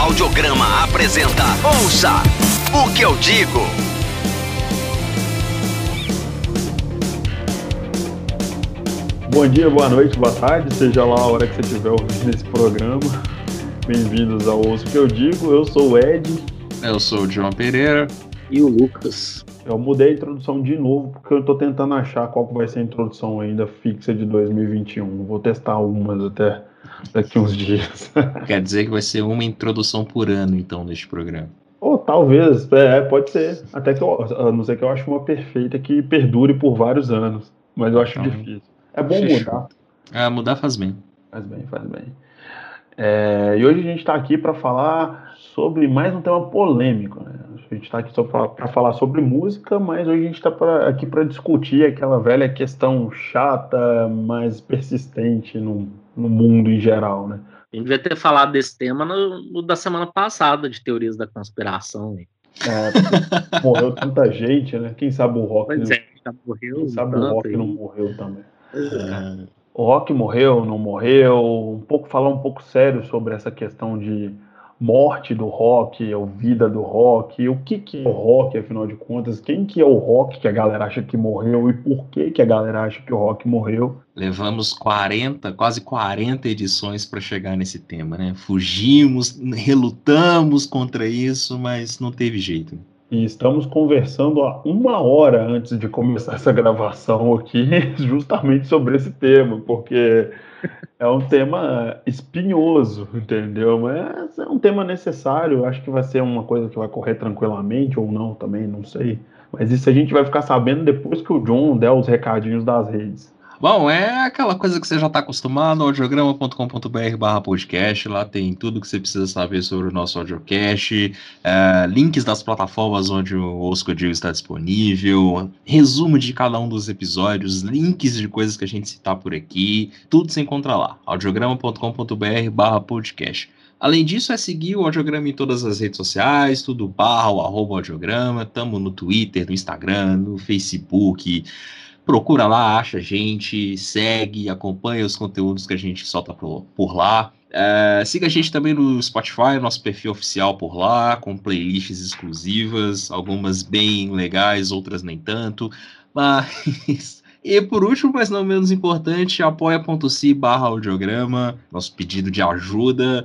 Audiograma apresenta Ouça o que eu digo. Bom dia, boa noite, boa tarde, seja lá a hora que você estiver ouvindo esse programa. Bem-vindos ao Ouça o que eu digo. Eu sou o Ed. Eu sou o João Pereira. E o Lucas. Eu mudei a introdução de novo porque eu tô tentando achar qual que vai ser a introdução ainda fixa de 2021. Vou testar algumas até daqui uns dias. Quer dizer que vai ser uma introdução por ano, então, neste programa. Ou talvez, pode ser. Até que a não ser que eu acho uma perfeita que perdure por vários anos. Mas eu acho difícil. É bom mudar. Mudar faz bem. Faz bem. E hoje a gente está aqui para falar sobre mais um tema polêmico, né? A gente está aqui só para falar sobre música, mas hoje a gente está aqui para discutir aquela velha questão chata, mas persistente no mundo em geral, né? A gente devia ter falado desse tema no da semana passada, de teorias da conspiração. Morreu tanta gente, né? Quem sabe o Rock já morreu. Quem sabe o Rock não morreu também. É. O Rock morreu, não morreu? Falar um pouco sério sobre essa questão de morte do rock, ou vida do rock, o que é o rock, afinal de contas, quem que é o rock que a galera acha que morreu e por que a galera acha que o rock morreu. Levamos quase 40 edições para chegar nesse tema, né? Fugimos, relutamos contra isso, mas não teve jeito. E estamos conversando há 1 hora antes de começar essa gravação aqui, justamente sobre esse tema, porque é um tema espinhoso, entendeu? Mas é um tema necessário, acho que vai ser uma coisa que vai correr tranquilamente ou não também, não sei. Mas isso a gente vai ficar sabendo depois que o John der os recadinhos das redes. Bom, é aquela coisa que você já está acostumado, audiograma.com.br/podcast, lá tem tudo que você precisa saber sobre o nosso audiocast, links das plataformas onde o Ouça o que eu digo está disponível, resumo de cada um dos episódios, links de coisas que a gente citar por aqui, tudo você encontra lá, audiograma.com.br/podcast. Além disso, é seguir o Audiograma em todas as redes sociais, tudo / @audiograma, tamo no Twitter, no Instagram, no Facebook. Procura lá, acha a gente, segue, acompanha os conteúdos que a gente solta por lá. Siga a gente também no Spotify, nosso perfil oficial por lá, com playlists exclusivas, algumas bem legais, outras nem tanto. Mas... E por último, mas não menos importante, apoia.se/audiograma, nosso pedido de ajuda,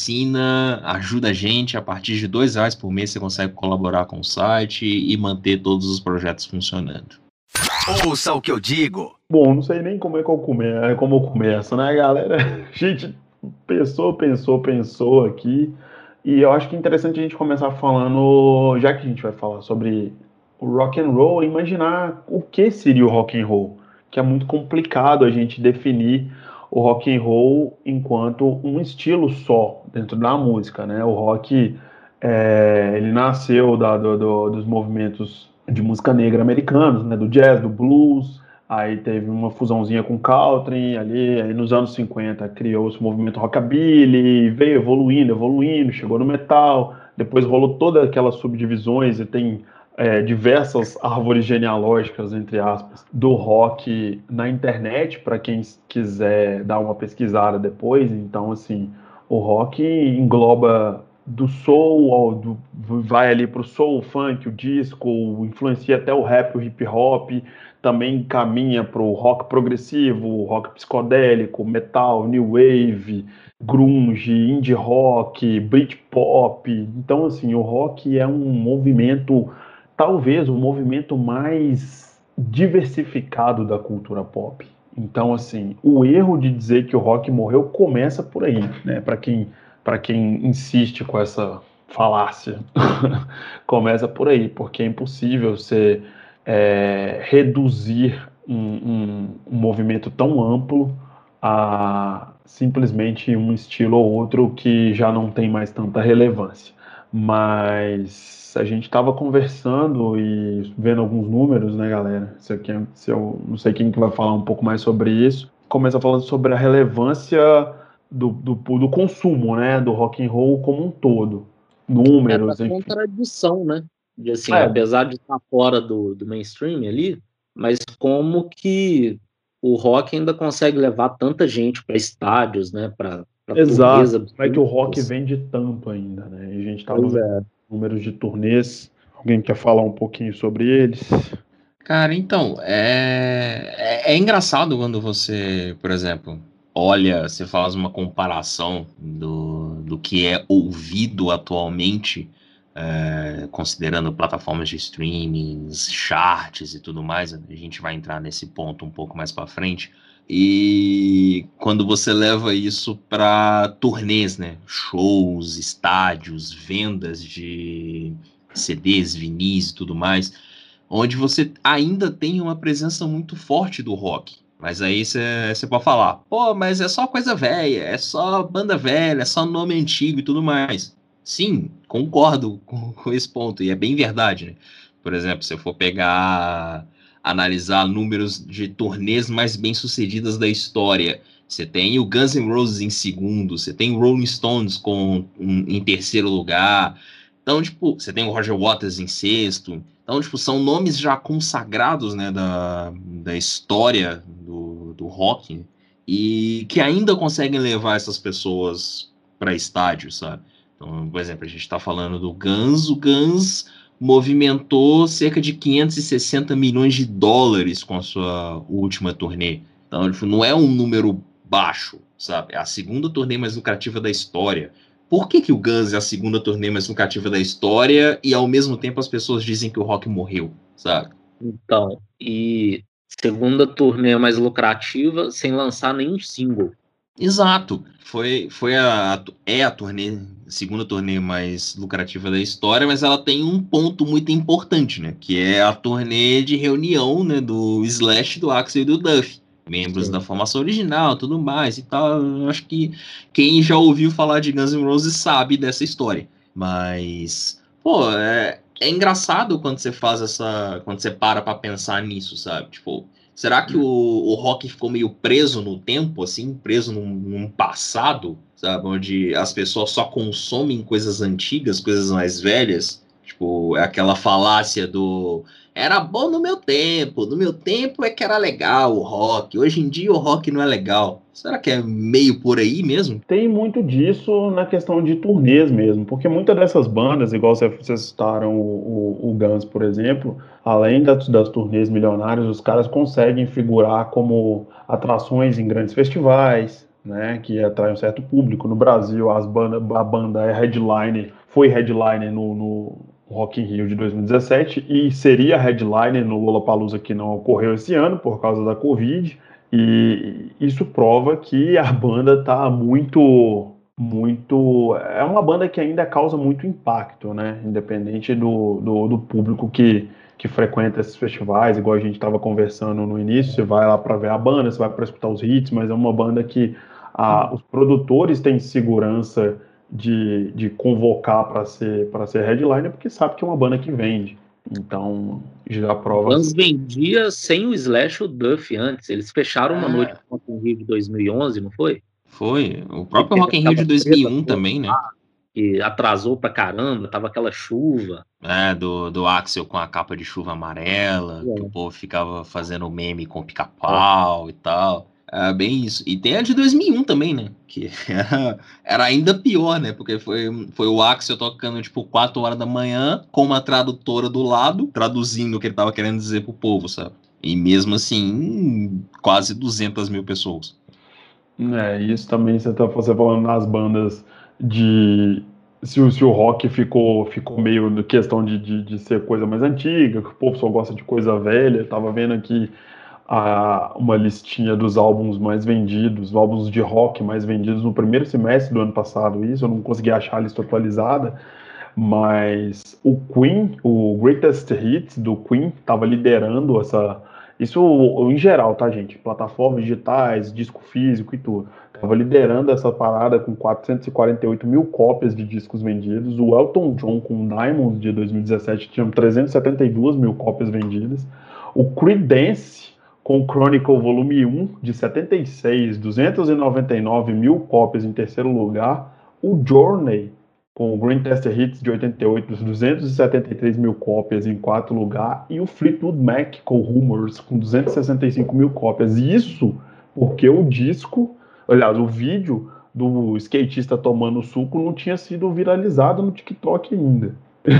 ajuda a gente, a partir de R$2 por mês você consegue colaborar com o site e manter todos os projetos funcionando. Ouça o que eu digo. Bom, não sei nem como eu começo, né, galera? A gente pensou aqui, e eu acho que é interessante a gente começar falando, já que a gente vai falar sobre o rock and roll, imaginar o que seria o rock and roll, que é muito complicado a gente definir o rock and roll enquanto um estilo só dentro da música, né? O rock, ele nasceu dos movimentos de música negra americanos, né, do jazz, do blues, aí teve uma fusãozinha com country ali, aí nos anos 50 criou-se o movimento rockabilly, veio evoluindo, chegou no metal, depois rolou todas aquelas subdivisões e tem diversas árvores genealógicas, entre aspas, do rock na internet, para quem quiser dar uma pesquisada depois. Então, assim, o rock engloba do soul, vai ali pro soul, o funk, o disco, influencia até o rap, o hip hop, também caminha pro rock progressivo, rock psicodélico, metal, new wave, grunge, indie rock, Britpop. Então, assim, o rock é um movimento, talvez o movimento mais diversificado da cultura pop. Então, assim, o erro de dizer que o rock morreu começa por aí, né? Para quem insiste com essa falácia, começa por aí, porque é impossível você reduzir um movimento tão amplo a simplesmente um estilo ou outro que já não tem mais tanta relevância. Mas a gente estava conversando e vendo alguns números, né, galera? Eu não sei quem que vai falar um pouco mais sobre isso. Começa falando sobre a relevância do consumo, né, do rock and roll como um todo, números, enfim. Contradição, né? De, assim, apesar de estar fora do mainstream ali, mas como que o rock ainda consegue levar tanta gente para estádios, né, para Exato, como é que o rock vende tanto ainda, né? E a gente tá nos números de turnês. Alguém quer falar um pouquinho sobre eles? Cara, então, é engraçado quando você, por exemplo, olha, você faz uma comparação do que é ouvido atualmente, considerando plataformas de streaming, charts e tudo mais. A gente vai entrar nesse ponto um pouco mais para frente. E quando você leva isso para turnês, né? Shows, estádios, vendas de CDs, vinis e tudo mais, onde você ainda tem uma presença muito forte do rock. Mas aí você pode falar, pô, mas é só coisa velha, é só banda velha, é só nome antigo e tudo mais. Sim, concordo com esse ponto, e é bem verdade, né? Por exemplo, se eu for analisar números de turnês mais bem-sucedidas da história, você tem o Guns N' Roses em segundo, você tem o Rolling Stones em terceiro lugar, então, tipo, você tem o Roger Waters em sexto. Então, tipo, são nomes já consagrados, né, da história do rock, né, e que ainda conseguem levar essas pessoas para estádio, sabe? Então, por exemplo, a gente está falando do Guns. O Guns movimentou cerca de 560 milhões de dólares com a sua última turnê. Então, tipo, não é um número baixo, sabe? É a segunda turnê mais lucrativa da história. Por que o Guns é a segunda turnê mais lucrativa da história e ao mesmo tempo as pessoas dizem que o rock morreu, sabe? Então, e segunda turnê mais lucrativa sem lançar nenhum single. Exato. É a segunda turnê mais lucrativa da história, mas ela tem um ponto muito importante, né? Que é a turnê de reunião, né, do Slash, do Axl e do Duff. Membros da formação original, tudo mais e tal. Eu acho que quem já ouviu falar de Guns N' Roses sabe dessa história. Mas, pô, é engraçado quando você quando você para pra pensar nisso, sabe? Tipo, será que o rock ficou meio preso no tempo, assim, preso num passado, sabe? Onde as pessoas só consomem coisas antigas, coisas mais velhas? Tipo, é aquela falácia do era bom no meu tempo é que era legal o rock, hoje em dia o rock não é legal. Será que é meio por aí mesmo? Tem muito disso na questão de turnês mesmo, porque muitas dessas bandas, igual vocês citaram o Guns, por exemplo, além das turnês milionárias, os caras conseguem figurar como atrações em grandes festivais, né, que atraem um certo público. No Brasil, a banda foi headliner no Rock in Rio de 2017 e seria headliner no Lollapalooza, que não ocorreu esse ano por causa da Covid. E isso prova que a banda tá muito. É uma banda que ainda causa muito impacto, né? Independente do público que frequenta esses festivais, igual a gente estava conversando no início, você vai lá para ver a banda, você vai para escutar os hits, mas é uma banda que os produtores têm segurança de convocar para ser headliner, porque sabe que é uma banda que vende. Então, já prova. O Guns vendia sem o Slash e o Duff antes. Eles fecharam uma noite no Rock in Rio de 2011, não foi? Foi. O próprio Rock in Rio de 2001 também, né? Que atrasou pra caramba, tava aquela chuva. Do Axl com a capa de chuva amarela, que o povo ficava fazendo meme com pica-pau e tal. É bem isso. E tem a de 2001 também, né? Que era ainda pior, né? Porque foi o Axl tocando, tipo, 4 horas da manhã, com uma tradutora do lado, traduzindo o que ele tava querendo dizer pro povo, sabe? E mesmo assim, quase 200 mil pessoas. Isso também você falando nas bandas de... Se o rock ficou meio na questão de ser coisa mais antiga, que o povo só gosta de coisa velha. Eu tava vendo aqui uma listinha dos álbuns mais vendidos, álbuns de rock mais vendidos no primeiro semestre do ano passado. Isso eu não consegui achar a lista atualizada, mas o Queen, o Greatest Hits do Queen, estava liderando isso em geral, tá, gente? Plataformas digitais, disco físico e tudo. Estava liderando essa parada com 448 mil cópias de discos vendidos. O Elton John com Diamonds de 2017 tinha 372 mil cópias vendidas. O Creedence com Chronicle Volume 1 de 76, 299 mil cópias em terceiro lugar. O Journey com o Greatest Hits de 88, 273 mil cópias em quarto lugar, e o Fleetwood Mac com Rumors com 265 mil cópias. E isso porque o disco, aliás, o vídeo do skatista tomando suco não tinha sido viralizado no TikTok ainda.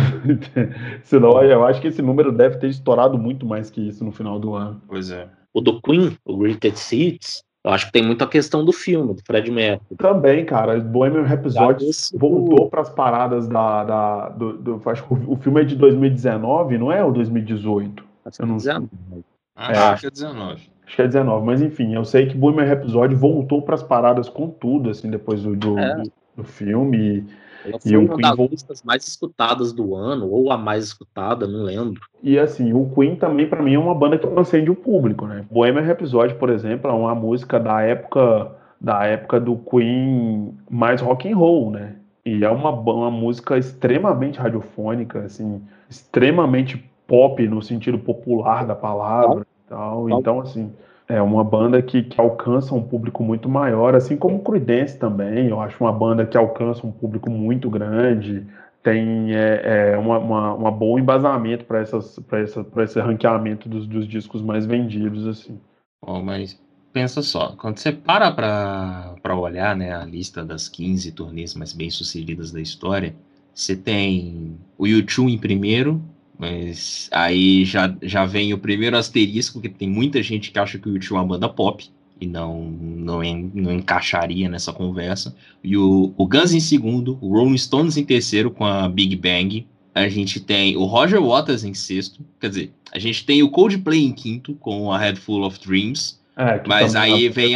Senão eu acho que esse número deve ter estourado muito mais que isso no final do ano. Pois é. O do Queen, o Greatest Seats, eu acho que tem muita questão do filme, do Fred Mercury. Também, cara, Bohemian Rhapsody voltou para as paradas acho que o filme é de 2019, não é? Ou 2018? Eu não sei. Acho que é 19. Acho que é 19, mas enfim, eu sei que Bohemian Rhapsody voltou para as paradas com tudo, assim, depois do filme. Ela foi uma das listas mais escutadas do ano, ou a mais escutada, não lembro. E assim, o Queen também, para mim, é uma banda que transcende o público, né? Bohemian Rhapsody, por exemplo, é uma música da época do Queen mais rock and roll, né? E é uma música extremamente radiofônica, assim, extremamente pop no sentido popular da palavra e tal. Então, assim, é uma banda que alcança um público muito maior, assim como o Creedence também. Eu acho uma banda que alcança um público muito grande, tem uma bom embasamento para esse ranqueamento dos discos mais vendidos, assim. Bom, mas pensa só, quando você para olhar, né, a lista das 15 turnês mais bem-sucedidas da história, você tem o U2 em primeiro, mas aí já vem o primeiro asterisco, que tem muita gente que acha que o U2 é uma banda pop, e não encaixaria nessa conversa. E o Guns em segundo, o Rolling Stones em terceiro com a Big Bang. A gente tem o Roger Waters em sexto, quer dizer, a gente tem o Coldplay em quinto com a Head Full of Dreams. Mas aí vem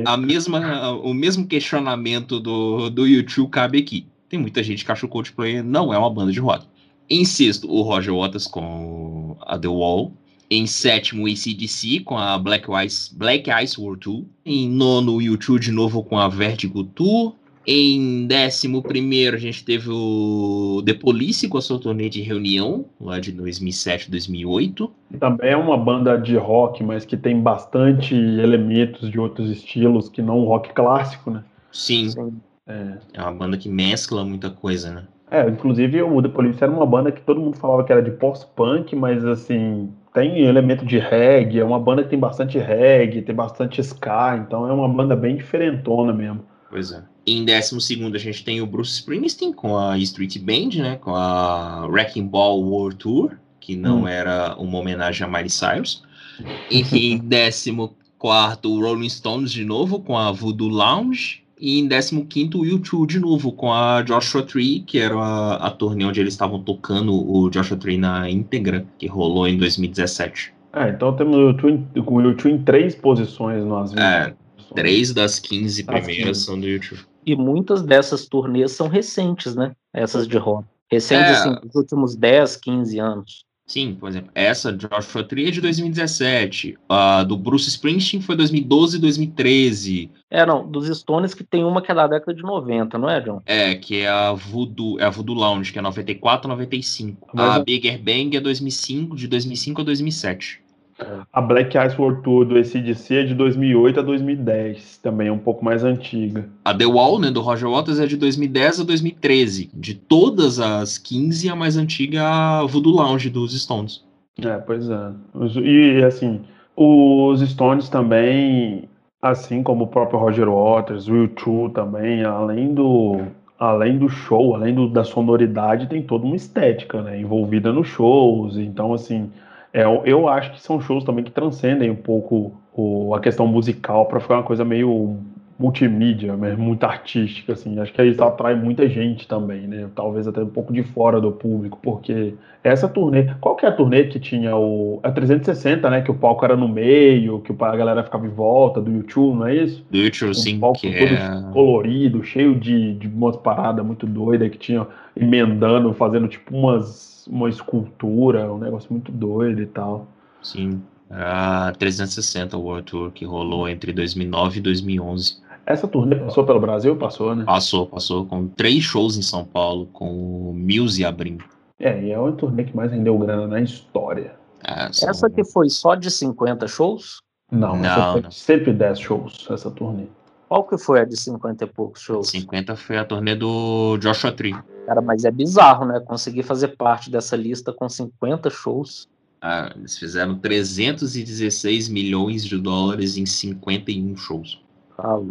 o mesmo questionamento do U2 cabe aqui. Tem muita gente que acha que o Coldplay não é uma banda de rock. Em sexto, o Roger Waters com a The Wall. Em sétimo, o AC/DC com a Black Ice World Tour. Em nono, o U2 de novo com a Vertigo Tour. Em 11º, a gente teve o The Police com a sua turnê de reunião, lá de 2007, 2008. Também é uma banda de rock, mas que tem bastante elementos de outros estilos que não o rock clássico, né? Sim. É uma banda que mescla muita coisa, né? Inclusive o The Police era uma banda que todo mundo falava que era de post-punk, mas assim, tem elemento de reggae, é uma banda que tem bastante reggae, tem bastante ska, então é uma banda bem diferentona mesmo. Pois é. Em 12º, a gente tem o Bruce Springsteen com a Street Band, né? Com a Wrecking Ball World Tour, que não era uma homenagem a Miley Cyrus. E em 14º, o Rolling Stones de novo com a Voodoo Lounge. E em 15º, o U2 de novo com a Joshua Tree, que era a turnê onde eles estavam tocando o Joshua Tree na íntegra, que rolou em 2017. Então temos o U2 em 3 posições nas 20. 3 das 15 primeiras são do U2. E muitas dessas turnês são recentes, né? Essas de rock. Recentes, assim, dos últimos 10, 15 anos. Sim, por exemplo, essa Joshua Tree é de 2017. A do Bruce Springsteen foi 2012 e 2013. Não, dos Stones que tem uma que é da década de 90, não é, John? Que é a Voodoo Lounge, que é 94 95. A Bigger Bang é 2005, de 2005 a 2007. A Black Ice World Tour do AC/DC é de 2008 a 2010, também é um pouco mais antiga. A The Wall, né, do Roger Waters, é de 2010 a 2013. De todas as 15, a mais antiga é a Voodoo Lounge dos Stones. Pois é. E assim, os Stones também, assim como o próprio Roger Waters, o U2 também, além do show, da sonoridade, tem toda uma estética, né, envolvida nos shows. Então, assim, eu acho que são shows também que transcendem um pouco a questão musical para ficar uma coisa meio multimídia, muito artística, assim. Acho que isso atrai muita gente também, né? Talvez até um pouco de fora do público, porque essa turnê... Qual que é a turnê que tinha a 360, né? Que o palco era no meio, que a galera ficava em volta, do U2, não é isso? Do U2, sim. Um palco todo colorido, cheio de umas paradas muito doidas que tinham emendando, fazendo tipo uma escultura, um negócio muito doido e tal. Sim. A 360 World Tour, que rolou entre 2009 e 2011. Essa turnê passou pelo Brasil? Passou, né? Passou, com 3 shows em São Paulo, com o Muse abrindo. E é uma turnê que mais rendeu grana na história. Essa que foi só de 50 shows? Não, essa foi de 110 shows, essa turnê. Qual que foi a de 50 e poucos shows? 50 foi a turnê do Joshua Tree. Cara, mas é bizarro, né? Conseguir fazer parte dessa lista com 50 shows. Eles fizeram 316 milhões de dólares em 51 shows. Tá louco.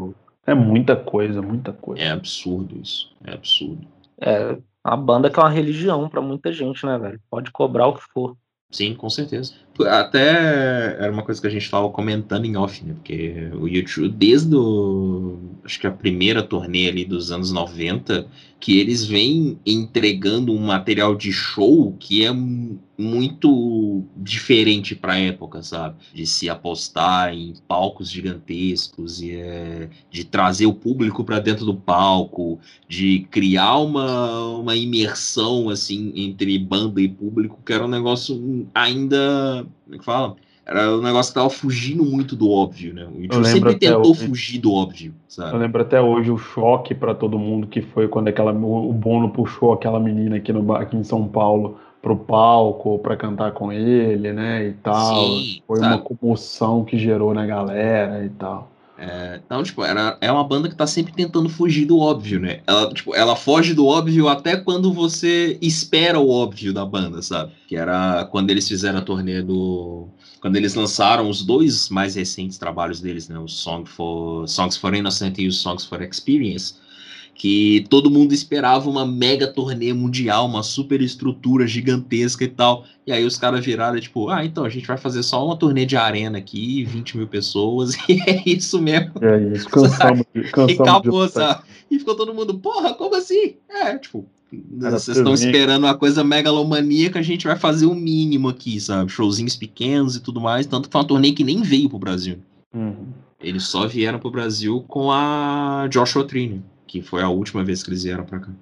É muita coisa, muita coisa. É absurdo isso. É absurdo. É uma banda que é uma religião pra muita gente, né, velho? Pode cobrar o que for. Sim, com certeza. Até era uma coisa que a gente estava comentando em off, né? Porque o YouTube, acho que a primeira turnê ali dos anos 90, que eles vêm entregando um material de show que é muito diferente para a época, sabe? De se apostar em palcos gigantescos e de trazer o público para dentro do palco, de criar uma imersão assim entre banda e público, que era um negócio ainda, como é que fala? Era um negócio que tava fugindo muito do óbvio, né? O Eu YouTube lembro sempre até tentou hoje, fugir do óbvio, eu sabe? lembro até hoje o choque para todo mundo que foi quando o Bono puxou aquela menina aqui em São Paulo pro palco para cantar com ele, né, e tal. Sim, Foi uma sabe? comoção que gerou na galera e tal. Então, tipo, é uma banda que tá sempre tentando fugir do óbvio, né? Ela, tipo, ela foge do óbvio até quando você espera o óbvio da banda, sabe? Que era quando eles fizeram a turnê do... Quando eles lançaram os dois mais recentes trabalhos deles, né? O Songs for Innocent e o Songs for Experience, que todo mundo esperava uma mega turnê mundial, uma super estrutura gigantesca e tal. E aí os caras viraram, tipo, então a gente vai fazer só uma turnê de arena aqui, 20 mil pessoas, e é isso mesmo, E é isso, sabe? E cansamos de acabou, lutar. sabe? E ficou todo mundo, porra, como assim? Tipo, Era vocês pra estão vir. esperando uma coisa megalomaníaca, a gente vai fazer o mínimo aqui, sabe? Showzinhos pequenos e tudo mais, tanto que foi uma turnê que nem veio pro Brasil. Uhum. Eles só vieram pro Brasil com a Joshua Tree, né? Que foi a última vez que eles vieram pra cá.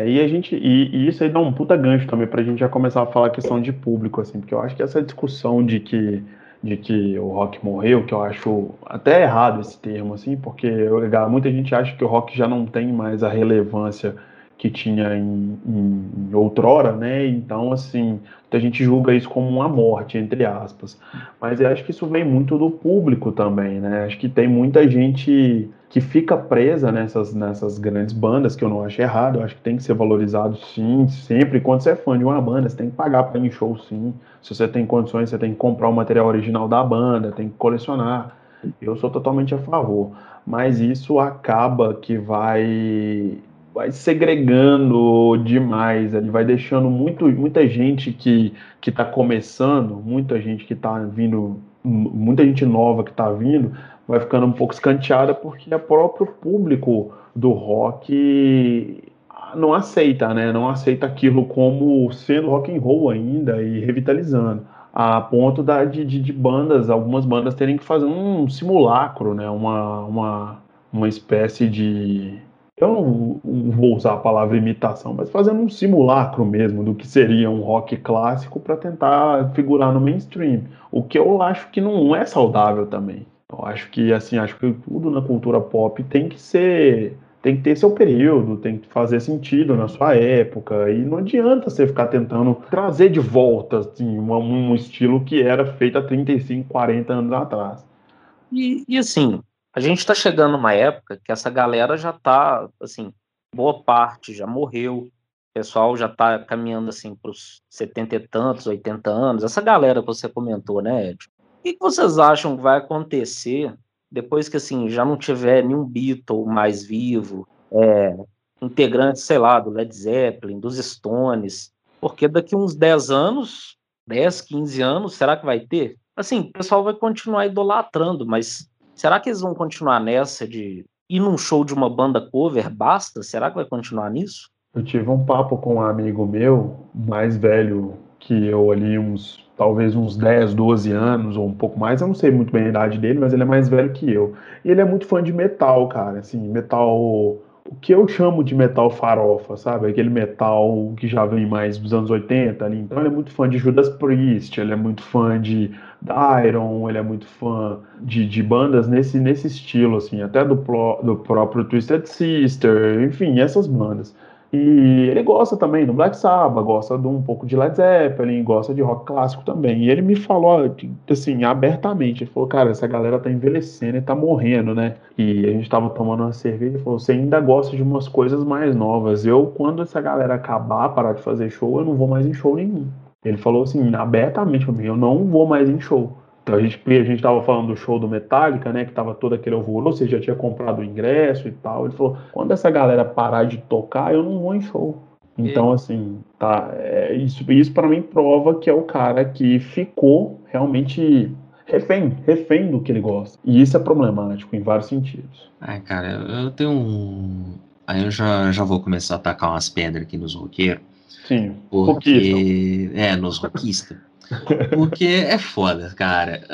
E isso aí dá um puta gancho também pra gente já começar a falar a questão de público, assim, porque eu acho que essa discussão de que o rock morreu, que eu acho até errado esse termo, assim, porque muita gente acha que o rock já não tem mais a relevância que tinha em outrora, né? Então, assim, muita gente julga isso como uma morte, entre aspas. Mas eu acho que isso vem muito do público também, né? Acho que tem muita gente que fica presa nessas grandes bandas, que eu não acho errado, eu acho que tem que ser valorizado sim, sempre. Quando você é fã de uma banda, você tem que pagar para ir em show sim. Se você tem condições, você tem que comprar o material original da banda, tem que colecionar. Eu sou totalmente a favor. Mas isso acaba que vai segregando demais, ele vai deixando muita gente que está começando, muita gente que está vindo, muita gente nova que está vindo, vai ficando um pouco escanteada porque o próprio público do rock não aceita, né? Não aceita aquilo como sendo rock and roll ainda e revitalizando. A ponto de bandas, algumas bandas terem que fazer um simulacro, né? Uma espécie de. Eu não vou usar a palavra imitação, mas fazendo um simulacro mesmo do que seria um rock clássico para tentar figurar no mainstream. O que eu acho que não é saudável também. Eu acho que assim, acho que tudo na cultura pop tem que ter seu período, tem que fazer sentido na sua época, e não adianta você ficar tentando trazer de volta assim, um estilo que era feito há 35, 40 anos atrás. E assim, a gente tá chegando numa época que essa galera já tá, assim, boa parte já morreu, o pessoal já tá caminhando, assim, pros 70 e tantos, 80 anos, essa galera que você comentou, né, Ed? O que vocês acham que vai acontecer depois que, assim, já não tiver nenhum Beatle mais vivo, integrantes, sei lá, do Led Zeppelin, dos Stones, porque daqui uns 10 anos, 10, 15 anos, será que vai ter? Assim, o pessoal vai continuar idolatrando, mas será que eles vão continuar nessa de ir num show de uma banda cover, basta? Será que vai continuar nisso? Eu tive um papo com um amigo meu, mais velho que eu ali, talvez uns 10, 12 anos ou um pouco mais, eu não sei muito bem a idade dele, mas ele é mais velho que eu. E ele é muito fã de metal, cara, assim, metal, o que eu chamo de metal farofa, sabe? Aquele metal que já vem mais dos anos 80 ali. Então ele é muito fã de Judas Priest, ele é muito fã de Iron, ele é muito fã de bandas nesse estilo, assim, até do próprio Twisted Sister, enfim, essas bandas. E ele gosta também do Black Sabbath, gosta de um pouco de Led Zeppelin, gosta de rock clássico também. E ele me falou, assim, abertamente, ele falou, cara, essa galera tá envelhecendo e tá morrendo, né? E a gente tava tomando uma cerveja, ele falou, você ainda gosta de umas coisas mais novas. Quando essa galera acabar, parar de fazer show, eu não vou mais em show nenhum. Ele falou assim, abertamente pra mim, eu não vou mais em show. Então a gente tava falando do show do Metallica, né? Que tava todo aquele alvoroço, você já tinha comprado o ingresso e tal. Ele falou, quando essa galera parar de tocar, eu não vou em show. Então, assim, tá. Isso para mim prova que é o cara que ficou realmente refém do que ele gosta. E isso é problemático em vários sentidos. Cara, eu tenho um. Aí eu já vou começar a tacar umas pedras aqui nos roqueiros. Sim, rockista. Porque. Nos rockistas. Porque é foda, cara.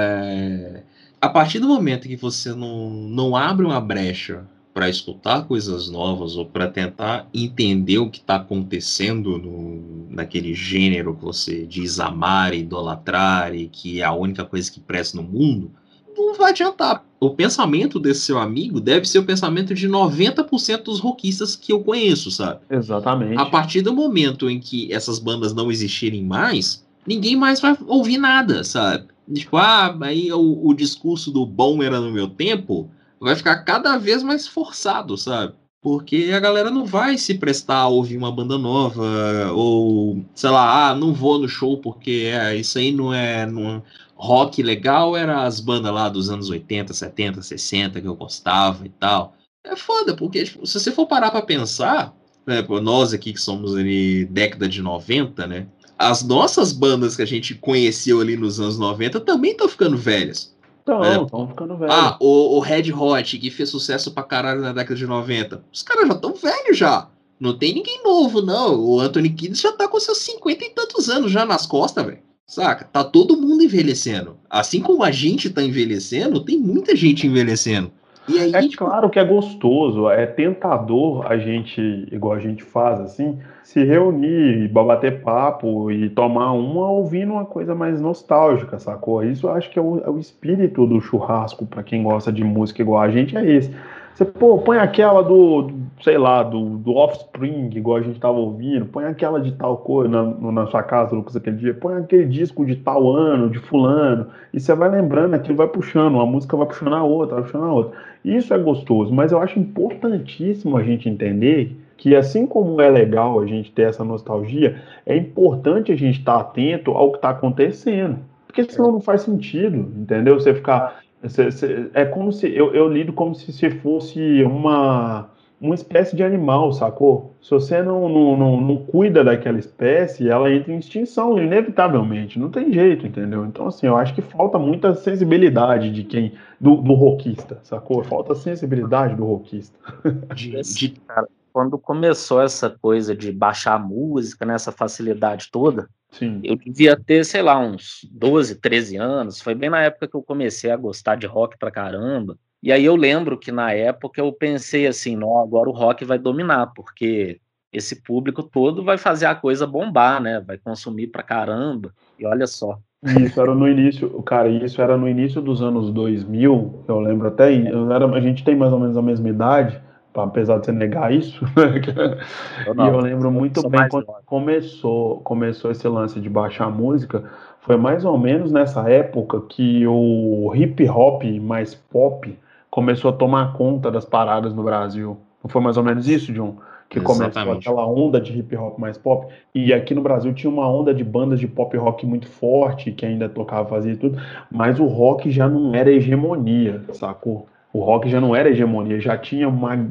A partir do momento que você não abre uma brecha para escutar coisas novas ou para tentar entender o que está acontecendo naquele gênero que você diz amar, idolatrar e que é a única coisa que presta no mundo, não vai adiantar. O pensamento desse seu amigo deve ser o pensamento de 90% dos rockistas que eu conheço, sabe? Exatamente. A partir do momento em que essas bandas não existirem mais, ninguém mais vai ouvir nada, sabe? Tipo, aí o discurso do bom era no meu tempo vai ficar cada vez mais forçado, sabe? Porque a galera não vai se prestar a ouvir uma banda nova, ou, sei lá, não vou no show porque isso aí não é rock legal, era as bandas lá dos anos 80, 70, 60 que eu gostava e tal. É foda, porque tipo, se você for parar pra pensar, nós aqui que somos ali década de 90, né? As nossas bandas que a gente conheceu ali nos anos 90 também estão ficando velhas. Estão ficando velhos. O Red Hot, que fez sucesso pra caralho na década de 90. Os caras já estão velhos já. Não tem ninguém novo, não. O Anthony Kiedis já tá com seus 50 e tantos anos já nas costas, velho. Saca? Tá todo mundo envelhecendo. Assim como a gente tá envelhecendo, tem muita gente envelhecendo. E aí, É claro que é gostoso, é tentador a gente, igual a gente faz, assim, se reunir, bater papo e tomar uma ouvindo uma coisa mais nostálgica, sacou? Isso eu acho que é o espírito do churrasco, pra quem gosta de música igual a gente, é esse. Você, põe aquela sei lá, do Offspring, igual a gente tava ouvindo, põe aquela de tal coisa na sua casa, Lucas, aquele dia, põe aquele disco de tal ano, de fulano, e você vai lembrando, aquilo vai puxando, uma música vai puxando a outra, vai puxando a outra. Isso é gostoso, mas eu acho importantíssimo a gente entender que, assim como é legal a gente ter essa nostalgia, é importante a gente estar atento ao que está acontecendo. Porque senão não faz sentido, entendeu? Você ficar. É como se. Eu lido como se fosse uma espécie de animal, sacou? Se você não cuida daquela espécie, ela entra em extinção, inevitavelmente. Não tem jeito, entendeu? Então, assim, eu acho que falta muita sensibilidade de quem. Do rockista, sacou? Falta sensibilidade do rockista. Cara, quando começou essa coisa de baixar a música, né, essa facilidade toda, Sim. Eu devia ter, sei lá, uns 12, 13 anos. Foi bem na época que eu comecei a gostar de rock pra caramba. E aí eu lembro que na época eu pensei assim, não, agora o rock vai dominar, porque esse público todo vai fazer a coisa bombar, né? Vai consumir pra caramba. E olha só. Isso era no início, cara, isso era no início dos anos 2000, eu lembro até, a gente tem mais ou menos a mesma idade, apesar de você negar isso, e eu lembro muito bem quando começou esse lance de baixar música, foi mais ou menos nessa época que o hip hop mais pop começou a tomar conta das paradas no Brasil. Não foi mais ou menos isso, John? Que começou Exatamente. aquela onda de hip hop mais pop, e aqui no Brasil tinha uma onda de bandas de pop rock muito forte, que ainda tocava, fazia tudo, mas o rock já não era hegemonia, sacou? O rock já não era hegemonia, já tinha uma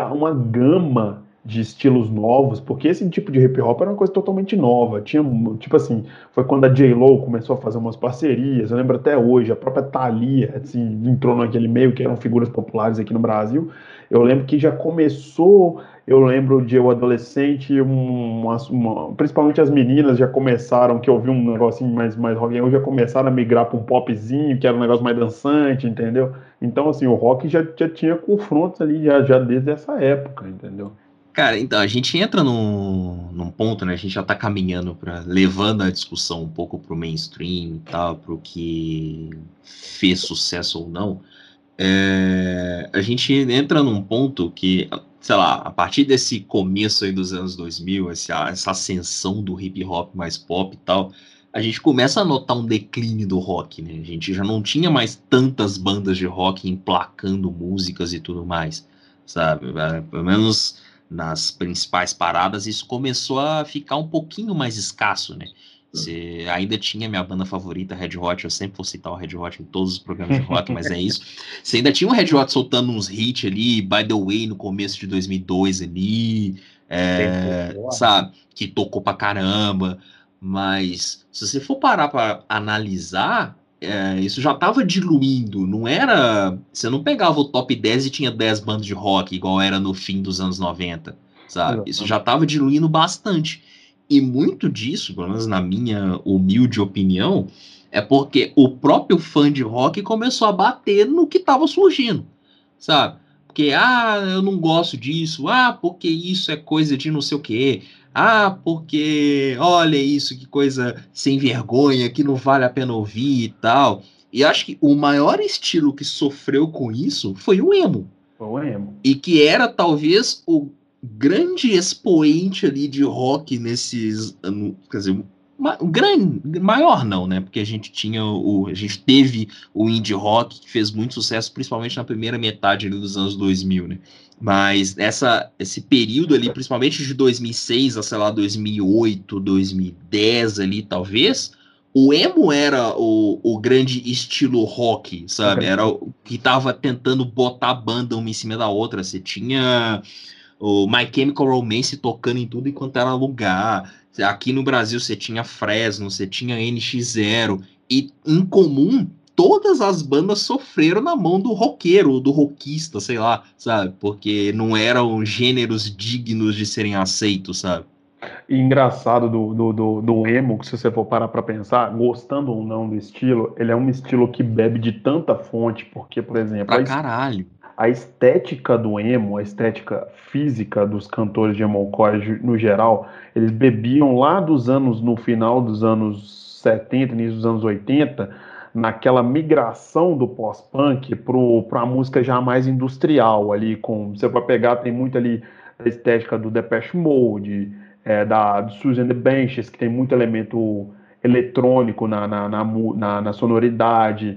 gama de estilos novos, porque esse tipo de hip hop era uma coisa totalmente nova. Tinha, tipo assim, foi quando a J-Lo começou a fazer umas parcerias, eu lembro até hoje, a própria Thalia, assim, entrou naquele meio que eram figuras populares aqui no Brasil. Eu lembro que já começou, eu lembro de eu adolescente, principalmente as meninas já começaram, que eu vi um negocinho mais rock, and roll, já começaram a migrar para um popzinho, que era um negócio mais dançante, entendeu? Então, assim, o rock já tinha confrontos ali, já desde essa época, entendeu? Cara, então, a gente entra num ponto, né? A gente já tá caminhando levando a discussão um pouco pro mainstream e tal, pro que fez sucesso ou não. A gente entra num ponto que, sei lá, a partir desse começo aí dos anos 2000, essa ascensão do hip hop mais pop e tal, a gente começa a notar um declínio do rock, né? A gente já não tinha mais tantas bandas de rock emplacando músicas e tudo mais, sabe? Pelo menos nas principais paradas, isso começou a ficar um pouquinho mais escasso, né? Você ainda tinha minha banda favorita, Red Hot, eu sempre vou citar o Red Hot em todos os programas de rock, mas é isso. Você ainda tinha o Red Hot soltando uns hits ali, By The Way, no começo de 2002 ali, sabe? Que tocou pra caramba, mas se você for parar pra analisar, isso já tava diluindo, não era... Você não pegava o top 10 e tinha 10 bandas de rock, igual era no fim dos anos 90, sabe? Isso já tava diluindo bastante. E muito disso, pelo menos na minha humilde opinião, é porque o próprio fã de rock começou a bater no que estava surgindo, sabe? Porque, eu não gosto disso, porque isso é coisa de não sei o quê, porque, olha isso, que coisa sem vergonha, que não vale a pena ouvir e tal. E acho que o maior estilo que sofreu com isso foi o emo. E que era talvez o grande expoente ali de rock nesses anos, quer dizer, maior não, né? Porque a gente teve o indie rock que fez muito sucesso, principalmente na primeira metade ali dos anos 2000, né? Mas esse período ali, principalmente de 2006 a, sei lá, 2008, 2010 ali, talvez, o emo era o grande estilo rock, sabe? Era o que tava tentando botar a banda uma em cima da outra. Você tinha o My Chemical Romance tocando em tudo enquanto era lugar. Aqui no Brasil você tinha Fresno, você tinha NX0. E, em comum, todas as bandas sofreram na mão do roqueiro, do rockista, sei lá, sabe? Porque não eram gêneros dignos de serem aceitos, sabe? E engraçado do emo, que se você for parar pra pensar, gostando ou não do estilo, ele é um estilo que bebe de tanta fonte, porque, por exemplo, Pra caralho. a estética do emo, a estética física dos cantores de emocore no geral, eles bebiam lá no final dos anos 70, início dos anos 80, naquela migração do pós-punk para a música já mais industrial ali, você vai pegar, tem muito ali a estética do Depeche Mode, do Suzy and the Banshees, que tem muito elemento eletrônico na sonoridade,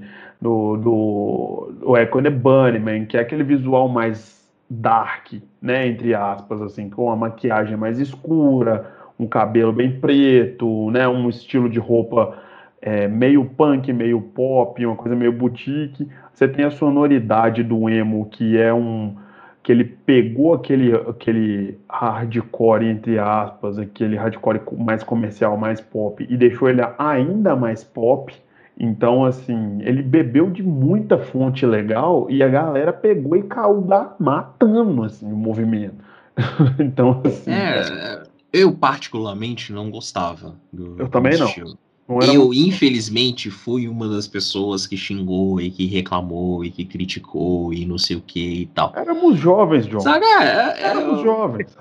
do Echo and the Bunnymen, que é aquele visual mais dark, né, entre aspas, assim, com a maquiagem mais escura, um cabelo bem preto, né, um estilo de roupa meio punk, meio pop, uma coisa meio boutique. Você tem a sonoridade do emo, que ele pegou aquele hardcore, entre aspas, aquele hardcore mais comercial, mais pop, e deixou ele ainda mais pop. Então, assim, ele bebeu de muita fonte legal e a galera pegou e caiu matando, assim, o movimento. Então, assim... Eu particularmente não gostava eu também do estilo. Infelizmente, fui uma das pessoas que xingou e que reclamou e que criticou e não sei o que e tal. Éramos jovens, John. Sabe, éramos jovens.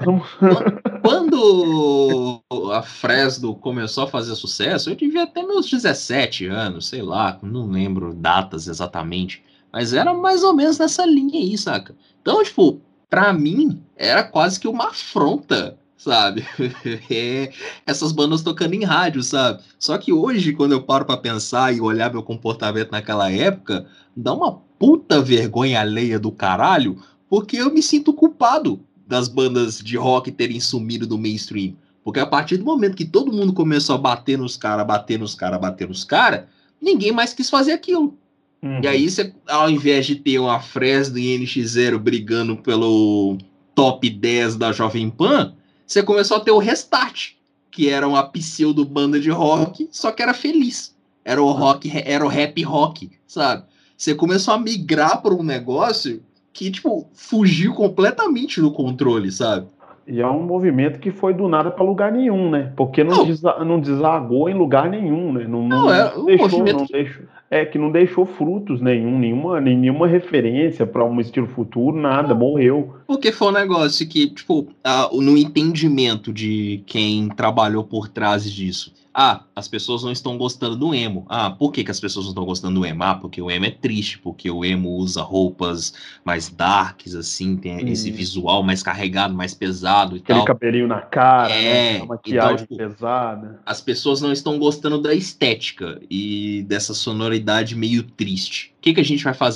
Quando a Fresno começou a fazer sucesso, eu devia ter meus 17 anos, sei lá, não lembro datas exatamente, mas era mais ou menos nessa linha aí, saca? Então, tipo, pra mim, era quase que uma afronta, sabe? Essas bandas tocando em rádio, sabe? Só que hoje, quando eu paro pra pensar e olhar meu comportamento naquela época, dá uma puta vergonha alheia do caralho, porque eu me sinto culpado das bandas de rock terem sumido do mainstream. Porque a partir do momento que todo mundo começou a bater nos caras, ninguém mais quis fazer aquilo. E aí, ao invés de ter uma Fresno e NX0 brigando pelo top 10 da Jovem Pan, você começou a ter o Restart, que era uma pseudo banda de rock, só que era feliz. Era o rap rock, sabe? Você começou a migrar para um negócio que, tipo, fugiu completamente do controle, sabe? E é um movimento que foi do nada para lugar nenhum, né? Porque não desagou em lugar nenhum, né? Que não deixou frutos nenhuma referência para um estilo futuro, nada, morreu. Porque foi um negócio que, tipo, no entendimento de quem trabalhou por trás disso. As pessoas não estão gostando do emo. Por que as pessoas não estão gostando do emo? Porque o emo é triste, porque o emo usa roupas mais darks, assim, tem esse visual mais carregado, mais pesado e tal. Aquele cabelinho na cara, né? A maquiagem então, pesada. As pessoas não estão gostando da estética e dessa sonoridade meio triste. O que a gente vai fazer?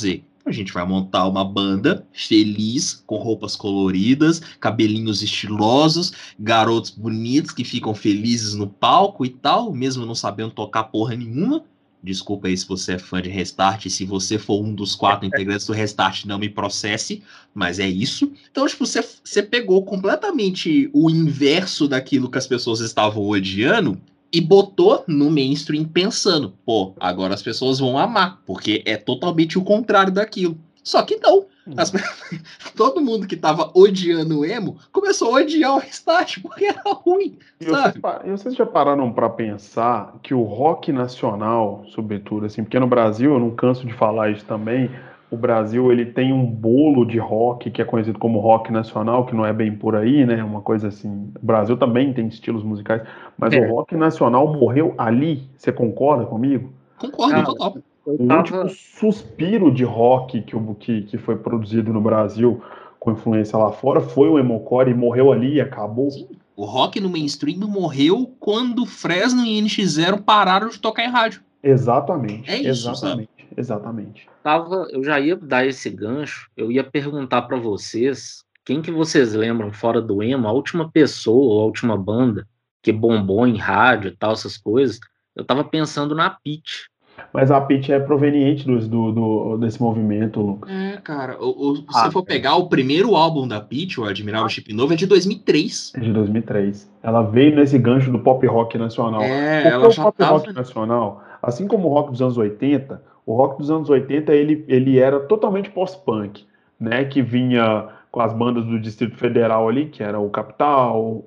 A gente vai montar uma banda feliz, com roupas coloridas, cabelinhos estilosos, garotos bonitos que ficam felizes no palco e tal, mesmo não sabendo tocar porra nenhuma. Desculpa aí se você é fã de Restart, se você for um dos 4 integrantes do Restart, não me processe, mas é isso. Então, tipo, você pegou completamente o inverso daquilo que as pessoas estavam odiando e botou no mainstream pensando, pô, agora as pessoas vão amar, porque é totalmente o contrário daquilo. Só que não. Todo mundo que tava odiando o emo começou a odiar o Restart, porque era ruim, sabe? E vocês já pararam para pensar que o rock nacional, sobretudo, assim, porque no Brasil, eu não canso de falar isso também, o Brasil ele tem um bolo de rock que é conhecido como rock nacional, que não é bem por aí, né? Uma coisa assim. O Brasil também tem estilos musicais, mas o rock nacional morreu ali. Você concorda comigo? Concordo, Cara, total. eu O último tava. suspiro de rock que foi produzido no Brasil com influência lá fora foi o emocore e morreu ali e acabou. Sim. O rock no mainstream morreu quando o Fresno e NX Zero pararam de tocar em rádio. Exatamente, É isso, sabe? exatamente. Eu já ia dar esse gancho, eu ia perguntar pra vocês, quem que vocês lembram fora do emo, a última pessoa, a última banda que bombou em rádio e tal, essas coisas. Eu tava pensando na Pitty. Mas a Pitty é proveniente desse movimento, Lucas. É, cara, se você for É pegar o primeiro álbum da Pitty, o Admirável Chip Novo, é de 2003. de 2003. Ela veio nesse gancho do pop rock nacional. É, Porque ela o já pop rock tava. nacional, assim como o rock dos anos 80, o rock dos anos 80 ele era totalmente post-punk, né? Que vinha com as bandas do Distrito Federal ali, que era o Capital,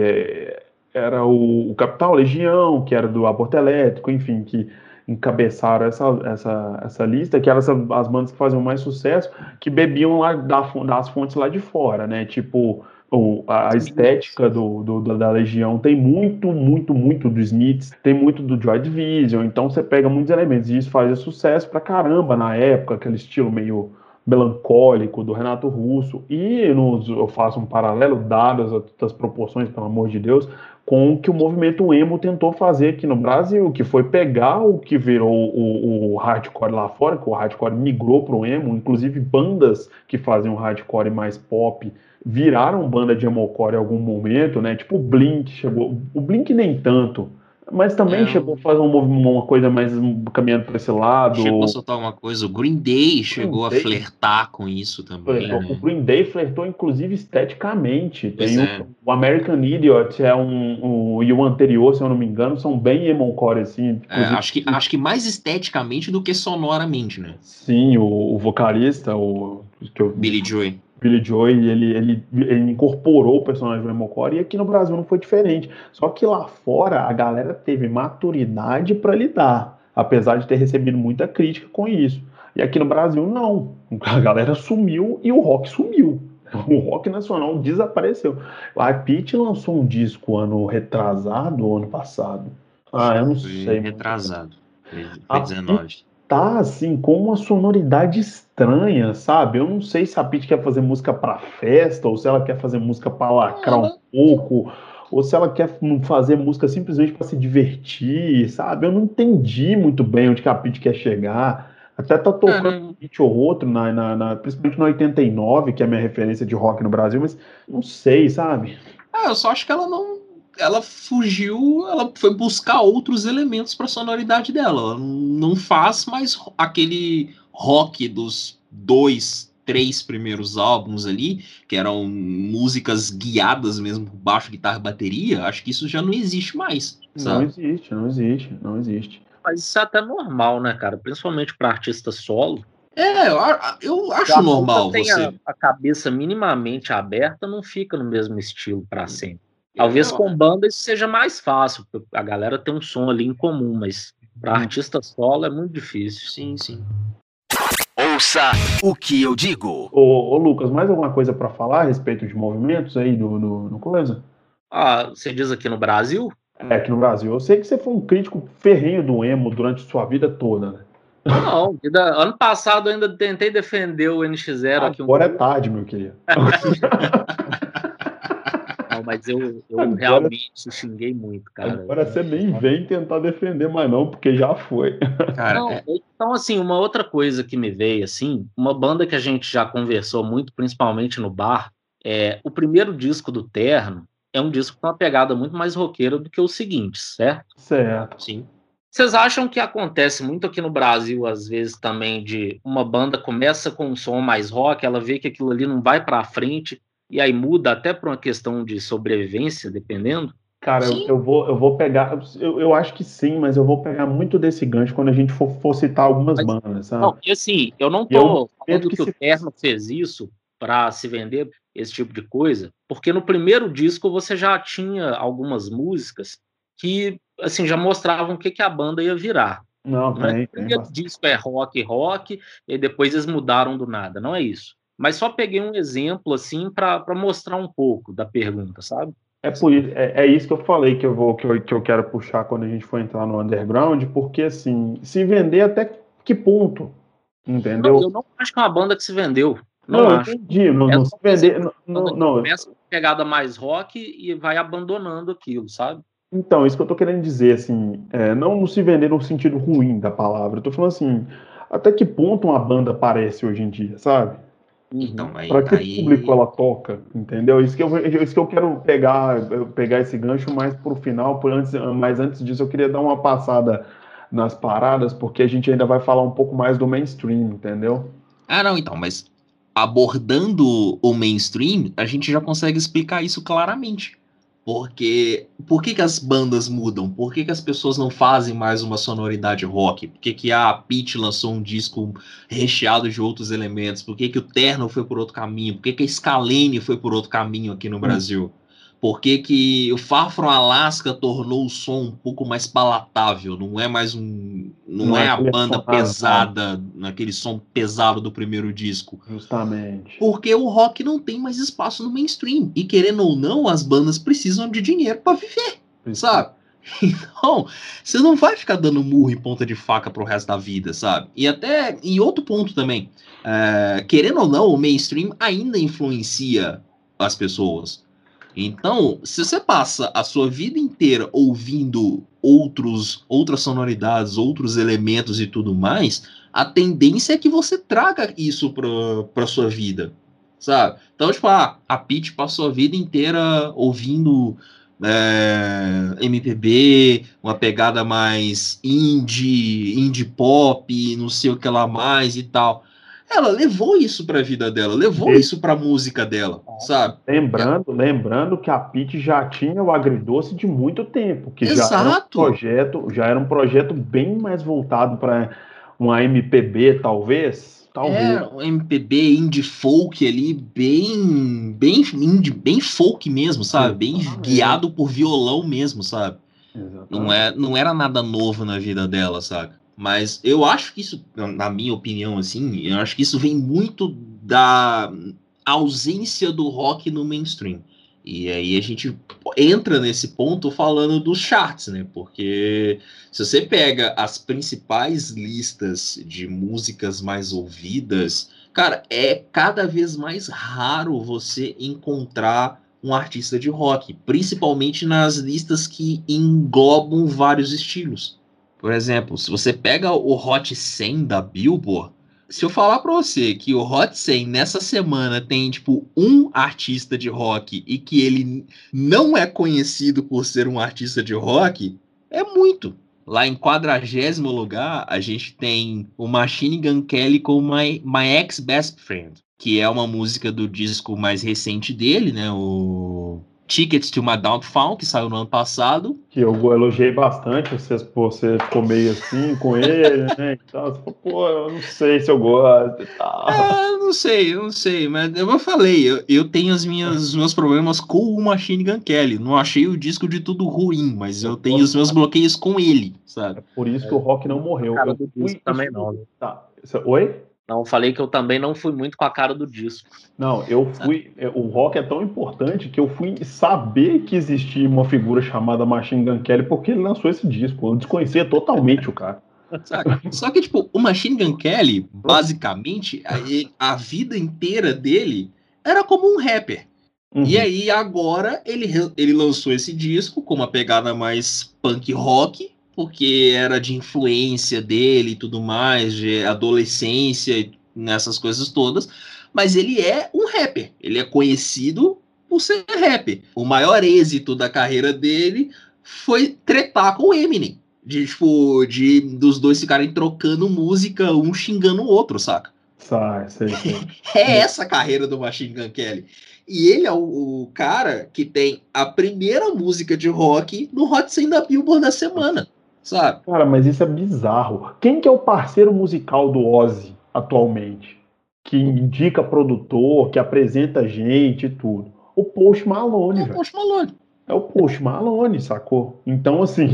era o Capital, Legião, que era do Aborto Elétrico, enfim, que encabeçaram essa lista, que eram as bandas que faziam mais sucesso, que bebiam lá das fontes lá de fora, né? Tipo, a estética da Legião tem muito do Smiths, tem muito do Joy Division, então você pega muitos elementos, e isso fazia sucesso pra caramba na época, aquele estilo meio melancólico do Renato Russo, e eu faço um paralelo, dadas as proporções, pelo amor de Deus, com o que o movimento emo tentou fazer aqui no Brasil, que foi pegar o que virou o hardcore lá fora, que o hardcore migrou para o emo, inclusive bandas que faziam hardcore mais pop viraram banda de emocore em algum momento, né? Tipo o Blink chegou, o Blink nem tanto, mas também chegou a fazer uma coisa mais caminhando para esse lado. Chegou a soltar uma coisa, o Green Day chegou a Day flertar com isso também, flertou. O né? Green Day flertou, inclusive, esteticamente. Pois Tem é. o American Idiot, e o anterior, se eu não me engano, são bem emocore, assim. Inclusive, Acho que mais esteticamente do que sonoramente, né? sim, o vocalista, Billy Joy. Billy Joy, ele incorporou o personagem do emocore, e aqui no Brasil não foi diferente. Só que lá fora, a galera teve maturidade para lidar, apesar de ter recebido muita crítica com isso. E aqui no Brasil, não. A galera sumiu e o rock sumiu. O rock nacional desapareceu. A Pitty lançou um disco ano retrasado ou ano passado? Ah, eu não Foi sei. retrasado. Foi A 19. tá assim com uma sonoridade estranha, sabe? Eu não sei se a Pitty quer fazer música para festa ou se ela quer fazer música para lacrar um pouco ou se ela quer fazer música simplesmente para se divertir, sabe? Eu não entendi muito bem onde que a Pitty quer chegar. Até tá tocando um hit ou outro, principalmente no 89, que é a minha referência de rock no Brasil, mas não sei, sabe? Eu só acho que ela não. Ela fugiu, ela foi buscar outros elementos para a sonoridade dela. Ela não faz mais aquele rock dos 2, 3 primeiros álbuns ali, que eram músicas guiadas mesmo por baixo, guitarra e bateria. Acho que isso já não existe mais, Não sabe? existe, não existe, não existe. Mas isso é até normal, né, cara? Principalmente para artista solo. Eu Se o acho artista normal tem você. a cabeça minimamente aberta, não fica no mesmo estilo para sempre. Talvez com banda isso seja mais fácil, porque a galera tem um som ali em comum, mas para artista solo é muito difícil. Sim, sim. Ouça o que eu digo. Ô Lucas, mais alguma coisa para falar a respeito de movimentos aí do coisa? Você diz aqui no Brasil? Aqui no Brasil. Eu sei que você foi um crítico ferrenho do emo durante sua vida toda, né? Não, ano passado eu ainda tentei defender o NX Zero aqui Agora é tarde, meu querido. mas eu Agora- realmente xinguei muito, cara. Agora você nem vem tentar defender mais não, porque já foi. Cara, Não, então, assim, uma outra coisa que me veio, assim, uma banda que a gente já conversou muito, principalmente no bar, o primeiro disco do Terno é um disco com uma pegada muito mais roqueira do que os seguintes, certo? Certo. sim. Vocês acham que acontece muito aqui no Brasil, às vezes, também, de uma banda começa com um som mais rock, ela vê que aquilo ali não vai pra frente, e aí muda até por uma questão de sobrevivência, dependendo? Cara, Sim. eu vou pegar. Eu acho que sim, mas eu vou pegar muito desse gancho quando a gente for citar algumas Mas, bandas, não, sabe? e assim, eu não E é um tô movimento falando que que o se. Terno fez isso para se vender, esse tipo de coisa, porque no primeiro disco você já tinha algumas músicas que, assim, já mostravam o que que a banda ia virar. Não, Não é que o tem primeiro bastante. disco é rock, rock, e depois eles mudaram do nada, não é isso. Mas só peguei um exemplo, assim, para mostrar um pouco da pergunta, sabe? É por isso, é isso que eu falei que eu quero puxar quando a gente for entrar no underground, porque assim, se vender até que ponto, Não, entendeu? eu não acho que é uma banda que se vendeu, não Não, eu acho. entendi, É não se só um vender, exemplo de uma banda que não. começa com pegada mais rock e vai abandonando aquilo, sabe? Então, isso que eu tô querendo dizer, assim, não se vender no sentido ruim da palavra, eu tô falando assim, até que ponto uma banda aparece hoje em dia, sabe? Então, Uhum. Para que público aí. ela toca, entendeu? Isso que eu quero pegar esse gancho mais pro final, mas antes disso eu queria dar uma passada nas paradas, porque a gente ainda vai falar um pouco mais do mainstream, entendeu? Ah, não, então, mas abordando o mainstream, a gente já consegue explicar isso claramente. Porque por que que as bandas mudam? Por que que as pessoas não fazem mais uma sonoridade rock? Por que que a Pitty lançou um disco recheado de outros elementos? Por que que o Terno foi por outro caminho? Por que que a Scalene foi por outro caminho aqui no Brasil? Por que que o Far From Alaska tornou o som um pouco mais palatável? Não é mais não Não é é a aquele banda som nasal, pesada, naquele som pesado do primeiro disco. justamente. Porque o rock não tem mais espaço no mainstream. E querendo ou não, as bandas precisam de dinheiro para viver, sabe? Então, você não vai ficar dando murro em ponta de faca pro resto da vida, sabe? E até em outro ponto também, querendo ou não, o mainstream ainda influencia as pessoas. Então, se você passa a sua vida inteira ouvindo outras sonoridades, outros elementos e tudo mais, a tendência é que você traga isso pra sua vida, sabe? Então, tipo, a Pitty passou a vida inteira ouvindo MPB, uma pegada mais indie pop, não sei o que lá mais e tal. Ela levou isso pra vida dela, levou E isso pra música dela, sabe? lembrando que a Pitty já tinha o Agridoce de muito tempo, que Exato. já era um projeto bem mais voltado para uma MPB, talvez, É, talvez. um MPB indie folk ali, bem indie, bem folk mesmo, sabe? Bem Exatamente, guiado por violão mesmo, sabe? exatamente. Não era nada novo na vida dela, saca? Mas eu acho que isso, na minha opinião, assim, eu acho que isso vem muito da ausência do rock no mainstream. E aí a gente entra nesse ponto falando dos charts, né? Porque se você pega as principais listas de músicas mais ouvidas, cara, é cada vez mais raro você encontrar um artista de rock, principalmente nas listas que englobam vários estilos. Por exemplo, se você pega o Hot 100 da Billboard, se eu falar pra você que o Hot 100 nessa semana tem, tipo, um artista de rock e que ele não é conhecido por ser um artista de rock, é muito. Lá em 40º lugar, a gente tem o Machine Gun Kelly com My Ex-Best Friend, que é uma música do disco mais recente dele, né? O Tickets to My Downfall, que saiu no ano passado. Que eu elogiei bastante, você ficou meio assim com ele, né? E tal. Você falou, pô, eu não sei se eu gosto e tal. Eu não sei, mas eu falei, eu tenho os meus problemas com o Machine Gun Kelly. Não achei o disco de tudo ruim, mas eu Eu tenho os gosto meus bloqueios com ele, sabe? É por isso que o rock não morreu. Cara Eu do disco fui também não, estudar. viu? Tá. Oi? Não, falei que eu também não fui muito com a cara do disco. Não, eu Sabe? fui. O rock é tão importante que eu fui saber que existia uma figura chamada Machine Gun Kelly porque ele lançou esse disco. Eu desconhecia totalmente o cara. Sabe? Só que, tipo, o Machine Gun Kelly, basicamente, a vida inteira dele era como um rapper. E aí, agora, ele lançou esse disco com uma pegada mais punk rock, porque era de influência dele e tudo mais, de adolescência, nessas coisas todas. Mas ele é um rapper. Ele é conhecido por ser rapper. O maior êxito da carreira dele foi tretar com o Eminem. Dos dois ficarem trocando música, um xingando o outro, saca? Sei. É essa a carreira do Machine Gun Kelly. E ele é o cara que tem a primeira música de rock no Hot 100 da Billboard da semana, sabe? Cara, mas isso é bizarro. Quem que é o parceiro musical do Ozzy atualmente? Que indica produtor, que apresenta gente e tudo. O Post Malone, velho. Post Malone. É o Post Malone, sacou? Então, assim,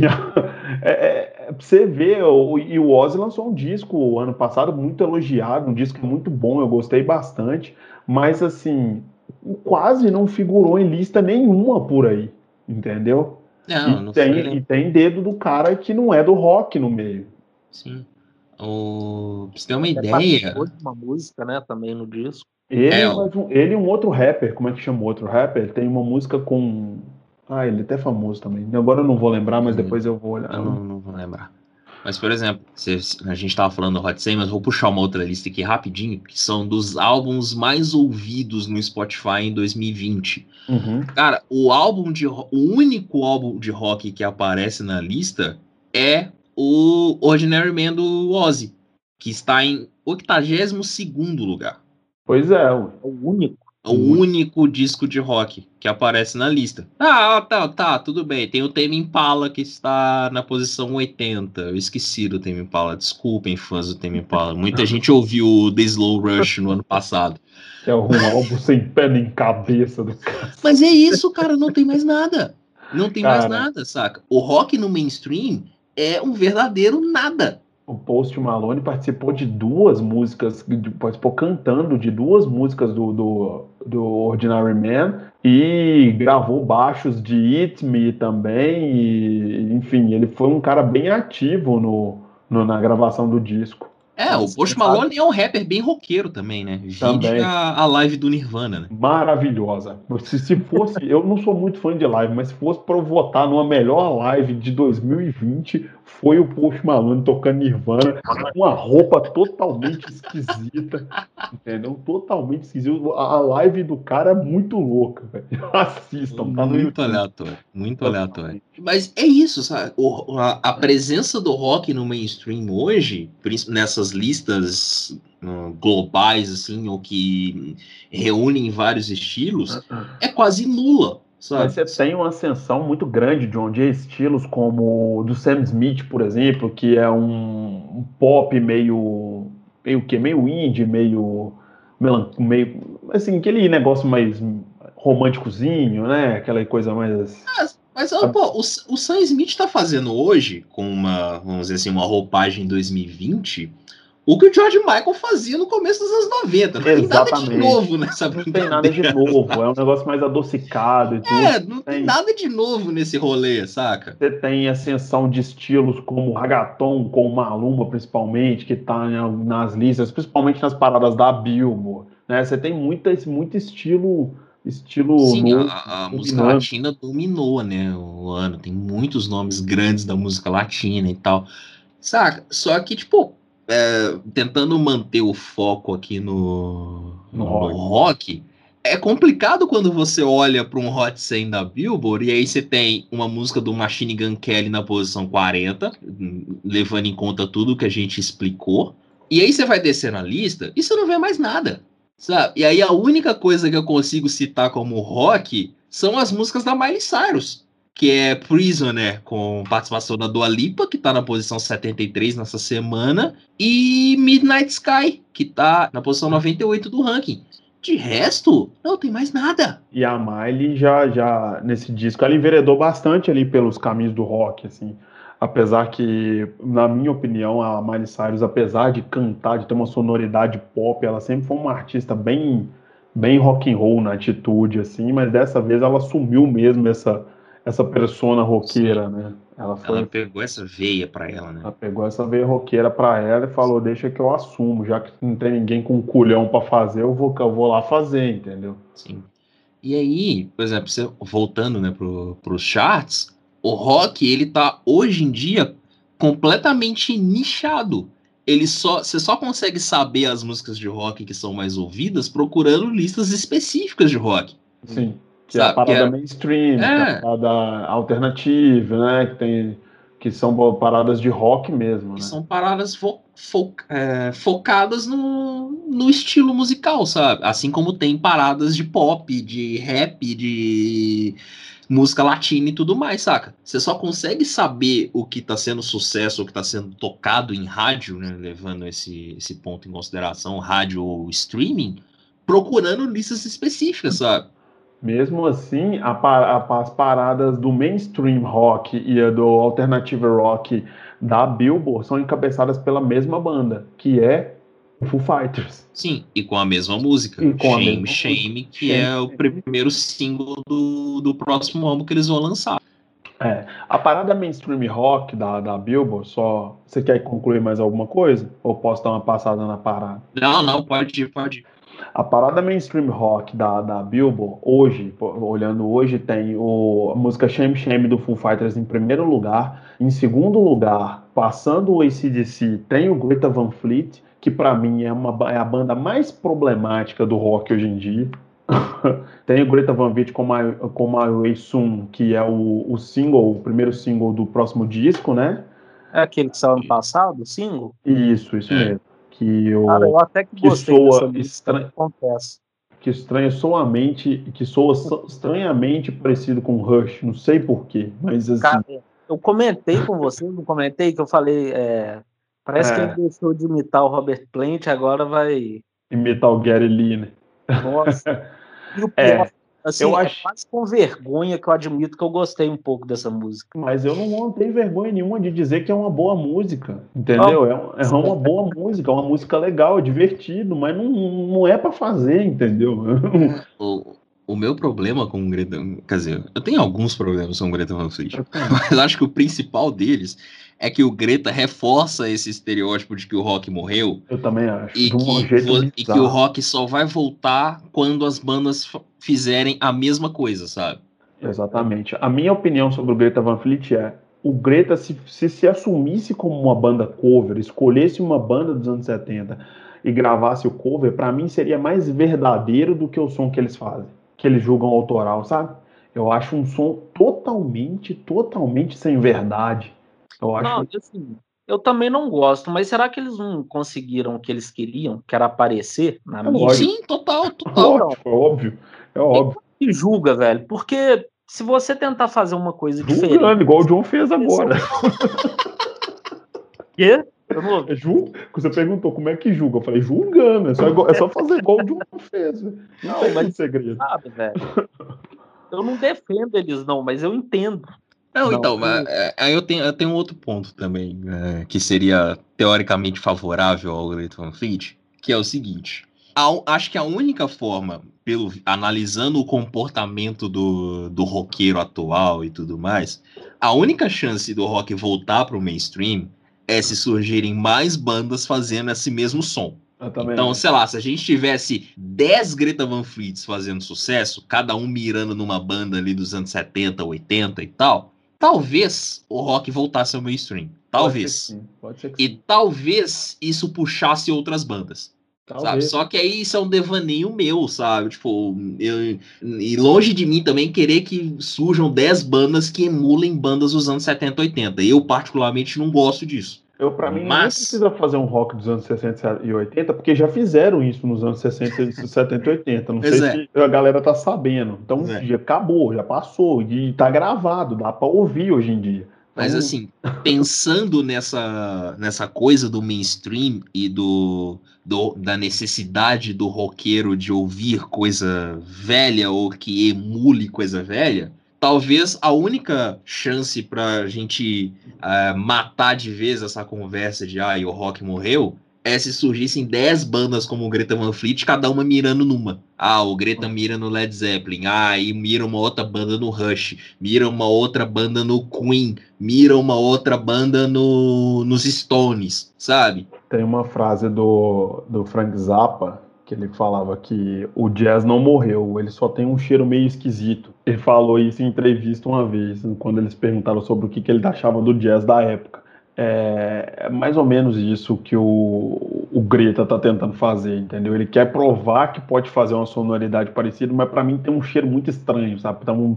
pra você ver, e o Ozzy lançou um disco ano passado muito elogiado, um disco muito bom, eu gostei bastante, mas, assim, quase não figurou em lista nenhuma por aí, entendeu? Não E tem dedo do cara que não é do rock no meio. Sim. Pra você ter uma ideia... Participou de uma música, né, também no disco. Ele e um outro rapper, como é que chama o outro rapper? Tem uma música com... ele é até famoso também. Agora eu não vou lembrar, mas depois eu vou olhar. Eu não vou lembrar. Mas, por exemplo, a gente tava falando do Hot 100, mas vou puxar uma outra lista aqui rapidinho, que são dos álbuns mais ouvidos no Spotify em 2020. Cara, o único álbum de rock que aparece na lista é o Ordinary Man do Ozzy, que está em 82º lugar. Pois é, o único. É o único disco de rock que aparece na lista. Tá, tudo bem. Tem o Tame Impala que está na posição 80. Eu esqueci do Tame Impala. Desculpem, fãs do Tame Impala. Muita gente ouviu The Slow Rush no ano passado. Que é um álbum sem pé nem cabeça do cara. Mas é isso, cara. Não tem mais nada. Não tem mais nada, saca? O rock no mainstream é um verdadeiro nada. O Post Malone participou de duas músicas, participou cantando de duas músicas do Ordinary Man e gravou baixos de It Me também. E, enfim, ele foi um cara bem ativo na gravação do disco. O Post Malone é um rapper bem roqueiro também, né? Vide a live do Nirvana, né? Maravilhosa. Se fosse, eu não sou muito fã de live, mas se fosse para eu votar numa melhor live de 2020, foi o Post Malone tocando Nirvana, com uma roupa totalmente esquisita, entendeu? Totalmente esquisita. A live do cara é muito louca, velho. Assistam, tá no YouTube. Muito aleatório. Mas é isso, sabe? A presença do rock no mainstream hoje, nessas listas globais, assim, ou que reúnem vários estilos, é quase nula. Sabe? Mas você tem uma ascensão muito grande, John, de estilos como o do Sam Smith, por exemplo, que é um pop meio indie, meio assim, aquele negócio mais românticozinho, né? Aquela coisa mais... Mas pô, o Sam Smith tá fazendo hoje, com vamos dizer assim, uma roupagem 2020, o que o George Michael fazia no começo dos anos 90. Não tem nada de novo nessa brincadeira. Não tem nada de novo, é um negócio mais adocicado e tudo. Não tem nada de novo nesse rolê, saca? Você tem ascensão de estilos como Ragaton, com Maluma, principalmente, que tá nas listas, principalmente nas paradas da Billboard, né? Você tem muito estilo... Sim, a música latina dominou, né, o ano. Tem muitos nomes grandes da música latina e tal. Saca? Só que, tipo, tentando manter o foco aqui no rock, é complicado quando você olha para um Hot 100 da Billboard e aí você tem uma música do Machine Gun Kelly na posição 40, levando em conta tudo que a gente explicou. E aí você vai descer na lista e você não vê mais nada. Sabe? E aí a única coisa que eu consigo citar como rock são as músicas da Miley Cyrus, que é Prisoner, com participação da Dua Lipa, que tá na posição 73 nessa semana, e Midnight Sky, que tá na posição 98 do ranking. De resto, não tem mais nada. E a Miley já nesse disco, ela enveredou bastante ali pelos caminhos do rock, assim. Apesar que, na minha opinião, a Miley Cyrus, apesar de cantar, de ter uma sonoridade pop, ela sempre foi uma artista bem rock and roll na atitude, assim, mas dessa vez ela assumiu mesmo essa persona roqueira, né? Ela pegou essa veia pra ela, né? Ela pegou essa veia roqueira pra ela e falou, deixa que eu assumo, já que não tem ninguém com culhão pra fazer, eu vou lá fazer, entendeu? Sim. E aí, por exemplo, voltando, né, pros charts, o rock, ele tá, hoje em dia, completamente nichado. Você só consegue saber as músicas de rock que são mais ouvidas procurando listas específicas de rock, Sim, que é a sabe? parada mainstream, que é a É, parada alternativa, né? Que são paradas de rock mesmo, que né? são paradas focadas no estilo musical, sabe? Assim como tem paradas de pop, de rap, de música latina e tudo mais, saca? Você só consegue saber o que tá sendo sucesso, o que tá sendo tocado em rádio, né? Levando esse ponto em consideração, rádio ou streaming, procurando listas específicas, sabe? Mesmo assim, as paradas do mainstream rock e a do alternative rock da Billboard são encabeçadas pela mesma banda, que é o Foo Fighters. Sim, e com a mesma música, E com a Shame, mesma música. Shame, que é o primeiro single do próximo álbum que eles vão lançar. A parada mainstream rock da Billboard, só. Você quer concluir mais alguma coisa? Ou posso dar uma passada na parada? Não, não, pode ir, pode ir. A parada mainstream rock da Billboard, hoje, olhando hoje, tem a música Shame Shame do Foo Fighters em primeiro lugar. Em segundo lugar, passando o AC/DC, tem o Greta Van Fleet, que para mim é a banda mais problemática do rock hoje em dia. Tem o Greta Van Fleet com My Way Soon, que é o primeiro single do próximo disco, né? É aquele que saiu ano passado, o single? Isso É. mesmo. Que, Cara, o, eu até que que gostei dessa soa música, acontece. que soa estranhamente parecido com Rush, não sei por quê, mas assim, Cara, eu comentei com você, não comentei, que eu falei, parece que ele é, deixou de imitar o Robert Plant, agora vai. e Metal Gear Lee, né? Nossa. E o pior, É, eu assim, é acho, quase com vergonha que eu admito que eu gostei um pouco dessa música. mas eu não tenho vergonha nenhuma de dizer que é uma boa música, É uma entendeu? É uma boa música, é uma música legal, é divertido, mas não é pra fazer, entendeu? O, o meu problema com o Greta. Quer dizer, eu tenho alguns problemas com o Greta Van Fleet, Eu tenho. mas acho que o principal deles é que o Greta reforça esse estereótipo de que o rock morreu Eu também acho, e de um jeito e que o bizarro. rock só vai voltar quando as bandas fizerem a mesma coisa, sabe? Exatamente. A minha opinião sobre o Greta Van Fleet é: o Greta, se assumisse como uma banda cover, escolhesse uma banda dos anos 70 e gravasse o cover, pra mim seria mais verdadeiro do que o som que eles fazem, que eles julgam autoral, sabe? Eu acho um som totalmente sem verdade. Eu Não, acho. e assim, eu também não gosto, mas será que eles não conseguiram o que eles queriam, que era aparecer na É mídia? lógico, Sim, total, total. Então, lógico, é óbvio. É quem óbvio. que julga, velho? Porque se você tentar fazer uma coisa diferente, Julgando, igual o John fez vai ser agora. o quê? Eu não ouvi. Você perguntou como é que julga. Eu falei, julgando. É só fazer igual o John fez. Né? Não Não, tem mas muito segredo. sabe, velho. Eu não defendo eles, não, mas eu entendo. Não, Não, então, aí eu tenho um outro ponto também, que seria teoricamente favorável ao Greta Van Fleet, que é o seguinte. Acho que a única forma, analisando o comportamento do roqueiro atual e tudo mais, a única chance do rock voltar para o mainstream é se surgirem mais bandas fazendo esse mesmo som. eu também Então, acho. sei lá, se a gente tivesse 10 Greta Van Fleets fazendo sucesso, cada um mirando numa banda ali dos anos 70, 80 e tal, talvez o rock voltasse ao mainstream. Pode ser que Talvez. sim. Pode ser que E sim. talvez isso puxasse outras bandas. Sabe? Talvez. Só que aí isso é um devaneio meu, sabe? Tipo, e longe de mim também querer que surjam 10 bandas que emulem bandas dos anos 70, 80. Eu, particularmente, não gosto disso. Pra mim, ninguém Mas, precisa fazer um rock dos anos 60 e 80, porque já fizeram isso nos anos 60, 70 e 80. Não pois sei é. se a galera tá sabendo. Então, É. já acabou, já passou. E tá gravado, dá pra ouvir hoje em dia. Mas Então, assim, pensando nessa coisa do mainstream e da necessidade do roqueiro de ouvir coisa velha ou que emule coisa velha, talvez a única chance pra gente matar de vez essa conversa de o rock morreu é se surgissem 10 bandas como o Greta Van Fleet, cada uma mirando numa. O Greta mira no Led Zeppelin, e mira uma outra banda no Rush, mira uma outra banda no Queen, mira uma outra banda nos Stones, sabe? tem uma frase do Frank Zappa que ele falava que o jazz não morreu, ele só tem um cheiro meio esquisito. Ele falou isso em entrevista uma vez, quando eles perguntaram sobre o que ele achava do jazz da época. É mais ou menos isso que o Greta tá tentando fazer, entendeu? Ele quer provar que pode fazer uma sonoridade parecida, mas para mim tem um cheiro muito estranho, sabe? Então,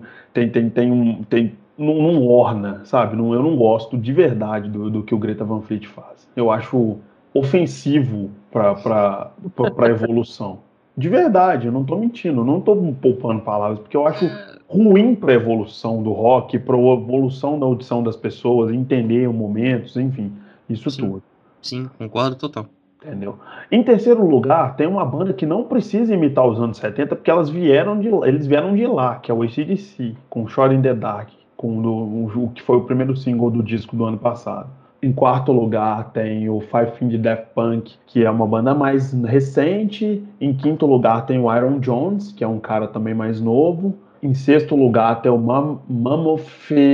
não orna, sabe? Eu não gosto de verdade do que o Greta Van Fleet faz. Eu acho ofensivo para a evolução. De verdade, eu não tô mentindo, eu não tô poupando palavras, porque eu acho ruim para a evolução do rock, para a evolução da audição das pessoas, entender os momentos, enfim, isso tudo. Sim, concordo total. Entendeu? Em terceiro lugar, tem uma banda que não precisa imitar os anos 70, porque eles vieram de lá, que é o AC/DC, com Shot in the Dark, o que foi o primeiro single do disco do ano passado. Em quarto lugar tem o Five Finger Death Punk, que é uma banda mais recente. Em quinto lugar tem o Iron Jones, que é um cara também mais novo. Em sexto lugar tem o Mammoth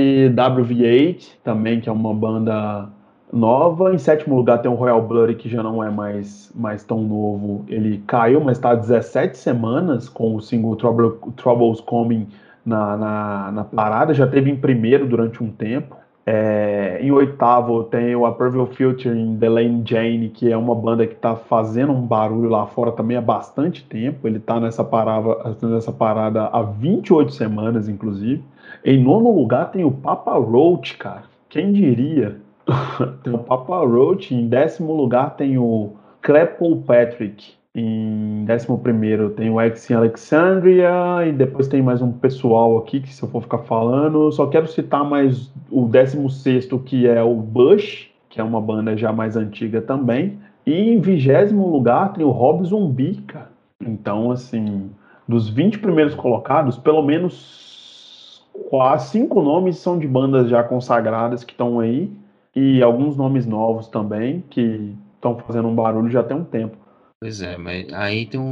WV8, também, que é uma banda nova. Em sétimo lugar tem o Royal Blood, que já não é mais tão novo. Ele caiu, mas está há 17 semanas com o single Troubles Coming na parada. Já teve em primeiro durante um tempo. Em oitavo tem o A Pervil Future em The Lane Jane, que é uma banda que está fazendo um barulho lá fora também há bastante tempo. Ele está nessa parada há 28 semanas, inclusive. Em nono lugar tem o Papa Roach, cara. Quem diria? Tem o Papa Roach. Em décimo lugar tem o Claypool Patrick. Em 11º tem o X in Alexandria, e depois tem mais um pessoal aqui que, se eu for ficar falando, só quero citar mais o 16º, que é o Bush, que é uma banda já mais antiga também. E em 20º lugar tem o Rob Zombie, cara. Então, assim, dos 20 primeiros colocados, pelo menos 5 nomes são de bandas já consagradas que estão aí, e alguns nomes novos também, que estão fazendo um barulho já tem um tempo. Pois é, mas aí tem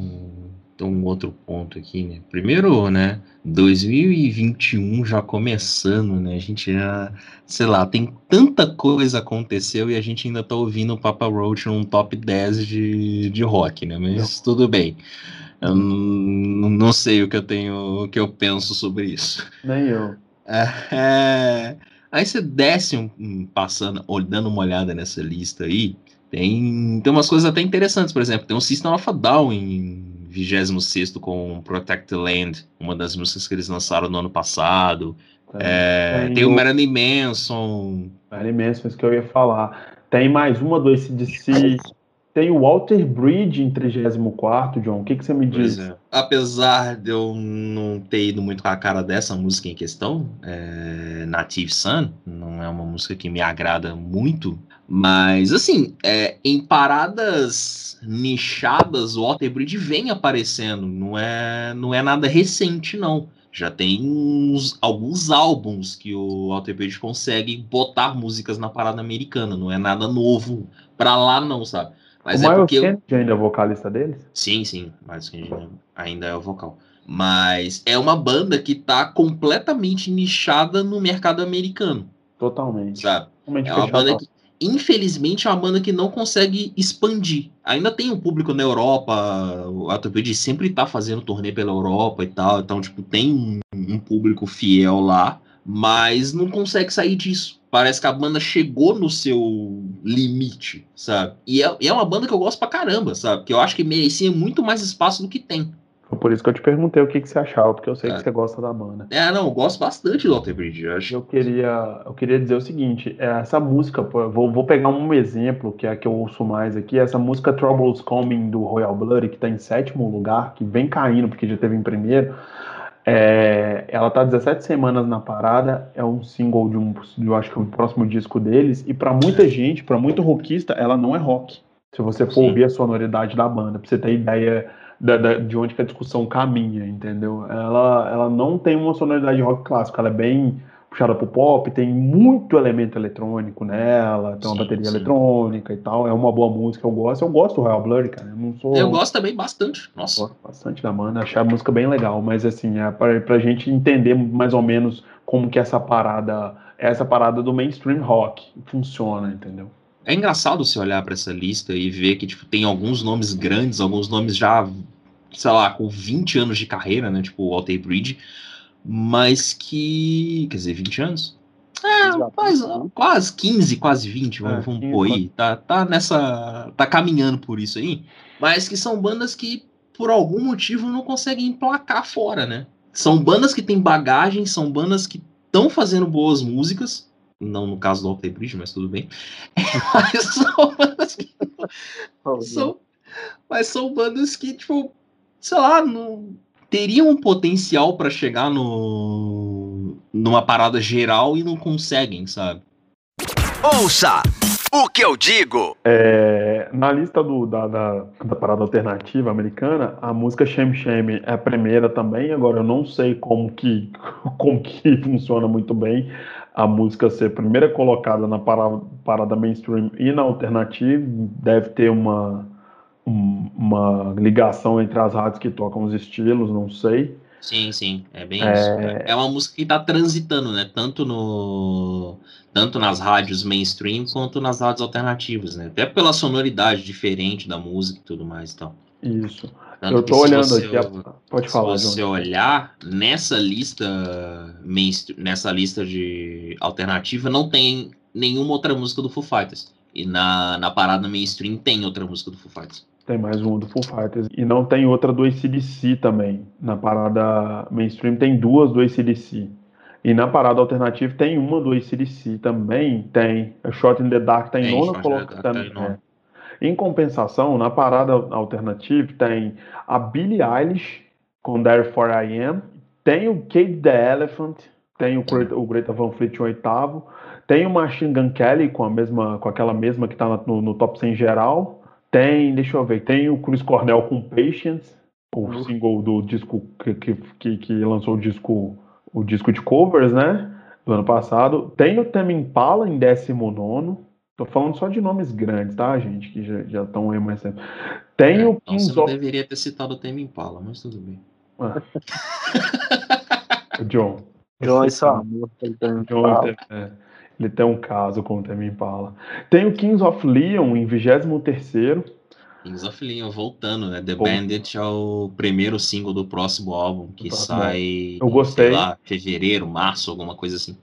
um outro ponto aqui, né? Primeiro, né, 2021 já começando, né? A gente já, sei lá, tem tanta coisa aconteceu e a gente ainda tá ouvindo o Papa Roach num top 10 de rock, né? Mas tudo bem. Eu não sei o que eu penso sobre isso. Nem eu. Aí você desce passando, dando uma olhada nessa lista aí. Tem umas coisas até interessantes, por exemplo, tem um System of a Down em 26º com Protect the Land, uma das músicas que eles lançaram no ano passado. Tem o Marilyn Manson. Marilyn Manson, isso que eu ia falar. Tem mais uma do AC/DC. Tem o Walter Bridge em 34º, John. O que você me diz? Apesar de eu não ter ido muito com a cara dessa música em questão, Native Son, não é uma música que me agrada muito, mas, assim, em paradas nichadas, o Walter Bridge vem aparecendo, não é nada recente, não. Já tem alguns álbuns que o Walter Bridge consegue botar músicas na parada americana, não é nada novo pra lá, não, sabe? Mas o Miles Kennedy ainda é vocalista deles? Sim, Miles Kennedy ainda é o vocal. Mas é uma banda que tá completamente nichada no mercado americano. Totalmente. Sabe? É uma banda que, infelizmente, é uma banda que não consegue expandir. Ainda tem um público na Europa, o Atopede sempre tá fazendo turnê pela Europa e tal, então, tipo, tem um público fiel lá, mas não consegue sair disso. Parece que a banda chegou no seu limite, sabe? E é uma banda que eu gosto pra caramba, sabe? Que eu acho que merecia muito mais espaço do que tem. Foi por isso que eu te perguntei o que você achava, porque eu sei que você gosta da banda. Não, eu gosto bastante do Walter Bridge. Eu queria dizer o seguinte, essa música, vou pegar um exemplo, que é a que eu ouço mais aqui, essa música Troubles Coming, do Royal Blood, que tá em 7º lugar, que vem caindo, porque já teve em primeiro. Ela tá 17 semanas na parada, é um single eu acho que é o próximo disco deles, e pra muita gente, pra muito rockista, ela não é rock. Se você for ouvir a sonoridade da banda, pra você ter ideia de onde que a discussão caminha, entendeu? Ela não tem uma sonoridade de rock clássico, ela é bem puxada pro pop, tem muito elemento eletrônico nela, tem uma bateria eletrônica e tal, é uma boa música, eu gosto do Royal Blood, cara, eu gosto também bastante, nossa. Gosto bastante da banda, achei a música bem legal, mas assim, pra gente entender mais ou menos como que essa parada do mainstream rock funciona, entendeu? É engraçado você olhar para essa lista e ver que tipo, tem alguns nomes grandes, alguns nomes já, sei lá, com 20 anos de carreira, né? Tipo o Alter Bridge, mas que. Quer dizer, 20 anos? Quase 15, quase 20, vamos 15, pôr aí. Tá nessa. Tá caminhando por isso aí. Mas que são bandas que, por algum motivo, não conseguem emplacar fora, né? São bandas que têm bagagem, são bandas que estão fazendo boas músicas. Não no caso do Alter Bridge, mas tudo bem. Mas são bandas que. São, mas são bandas que, tipo, sei lá, não teriam um potencial pra chegar numa parada geral e não conseguem, sabe? Ouça o que eu digo. Na lista da parada alternativa americana, a música Shame Shame é a primeira também. Agora, eu não sei como que funciona muito bem a música ser primeira colocada na parada mainstream e na alternativa. Deve ter uma ligação entre as rádios que tocam os estilos, não sei. Sim, é bem isso. É uma música que tá transitando, né? Tanto nas rádios mainstream quanto nas rádios alternativas, né? Até pela sonoridade diferente da música e tudo mais, então. Isso. Tanto Eu que tô olhando aqui. Pode se falar, você João. olhar nessa lista nessa lista de alternativa, não tem nenhuma outra música do Foo Fighters. E na parada mainstream tem outra música do Foo Fighters. Tem mais uma do Foo Fighters. E não tem outra do AC/DC também. Na parada mainstream tem duas do AC/DC. E na parada alternativa tem uma do AC/DC também. Tem. A Shot in the Dark tem Tem, nona Short tá colocada. em nome. Em compensação, na parada alternativa tem a Billie Eilish com Therefore I Am. Tem o Cage the Elephant. Tem o Greta Van Fleet em oitavo. Tem o Machine Gun Kelly com aquela mesma que está no top 100 geral. Tem, deixa eu ver, tem o Chris Cornell com Patience, o single do disco que lançou o disco de covers, né? Do ano passado. Tem o Tame Impala em 19º. Tô falando só de nomes grandes, tá, gente? Que já estão aí mais tempo. Tem o Então você Kings não of. deveria ter citado o Tame Impala, mas tudo bem. John. John, isso é uma música que tem que falar. Ele tem um caso com o Tame Impala. Tem o Kings of Leon em 23º. Kings of Leon voltando, né? The Bandit é o primeiro single do próximo álbum que sai, eu gostei. sei lá, fevereiro, março, alguma coisa assim.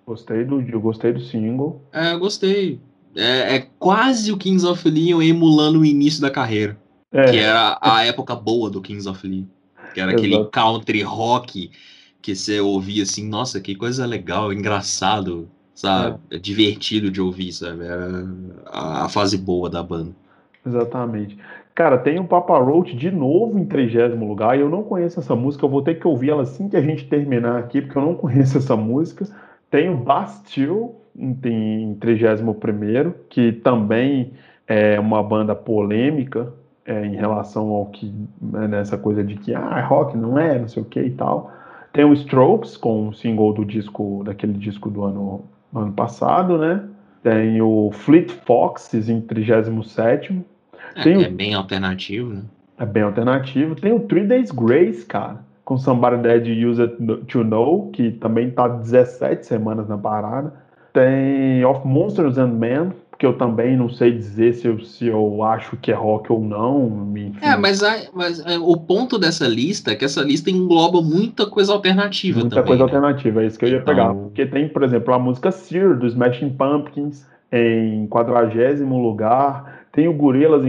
Eu gostei do single. Eu gostei. É quase o Kings of Leon emulando o início da carreira. Que era a época boa do Kings of Leon. Que era aquele country rock que você ouvia assim, nossa, que coisa legal, engraçado, sabe? É divertido de ouvir, sabe? Era a fase boa da banda. Exatamente. Cara, tem o Papa Roach de novo em 30º lugar, e eu não conheço essa música, eu vou ter que ouvir ela assim que a gente terminar aqui, porque eu não conheço essa música. Tem o Bastille em 31º, que também é uma banda polêmica em relação ao que, né, nessa coisa de que rock não não sei o que e tal. Tem o Strokes com o single daquele disco do ano passado, né? Tem o Fleet Foxes em 37º. É bem alternativo, né? É bem alternativo. Tem o 3 Days Grace, cara, com Somebody That You Used to Know, que também tá 17 semanas na parada. Tem Of Monsters and Men, que eu também não sei dizer se eu acho que é rock ou não. Enfim. Mas o ponto dessa lista é que essa lista engloba muita coisa alternativa muita também. Coisa né? alternativa, é isso que eu ia pegar. Porque tem, por exemplo, a música Sear, do Smashing Pumpkins, em 40º lugar. Tem o Gorillaz em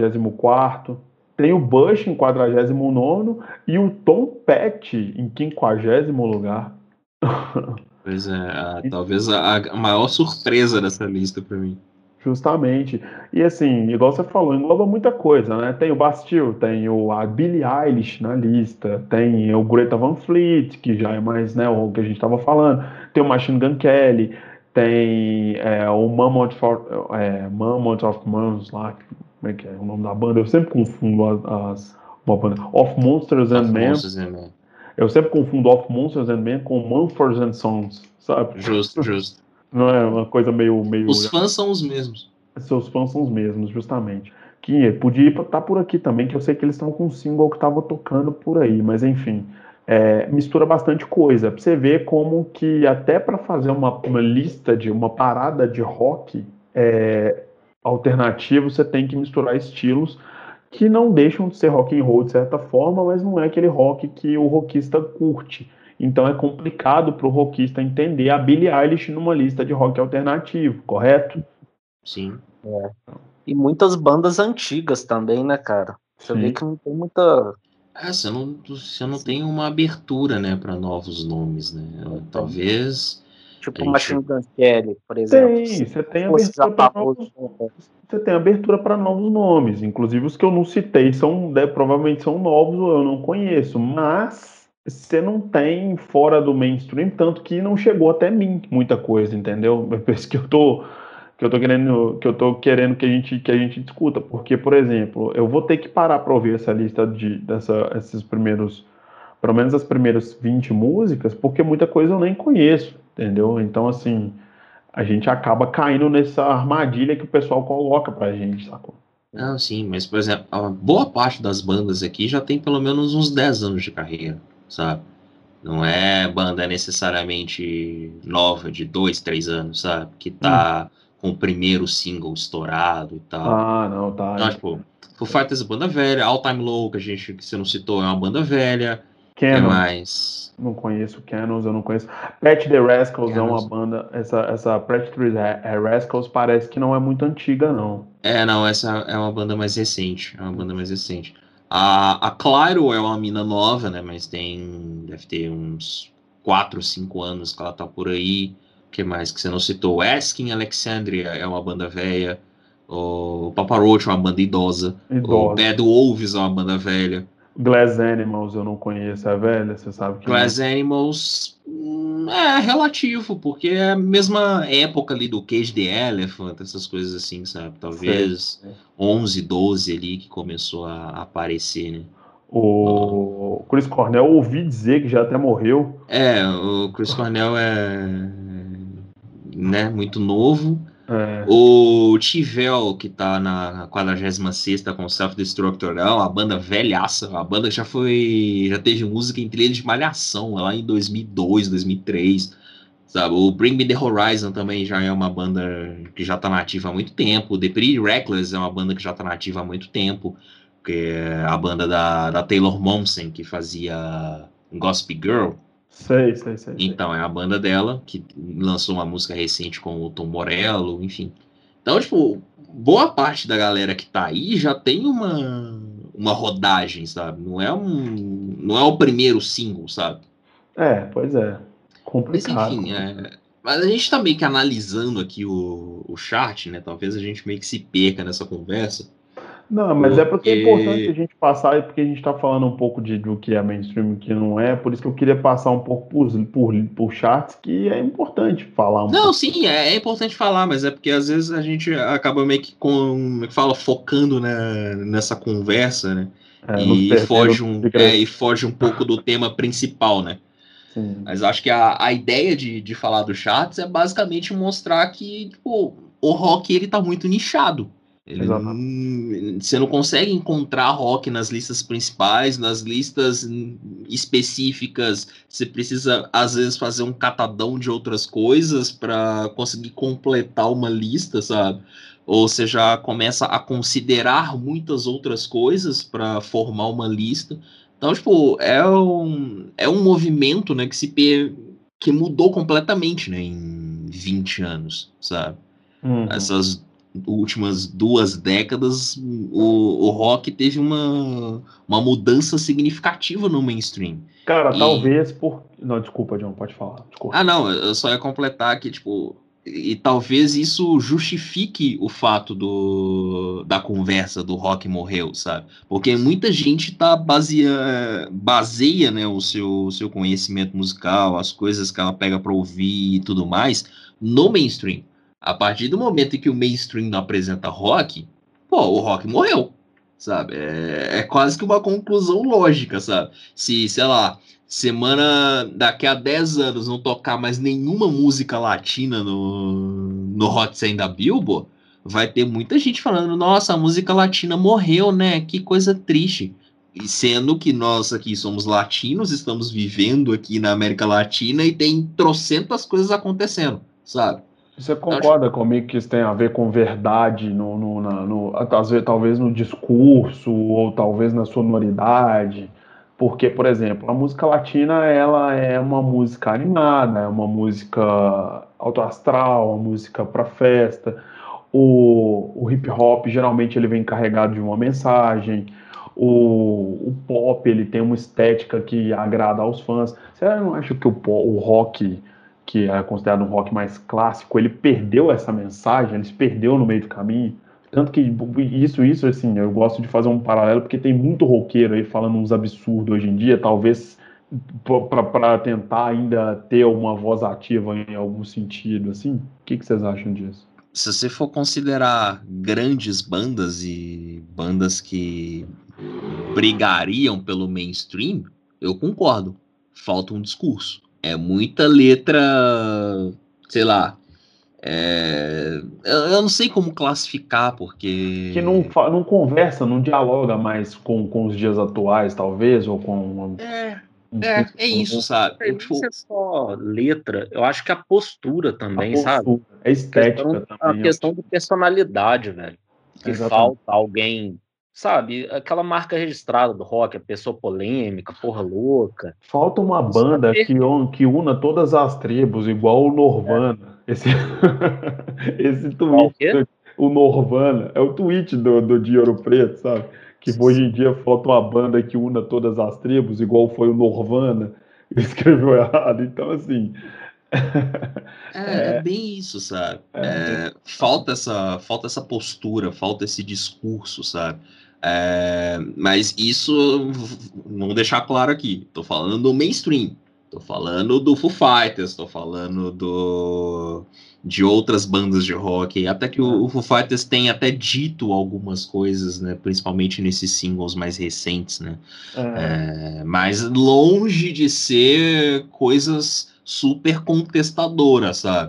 44º. Tem o Bush em 49º e o Tom Petty em 50º lugar. Pois é, talvez a maior surpresa dessa lista para mim. Justamente. E assim, igual você falou, engloba muita coisa, né? Tem o Bastille, tem a Billie Eilish na lista, tem o Greta Van Fleet, que já é mais, né, o que a gente estava falando. Tem o Machine Gun Kelly, tem o Mammoth of Mons lá, como é que é o nome da banda? Eu sempre confundo uma banda. Of Monsters and Men. Eu sempre confundo Of Monsters and Men com Mumford and Sons, sabe? Justo. Não é uma coisa meio... Os fãs são os mesmos. Seus fãs são os mesmos, justamente. Que podia estar por aqui também, que eu sei que eles estão com um single que estava tocando por aí, mas enfim, mistura bastante coisa. Pra você ver como que até para fazer uma lista de uma parada de rock, alternativo, você tem que misturar estilos que não deixam de ser rock and roll de certa forma, mas não é aquele rock que o rockista curte. Então é complicado para o rockista entender a Billie Eilish numa lista de rock alternativo, correto? Sim. E muitas bandas antigas também, né, cara? Você vê Sim. que não tem muita. Você não tem uma abertura, né, para novos nomes, né? Talvez a Tipo gente... Machine Gun Kelly, por exemplo. Tem, você tem Fosse já abertura para famoso. novos, você tem abertura para novos nomes, inclusive os que eu não citei são, provavelmente são novos ou eu não conheço, mas você não tem fora do mainstream, tanto que não chegou até mim muita coisa, entendeu? É por isso que eu tô querendo que a gente discuta, porque, por exemplo, eu vou ter que parar para ouvir essa lista esses primeiros, pelo menos as primeiras 20 músicas, porque muita coisa eu nem conheço, entendeu? Então, assim, a gente acaba caindo nessa armadilha que o pessoal coloca pra gente, sacou? Não, sim, mas, por exemplo, a boa parte das bandas aqui já tem pelo menos uns 10 anos de carreira, sabe? Não é banda necessariamente nova, de 2, 3 anos, sabe? Que tá com o primeiro single estourado e tal. Ah, não, tá. Então, tipo, Foo Fighters é banda velha, All Time Low, que você não citou, é uma banda velha. Que Cannons, mais? não conheço Cannons, eu não conheço. Pat the Rascals é uma Cannons. banda, essa Pat the Rascals parece que não é muito antiga, não. Não, essa é uma banda mais recente. É uma banda mais recente. A Clairo é uma mina nova, né? Mas deve ter uns 4, 5 anos que ela tá por aí. O que mais que você não citou? Asking Alexandria é uma banda velha. O Papa Roach é uma banda idosa. O Idosa. Bad Wolves é uma banda velha. Glass Animals eu não conheço, é velha, você sabe quem é? Glass Animals é relativo, porque é a mesma época ali do Cage the Elephant, essas coisas assim, sabe? Sei. Talvez 11, 12 ali que começou a aparecer, né? O Chris Cornell, eu ouvi dizer que já até morreu. O Chris Cornell é, né, muito novo. É, O Tivel, que tá na 46ª com Self-Destructor, é uma banda velhaça, uma banda que já teve música em trilha de Malhação, lá em 2002, 2003, sabe? O Bring Me The Horizon também já é uma banda que já tá nativa há muito tempo. The Pretty Reckless é uma banda que já tá nativa há muito tempo, que é a banda da Taylor Momsen, que fazia Gossip Girl. sei. Então, é a banda dela, que lançou uma música recente com o Tom Morello, enfim. Então, tipo, boa parte da galera que tá aí já tem uma rodagem, sabe? Não é o primeiro single, sabe? Pois é. Mas, Complicado. enfim, mas a gente tá meio que analisando aqui o chart, né? Talvez a gente meio que se perca nessa conversa, Não, mas é porque é importante a porque... gente passar, porque a gente está falando um pouco do que é mainstream e o que não é, por isso que eu queria passar um pouco por charts, que é importante falar um Não, pouco. sim, é importante falar, mas é porque às vezes a gente acaba meio que como é que fala, focando, né, nessa conversa, né? Nos E perdendo e foge um pouco do tema principal, né? Sim, Mas eu acho que a ideia de falar dos charts é basicamente mostrar que tipo, o rock ele tá muito nichado. exatamente. Você não consegue encontrar rock nas listas principais, nas listas específicas. Você precisa, às vezes, fazer um catadão de outras coisas para conseguir completar uma lista, sabe? Ou você já começa a considerar muitas outras coisas para formar uma lista. Então, tipo, é um movimento, né, que mudou completamente, né, em 20 anos, sabe? Uhum. Essas últimas 2 décadas, o rock teve uma mudança significativa no mainstream. Cara, E, talvez por. Não, desculpa, John, pode falar. Desculpa. não, eu só ia completar que, tipo, e talvez isso justifique o fato da conversa do rock morreu, sabe? Porque muita gente baseia, né, o seu conhecimento musical, as coisas que ela pega pra ouvir e tudo mais, no mainstream. A partir do momento em que o mainstream não apresenta rock, pô, o rock morreu, sabe? É quase que uma conclusão lógica, sabe? Se, sei lá, daqui a 10 anos não tocar mais nenhuma música latina no Hot 100 da Billboard, vai ter muita gente falando, nossa, a música latina morreu, né? Que coisa triste. E sendo que nós aqui somos latinos, estamos vivendo aqui na América Latina e tem trocentas coisas acontecendo, sabe? Você concorda comigo que isso tem a ver com verdade às vezes, talvez no discurso ou talvez na sonoridade? Porque, por exemplo, a música latina ela é uma música animada, é uma música alto astral, uma música para festa. O hip hop geralmente ele vem carregado de uma mensagem. O pop ele tem uma estética que agrada aos fãs. Você não acha que o rock, que é considerado um rock mais clássico, ele perdeu essa mensagem, ele se perdeu no meio do caminho? Tanto que isso, assim, eu gosto de fazer um paralelo, porque tem muito roqueiro aí falando uns absurdos hoje em dia, talvez para tentar ainda ter uma voz ativa em algum sentido, assim. O que vocês acham disso? Se você for considerar grandes bandas e bandas que brigariam pelo mainstream, eu concordo. Falta um discurso. É muita letra, sei lá. Eu não sei como classificar, porque. Que não conversa, não dialoga mais com os dias atuais, talvez, ou com. É isso, sabe? Isso é só letra. Eu acho que a postura também, sabe? É estética A também. questão de personalidade, velho. Que Exatamente. falta alguém, sabe? Aquela marca registrada do rock, a pessoa polêmica, porra louca. Falta uma banda que una todas as tribos, igual o Norvana. Esse O tweet, quê? o Norvana, é o tweet do de Ouro Preto, sabe? Que hoje em dia falta uma banda que una todas as tribos, igual foi o Norvana. Ele escreveu errado. Então, assim. É bem isso, sabe? Falta essa postura, falta esse discurso, sabe? Mas isso, vamos deixar claro aqui. Tô falando do mainstream, tô falando do Foo Fighters, tô falando de outras bandas de rock. Até que o Foo Fighters tem até dito algumas coisas, né? Principalmente nesses singles mais recentes, né? Mas longe de ser coisas super contestadoras, sabe?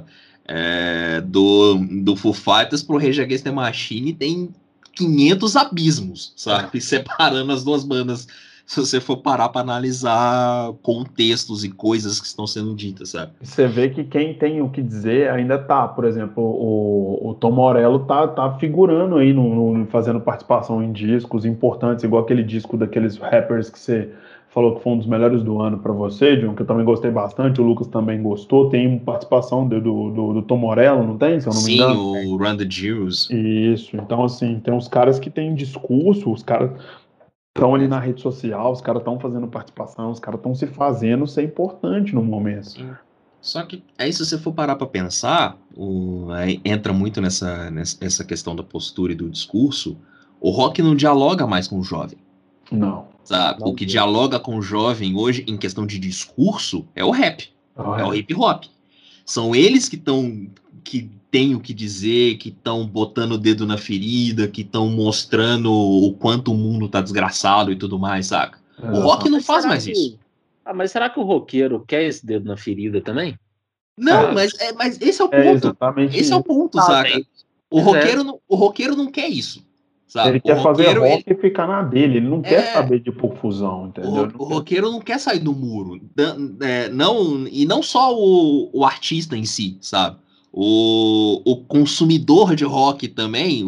Do Foo Fighters pro Rage Against the Machine tem 500 abismos, sabe? Separando as duas bandas, se você for parar para analisar contextos e coisas que estão sendo ditas, sabe? Você vê que quem tem o que dizer ainda tá, por exemplo, o Tom Morello tá figurando aí, fazendo participação em discos importantes, igual aquele disco daqueles rappers que você falou que foi um dos melhores do ano para você, John, que eu também gostei bastante, o Lucas também gostou, tem participação do Tom Morello, não tem, se eu não me engano? Sim, o Run the Jewels. Isso, então assim, tem uns caras que têm discurso, os caras estão ali na rede social, os caras estão fazendo participação, os caras estão se fazendo ser importante no momento. Sim. Só que aí se você for parar para pensar, aí entra muito nessa questão da postura e do discurso, o rock não dialoga mais com o jovem. Não. Sabe? O que dialoga com o jovem hoje em questão de discurso é o rap, é o hip hop. São eles que têm o que dizer, que estão botando o dedo na ferida, que estão mostrando o quanto o mundo tá desgraçado e tudo mais, saca? O rock não faz mais isso. Mas será que o roqueiro quer esse dedo na ferida também? Não, mas esse é o ponto. Exatamente esse é o ponto, saca? O roqueiro não quer isso. Sabe? Ele quer fazer rock e ficar na dele, ele não quer saber de profusão, entendeu? O roqueiro não quer sair do muro. Não só o artista em si, sabe? O consumidor de rock também,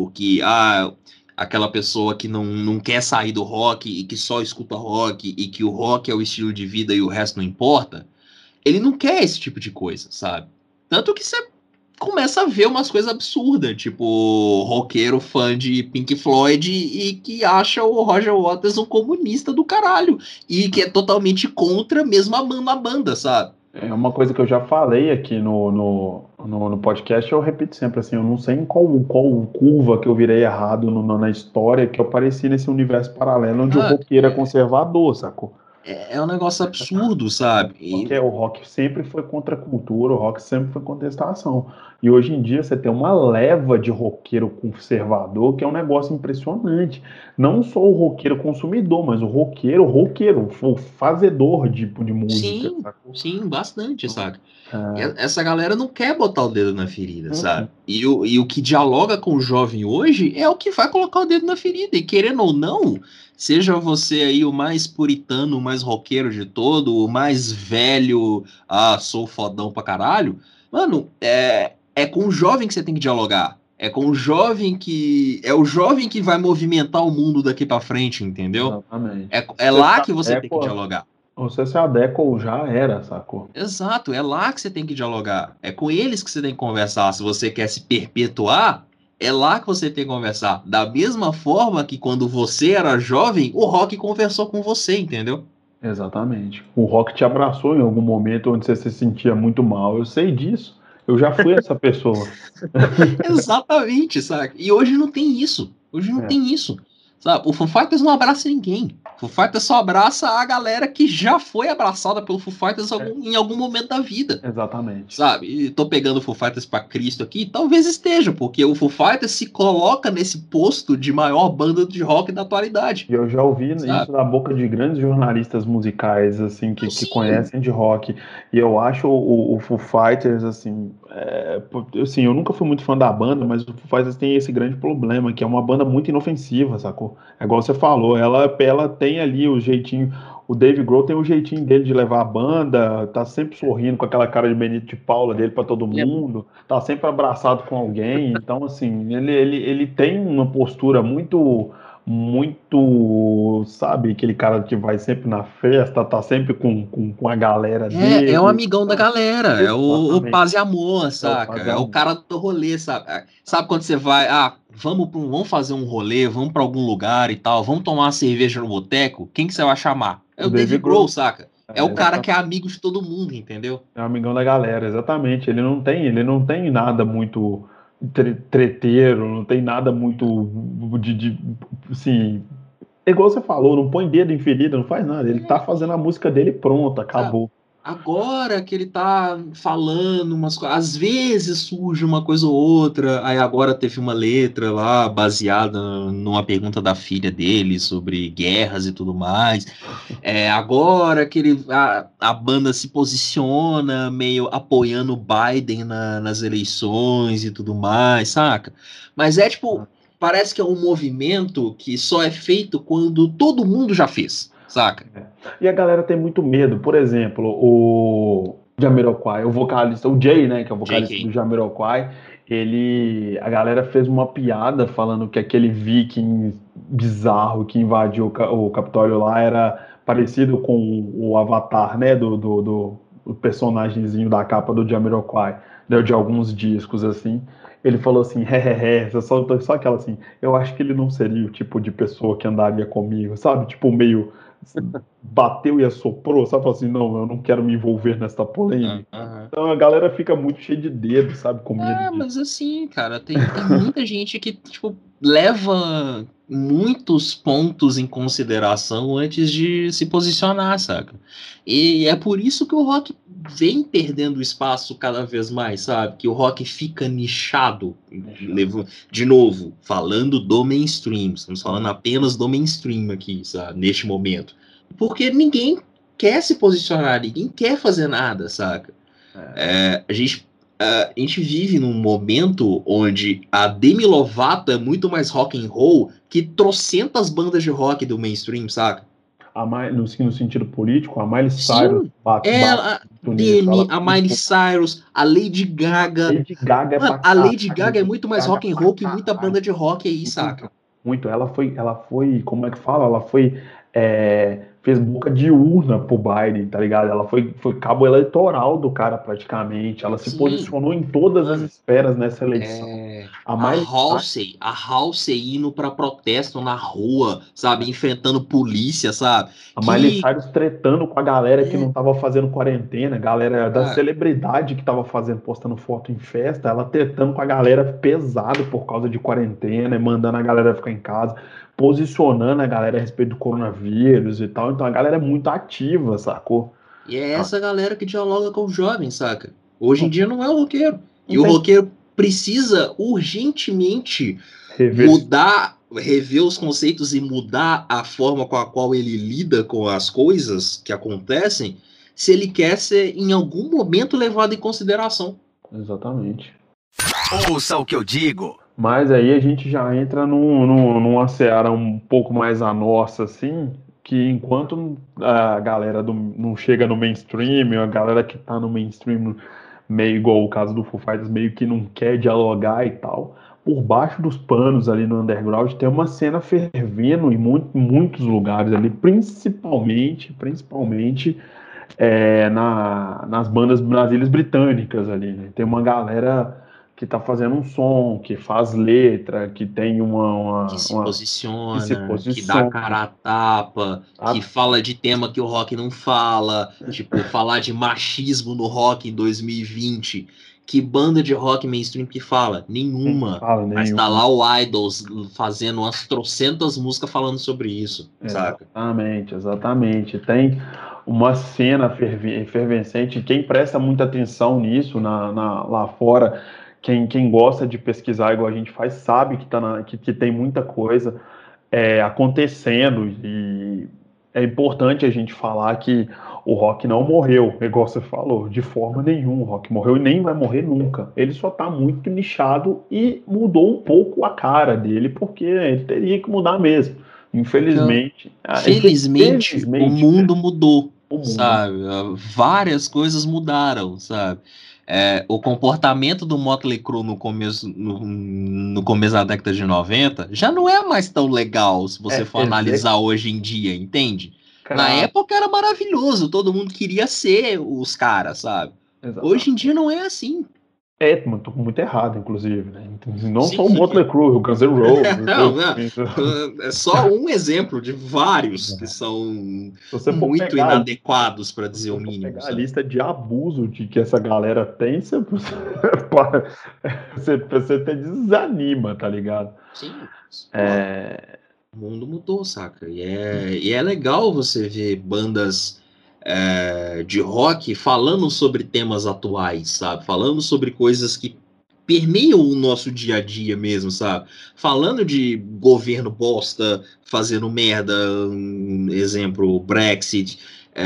aquela pessoa que não quer sair do rock e que só escuta rock e que o rock é o estilo de vida e o resto não importa, ele não quer esse tipo de coisa, sabe? Tanto que você começa a ver umas coisas absurdas, tipo roqueiro fã de Pink Floyd e que acha o Roger Waters um comunista do caralho e que é totalmente contra mesmo amando a banda, sabe? É uma coisa que eu já falei aqui no podcast, eu repito sempre assim, eu não sei em qual curva que eu virei errado na história que eu apareci nesse universo paralelo onde o roqueiro é conservador, sacou? É um negócio absurdo, sabe? Porque o rock sempre foi contra a cultura, o rock sempre foi contestação. E hoje em dia você tem uma leva de roqueiro conservador que é um negócio impressionante. Não só o roqueiro consumidor, mas o roqueiro, o fazedor de música. Sim, sacou? Sim, bastante, saca? Essa galera não quer botar o dedo na ferida, sabe? E o que dialoga com o jovem hoje é o que vai colocar o dedo na ferida. E querendo ou não, seja você aí o mais puritano, o mais roqueiro de todo, o mais velho, sou fodão pra caralho, mano, É com o jovem que você tem que dialogar. É com o jovem que... É o jovem que vai movimentar o mundo daqui pra frente, entendeu? Exatamente. É Você se lá que você tem que adequa, dialogar. você se adequa ou já era, sacou? Exato, é lá que você tem que dialogar. É com eles que você tem que conversar. Se você quer se perpetuar, é lá que você tem que conversar. Da mesma forma que quando você era jovem, o rock conversou com você, entendeu? Exatamente. O rock te abraçou em algum momento onde você se sentia muito mal. Eu sei disso. Eu já fui essa pessoa. Exatamente, sabe? E hoje não tem isso. Hoje não É, tem isso. Sabe? O Foo Fighters não abraça ninguém. O Foo Fighters só abraça a galera que já foi abraçada pelo Foo Fighters em algum momento da vida. exatamente. Sabe? E tô pegando o Foo Fighters pra Cristo aqui, talvez esteja, porque o Foo Fighters se coloca nesse posto de maior banda de rock da atualidade, E eu já ouvi isso sabe? da boca de grandes jornalistas musicais, assim, Então, que sim, conhecem de rock. E eu acho o Foo Fighters, assim, assim, eu nunca fui muito fã da banda, mas o Foo Fighters tem esse grande problema, que é uma banda muito inofensiva, sacou? É igual você falou, ela tem ali o jeitinho. O Dave Grohl tem o jeitinho dele de levar a banda, tá sempre sorrindo com aquela cara de Benito de Paula dele pra todo ele é mundo, tá sempre abraçado com alguém. Então, assim, ele tem uma postura muito, sabe, aquele cara que vai sempre na festa, tá sempre com a galera É o dele. amigão da Então, galera, é o exatamente. paz e amor, É o saca? É o padrão. cara do rolê, sabe? Sabe quando você vai, vamos fazer um rolê, vamos pra algum lugar e tal, vamos tomar uma cerveja no boteco? Quem que você vai chamar? É O o Dave Dave Grohl, Grohl saca? É o cara que é amigo de todo mundo, entendeu? é o amigão da galera, exatamente. Ele não tem nada muito treteiro, não tem nada muito assim, é igual você falou, não põe dedo em ferida, não faz nada. Ele tá fazendo a música dele pronto, Sabe? acabou. Agora que ele tá falando umas coisas, às vezes surge uma coisa ou outra, aí agora teve uma letra lá baseada numa pergunta da filha dele sobre guerras e tudo mais. Agora que a banda se posiciona meio apoiando o Biden nas eleições e tudo mais, saca? Mas é tipo, parece que é um movimento que só é feito quando todo mundo já fez, saca? E a galera tem muito medo. Por exemplo, o Jamiroquai, o vocalista, o Jay, né, que é o vocalista do JK. Jamiroquai, a galera fez uma piada falando que aquele viking bizarro que invadiu o Capitólio lá era parecido com o Avatar, né, do personagemzinho da capa do Jamiroquai, né, de alguns discos, assim. Ele falou assim, só aquela assim, eu acho que ele não seria o tipo de pessoa que andaria comigo, sabe? Tipo, meio bateu e assoprou, sabe? Falou assim, não, eu não quero me envolver nessa polêmica. Aham. Então a galera fica muito cheia de dedo, sabe? Com medo disso. Mas assim, cara, tem muita gente que, tipo, leva muitos pontos em consideração antes de se posicionar, saca? E é por isso que o rock vem perdendo espaço cada vez mais, sabe? Que o rock fica nichado. De novo, falando do mainstream, estamos falando apenas do mainstream aqui, sabe? Neste momento. Porque ninguém quer se posicionar, ninguém quer fazer nada, saca? É, A gente vive num momento onde a Demi Lovato é muito mais rock and roll que trocentas bandas de rock do mainstream, saca? no sentido político, a Miley Cyrus Sim, bate ela, muito nisso. Ela A tem Miley Cyrus, a Lady Gaga. Lady Gaga é Mano, pra a Lady caralho, Gaga é Lady muito mais Gaga rock and pra roll que muita caralho. banda de rock aí, Muito, saca? muito. Ela foi, como é que fala? Fez boca de urna pro Biden, tá ligado? Ela foi cabo eleitoral do cara praticamente. Ela se Sim, posicionou em todas as mano. esferas nessa eleição. A Miley Cyrus, A Halsey indo pra protesto na rua, sabe? Enfrentando polícia, sabe? a Miley Que. Cyrus tretando com a galera que É, não tava fazendo quarentena, a galera da ah, celebridade que tava postando foto em festa, ela tretando com a galera pesado por causa de quarentena, e mandando a galera ficar em casa, posicionando a galera a respeito do coronavírus e tal. Então a galera é muito ativa, sacou? E é Ah, essa galera que dialoga com os jovens, saca? Hoje em dia não é o roqueiro. não E o tem roqueiro precisa urgentemente rever. mudar, rever os conceitos e mudar a forma com a qual ele lida com as coisas que acontecem, se ele quer ser em algum momento levado em consideração. Exatamente. Ouça o que eu digo. Mas aí a gente já entra numa seara um pouco mais a nossa, assim, que enquanto a galera não chega no mainstream, a galera que tá no mainstream meio igual o caso do Foo Fighters, meio que não quer dialogar e tal. Por baixo dos panos ali no underground tem uma cena fervendo em muitos lugares ali, principalmente nas bandas nas Ilhas Britânicas ali, né? Tem uma galera que tá fazendo um som, que faz letra, que tem Que se que se posiciona, que dá a posiciona, cara a tapa, que tá? fala de tema que o rock não fala, tipo, falar de machismo no rock em 2020. Que banda de rock mainstream que fala? Não Nenhuma. fala Mas nenhum. tá lá o Idols fazendo umas trocentas músicas falando sobre isso, saca? Exatamente. Tem uma cena efervescente. Quem presta muita atenção nisso lá fora, quem gosta de pesquisar igual a gente faz, sabe que tem muita coisa acontecendo. E é importante a gente falar que o rock não morreu, igual você falou, de forma nenhuma. O rock morreu e nem vai morrer nunca. Ele só está muito nichado e mudou um pouco a cara dele, porque ele teria que mudar mesmo. Porque, Infelizmente. felizmente, o Né? mundo mudou, O mundo. sabe? Várias coisas mudaram, sabe? O comportamento do Motley Crue no começo da década de 90 já não é mais tão legal se você for analisar hoje em dia, entende? Na época era maravilhoso, todo mundo queria ser os caras, sabe? Exatamente. Hoje em dia não é assim. Muito errado, inclusive, né? Não Sim. só o Motley Crue, o Guns N' Roses. Não, é só um exemplo de vários que são muito inadequados, para dizer o mínimo. Pegar a lista de abuso que essa galera tem, você até desanima, tá ligado? Sim. O mundo mudou, saca? E é legal você ver bandas de rock falando sobre temas atuais, sabe? Falando sobre coisas que permeiam o nosso dia a dia mesmo, sabe? Falando de governo bosta fazendo merda, exemplo, Brexit,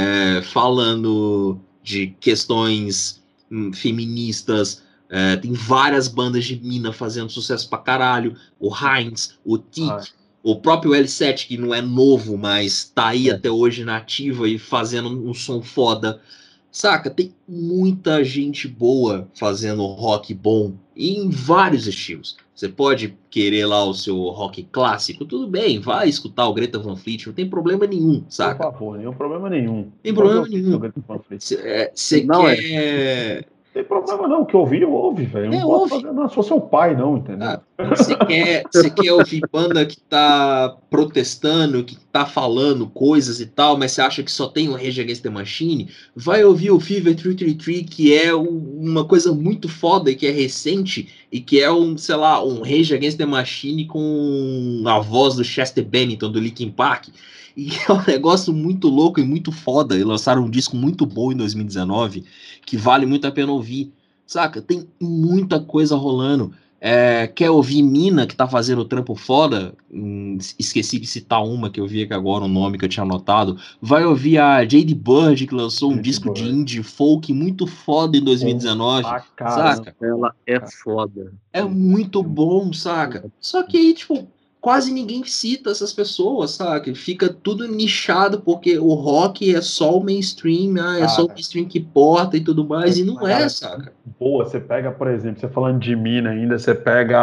falando de questões feministas, tem várias bandas de mina fazendo sucesso pra caralho, o Heinz, o Tick, o próprio L7, que não é novo, mas tá aí até hoje na ativa e fazendo um som foda. Saca, tem muita gente boa fazendo rock bom em vários estilos. Você pode querer lá o seu rock clássico, tudo bem, vai escutar o Greta Van Fleet, não tem problema nenhum, saca? Por favor, nenhum problema nenhum. Tem problema nenhum. Você quer... Tem problema não, o que eu ouvi, eu ouvi, velho. Não posso fazer, não sou seu pai, não, entendeu? Você quer ouvir banda que tá protestando, que tá falando coisas e tal, mas você acha que só tem o Rage Against the Machine? Vai ouvir o Fever 333, que é uma coisa muito foda e que é recente, e que é um Rage Against the Machine com a voz do Chester Bennington, do Linkin Park. E é um negócio muito louco e muito foda. E lançaram um disco muito bom em 2019, que vale muito a pena ouvir. Saca? Tem muita coisa rolando. Quer ouvir mina que tá fazendo trampo foda? Esqueci de citar uma que eu vi aqui agora, um nome que eu tinha anotado. Vai ouvir a Jade Bird, que lançou um disco de indie folk muito foda em 2019. Saca? Ela é foda. É muito bom, saca? Só que aí, tipo, quase ninguém cita essas pessoas, saca? Fica tudo nichado porque o rock é só o mainstream, é só o mainstream que porta e tudo mais, e não saca? Boa, você pega, por exemplo, você falando de mina ainda, você pega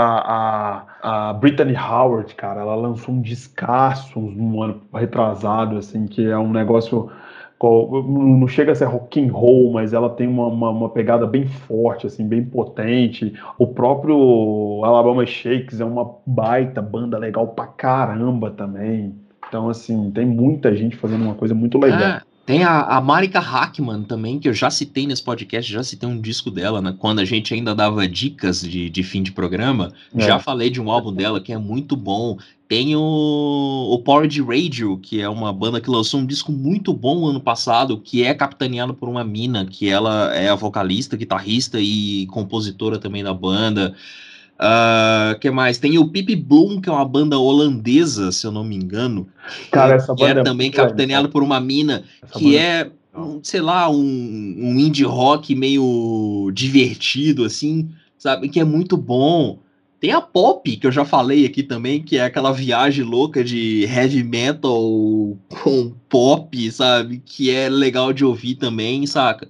a Brittany Howard, cara, ela lançou um descasso um ano retrasado, assim, que é um negócio... Não chega a ser rock and roll, mas ela tem uma pegada bem forte, assim, bem potente. O próprio Alabama Shakes é uma baita banda legal pra caramba também. Então, assim, tem muita gente fazendo uma coisa muito legal. Tem a Marika Hackman também, que eu já citei nesse podcast, já citei um disco dela, né? Quando a gente ainda dava dicas de fim de programa, já falei de um álbum dela que é muito bom. Tem o Porridge Radio, que é uma banda que lançou um disco muito bom ano passado, que é capitaneado por uma mina, que ela é a vocalista, guitarrista e compositora também da banda. Que mais? Tem o Pip Bloom, que é uma banda holandesa, se eu não me engano. Cara, essa banda é também capitaneado por uma mina que é, sei lá, um indie rock meio divertido, assim, sabe? Que é muito bom. Tem a Pop, que eu já falei aqui também, que é aquela viagem louca de heavy metal com pop, sabe? Que é legal de ouvir também, saca?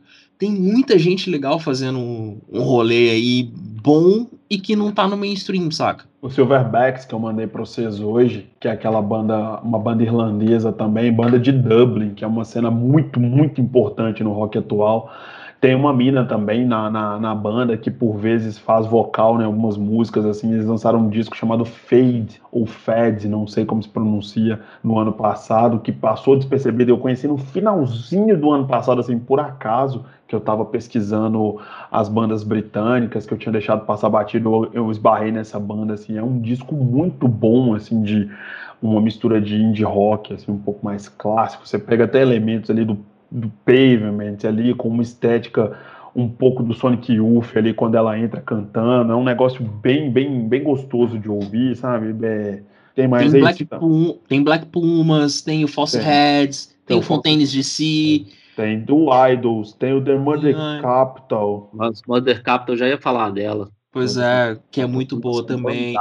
tem muita gente legal fazendo um rolê aí bom e que não tá no mainstream, saca? O Silverbacks que eu mandei para vocês hoje, que é aquela banda, uma banda irlandesa também, banda de Dublin, que é uma cena muito, muito importante no rock atual. Tem uma mina também na banda que por vezes faz vocal em algumas músicas, assim, eles lançaram um disco chamado Fade, ou Fad, não sei como se pronuncia, no ano passado, que passou despercebido, eu conheci no finalzinho do ano passado, assim, por acaso, que eu estava pesquisando as bandas britânicas, que eu tinha deixado passar batido, eu esbarrei nessa banda, assim, é um disco muito bom, assim, de uma mistura de indie rock, assim, um pouco mais clássico, você pega até elementos ali do Pavement ali, com uma estética um pouco do Sonic Youth ali, quando ela entra cantando, é um negócio bem, bem, bem gostoso de ouvir, sabe? Tem mais aí? Tem Black Pumas, tem o False Heads, tem o Fontaines DC. Tem do Idols, tem o The Mother Capital. Mas Mother Capital, eu já ia falar dela. Pois é, que é muito boa também.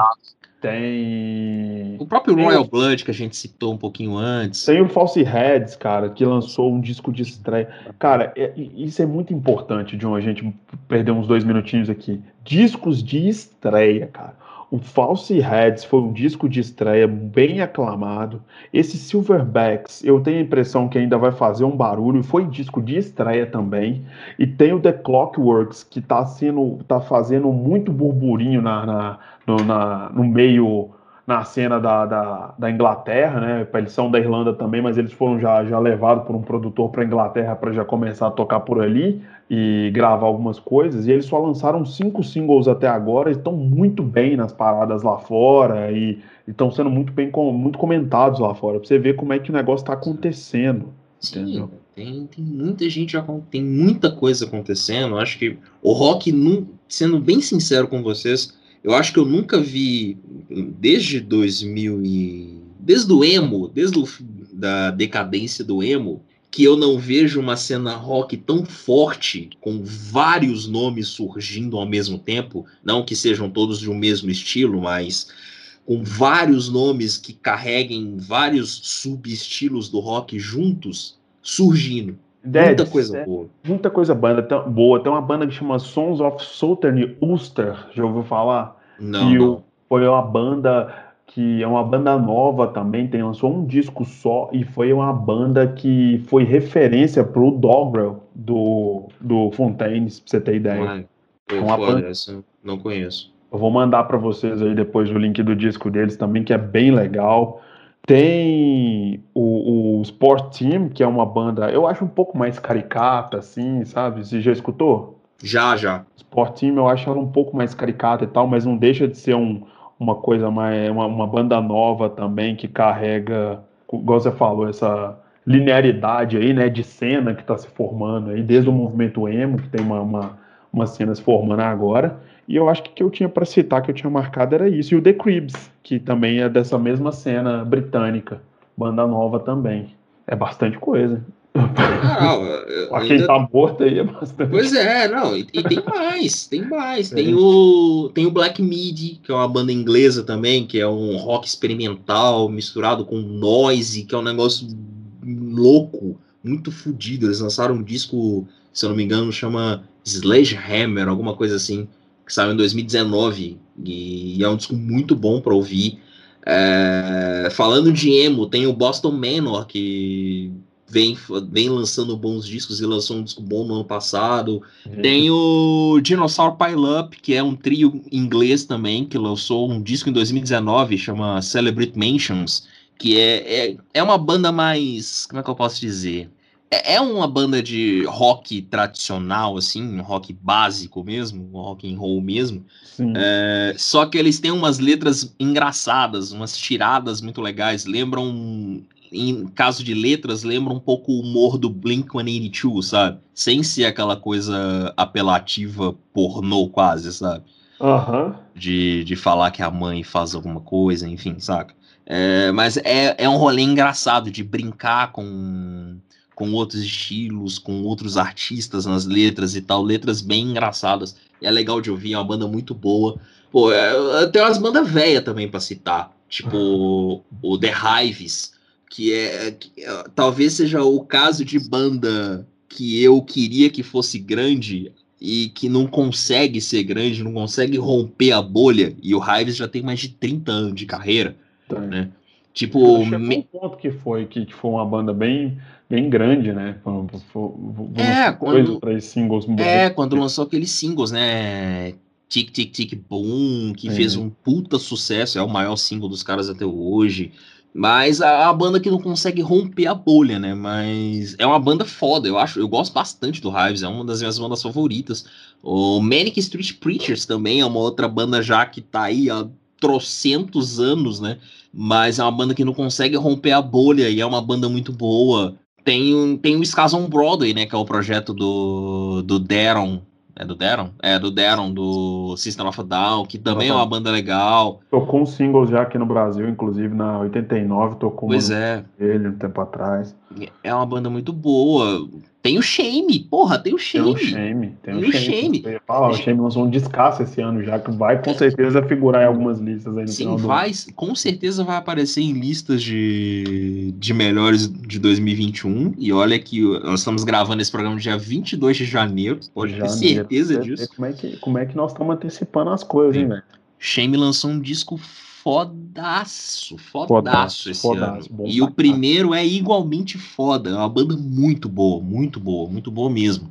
Tem o próprio Royal Blood, que a gente citou um pouquinho antes. Tem o False Heads, cara, que lançou um disco de estreia. Cara, isso é muito importante, John, a gente perder uns 2 minutinhos aqui. Discos de estreia, cara. O False Heads foi um disco de estreia bem aclamado. Esse Silverbacks, eu tenho a impressão que ainda vai fazer um barulho. Foi disco de estreia também. E tem o The Clockworks, que tá fazendo muito burburinho no meio, na cena da Inglaterra, né? Eles são da Irlanda também, mas eles foram já levados por um produtor para a Inglaterra para já começar a tocar por ali e gravar algumas coisas. E eles só lançaram 5 singles até agora, estão muito bem nas paradas lá fora e estão sendo muito comentados lá fora, para você ver como é que o negócio está acontecendo. Sim, entendeu? Tem muita gente, tem muita coisa acontecendo. Acho que o rock, sendo bem sincero com vocês, eu acho que eu nunca vi, desde o emo, da decadência do emo, que eu não vejo uma cena rock tão forte, com vários nomes surgindo ao mesmo tempo, não que sejam todos de um mesmo estilo, mas com vários nomes que carreguem vários subestilos do rock juntos, surgindo. Muita coisa boa. Muita coisa boa. Tem uma banda que chama Sons of Southern Ulster, já ouviu falar? Não. Foi uma banda que é uma banda nova também, lançou um disco só e foi uma banda que foi referência pro Dogrel do Fontaines, pra você ter ideia. Essa não conheço. Eu vou mandar para vocês aí depois o link do disco deles também, que é bem legal. Tem o Sport Team, que é uma banda, eu acho um pouco mais caricata, assim, sabe? Você já escutou? Já. Sport Team, eu acho ela um pouco mais caricata e tal, mas não deixa de ser uma coisa mais, uma banda nova também, que carrega, igual você falou, essa linearidade aí, né, de cena que está se formando aí, desde o movimento emo, que tem uma cena se formando agora. E eu acho que eu tinha para citar, que eu tinha marcado, era isso. E o The Cribs, que também é dessa mesma cena britânica. Banda nova também. É bastante coisa. Quem tá morto aí é bastante. Pois é, não. E tem mais. Tem o Black Midi, que é uma banda inglesa também, que é um rock experimental misturado com noise, que é um negócio louco, muito fodido. Eles lançaram um disco, se eu não me engano, chama Sledgehammer, alguma coisa assim, que saiu em 2019, e é um disco muito bom para ouvir. Falando de emo, tem o Boston Manor, que vem lançando bons discos e lançou um disco bom no ano passado. Tem o Dinosaur Pile Up, que é um trio inglês também, que lançou um disco em 2019, chama Celebrate Mansions, que é uma banda mais, como é que eu posso dizer? É uma banda de rock tradicional, assim, um rock básico mesmo, um rock and roll mesmo. Só que eles têm umas letras engraçadas, umas tiradas muito legais. Em caso de letras, lembram um pouco o humor do Blink-182, sabe? Sem ser aquela coisa apelativa pornô quase, sabe? De falar que a mãe faz alguma coisa, enfim, saca? Mas é um rolê engraçado de brincar com outros estilos, com outros artistas nas letras e tal, letras bem engraçadas. É legal de ouvir, é uma banda muito boa. Pô, tem umas bandas velhas também pra citar, tipo o The Hives, que talvez seja o caso de banda que eu queria que fosse grande e que não consegue ser grande, não consegue romper a bolha, e o Hives já tem mais de 30 anos de carreira, né? Tipo, chegou um ponto que foi uma banda bem, bem grande, né? Dois ou três singles. Quando lançou aqueles singles, né? Tic Tic Tic Boom, que fez um puta sucesso, é o maior single dos caras até hoje. Mas a banda que não consegue romper a bolha, né? Mas é uma banda foda, eu gosto bastante do Hives, é uma das minhas bandas favoritas. O Manic Street Preachers também é uma outra banda já que tá aí há trocentos anos, né? Mas é uma banda que não consegue romper a bolha e é uma banda muito boa. Tem o Scars on Broadway, né? Que é o projeto do Daron. É do Daron? É, do Daron, do System of a Down, que também é uma banda legal. Tocou um single já aqui no Brasil, inclusive na 89, tocou Pois uma dele um tempo atrás. É uma banda muito boa. Tem o Shame, porra, tem o Shame. Tem o Shame. O Shame lançou um descasso esse ano já, que vai com certeza figurar em algumas listas aí no final do ano. Com certeza vai aparecer em listas de melhores de 2021. E olha que nós estamos gravando esse programa no dia 22 de janeiro. Pode ter certeza disso. Como é que nós estamos antecipando as coisas, hein, velho? Shame lançou um disco fodaço esse ano. E o primeiro é igualmente foda. É uma banda muito boa mesmo.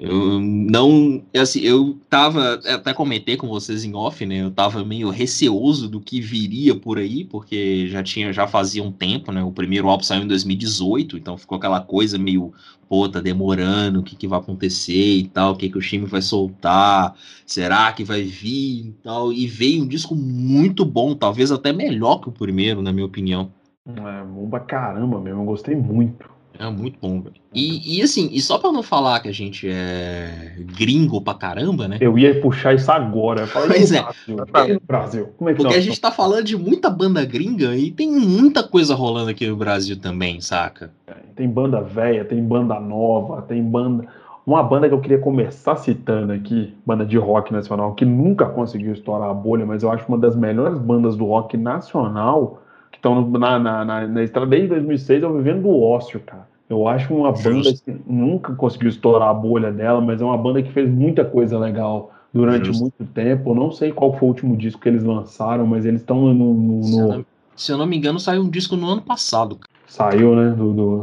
Eu tava, até comentei com vocês em off, né? Eu tava meio receoso do que viria por aí, porque já fazia um tempo, né? O primeiro álbum saiu em 2018, então ficou aquela coisa meio, pô, tá demorando, o que vai acontecer e tal, o que o Shame vai soltar, será que vai vir e tal, e veio um disco muito bom, talvez até melhor que o primeiro, na minha opinião. É bom pra caramba mesmo, eu gostei muito. É muito bom, velho. E assim, e só pra não falar que a gente é gringo pra caramba, né? Eu ia puxar isso agora. Pois é. Brasil. Como é que porque a gente tá falando de muita banda gringa e tem muita coisa rolando aqui no Brasil também, saca? Tem banda velha, tem banda nova, tem banda... Uma banda que eu queria começar citando aqui, banda de rock nacional, que nunca conseguiu estourar a bolha, mas eu acho uma das melhores bandas do rock nacional, que estão na estrada desde 2006, é o Vivendo do Ócio, cara. Eu acho uma banda que nunca conseguiu estourar a bolha dela, mas é uma banda que fez muita coisa legal durante muito tempo. Eu não sei qual foi o último disco que eles lançaram, mas eles estão Se eu não me engano, saiu um disco no ano passado. Saiu, né?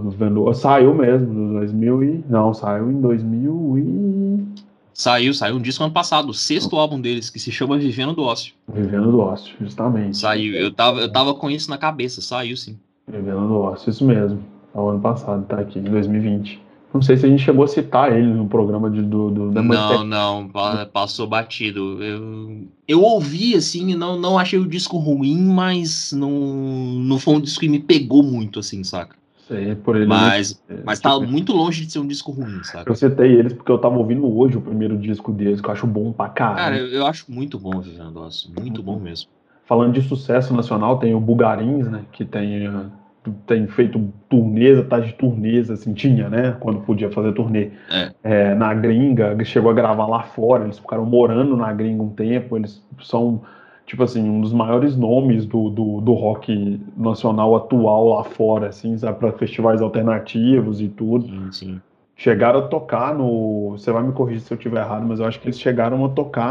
Saiu mesmo, do 2000 e... Não, saiu em 2000 e... Saiu um disco ano passado, o 6º álbum deles, que se chama Vivendo do Ócio. Vivendo do Ócio, justamente. Saiu, eu tava com isso na cabeça, saiu sim. Vivendo do Ócio, isso mesmo. É o ano passado, tá aqui, em 2020. Não sei se a gente chegou a citar ele no programa da Não, passou batido. Eu ouvi, assim, não achei o disco ruim, mas não foi um disco que me pegou muito, assim, saca? Sei, por ele. Mas tá muito longe de ser um disco ruim, saca? Eu citei eles porque eu tava ouvindo hoje o primeiro disco deles, que eu acho bom pra caramba. Cara, eu acho muito bom o Vivendo do Ócio, muito bom mesmo. Falando de sucesso nacional, tem o Bugarins, né, que tem feito turnês, tá de turnês, assim, tinha, né, quando podia fazer turnê. Na gringa, chegou a gravar lá fora, eles ficaram morando na gringa um tempo, eles são, tipo assim, um dos maiores nomes do rock nacional atual lá fora, assim, sabe, pra festivais alternativos e tudo. Sim. Chegaram a tocar você vai me corrigir se eu estiver errado, mas eu acho que eles chegaram a tocar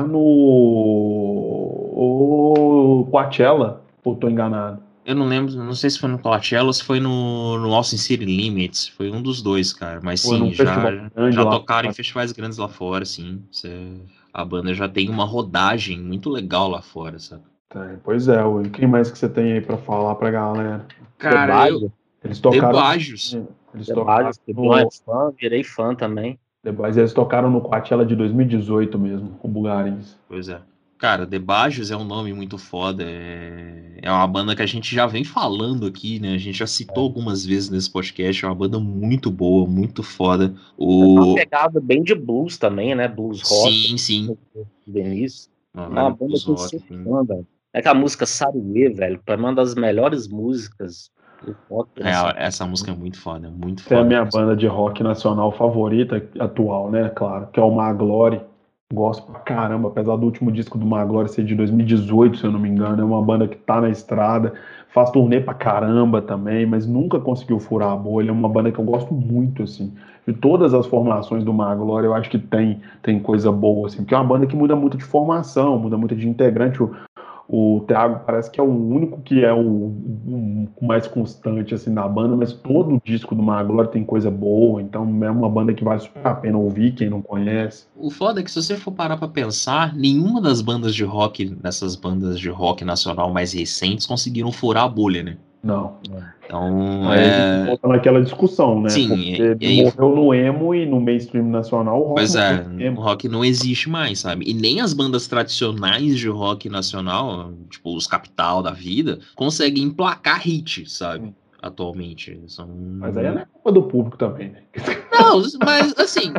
no Coachella, ou tô enganado? Eu não lembro, não sei se foi no Coachella ou se foi no Austin City Limits, foi um dos dois, cara, mas sim, já tocaram em festivais grandes lá fora, sim, a banda já tem uma rodagem muito legal lá fora, sabe? Pois é, e quem mais que você tem aí pra falar pra galera? Cara, eles tocaram... Debajos, virei fã também. Eles tocaram no Coachella de 2018 mesmo, o Bugarins. Pois é. Cara, Debajos é um nome muito foda, é uma banda que a gente já vem falando aqui, né? A gente já citou algumas vezes nesse podcast, é uma banda muito boa, muito foda. Uma pegada bem de blues também, né? Blues rock. Sim. Denise. Uma banda que eu sou fã, velho. É que a música Saruê, velho, pra mim é uma das melhores músicas do rock. Essa música é muito foda, muito foda. É a minha mesmo. banda de rock nacional favorita, atual, né? Claro, que é o Maglory. Gosto pra caramba, apesar do último disco do Magloire ser de 2018, se eu não me engano. É uma banda que tá na estrada, faz turnê pra caramba também, mas nunca conseguiu furar a bolha. É uma banda que eu gosto muito, assim. De todas as formações do Magloire, eu acho que tem coisa boa, assim, porque é uma banda que muda muito de formação, muda muito de integrante. O Thiago parece que é o único que é o mais constante assim na banda, mas todo o disco do Magloire tem coisa boa, então é uma banda que vale super a pena ouvir, quem não conhece. O foda é que se você for parar pra pensar, nenhuma das bandas de rock, dessas bandas de rock nacional mais recentes, conseguiram furar a bolha, né? Não. Então, Aí a gente volta naquela discussão, né? sim, Porque e aí, morreu no emo e no mainstream nacional, o rock pois morreu é, no o emo. rock não existe mais, sabe? E nem as bandas tradicionais de rock nacional, tipo os Capital da vida, conseguem emplacar hit, sabe? Atualmente. São... Mas aí não é culpa do público também, né? Não, mas assim,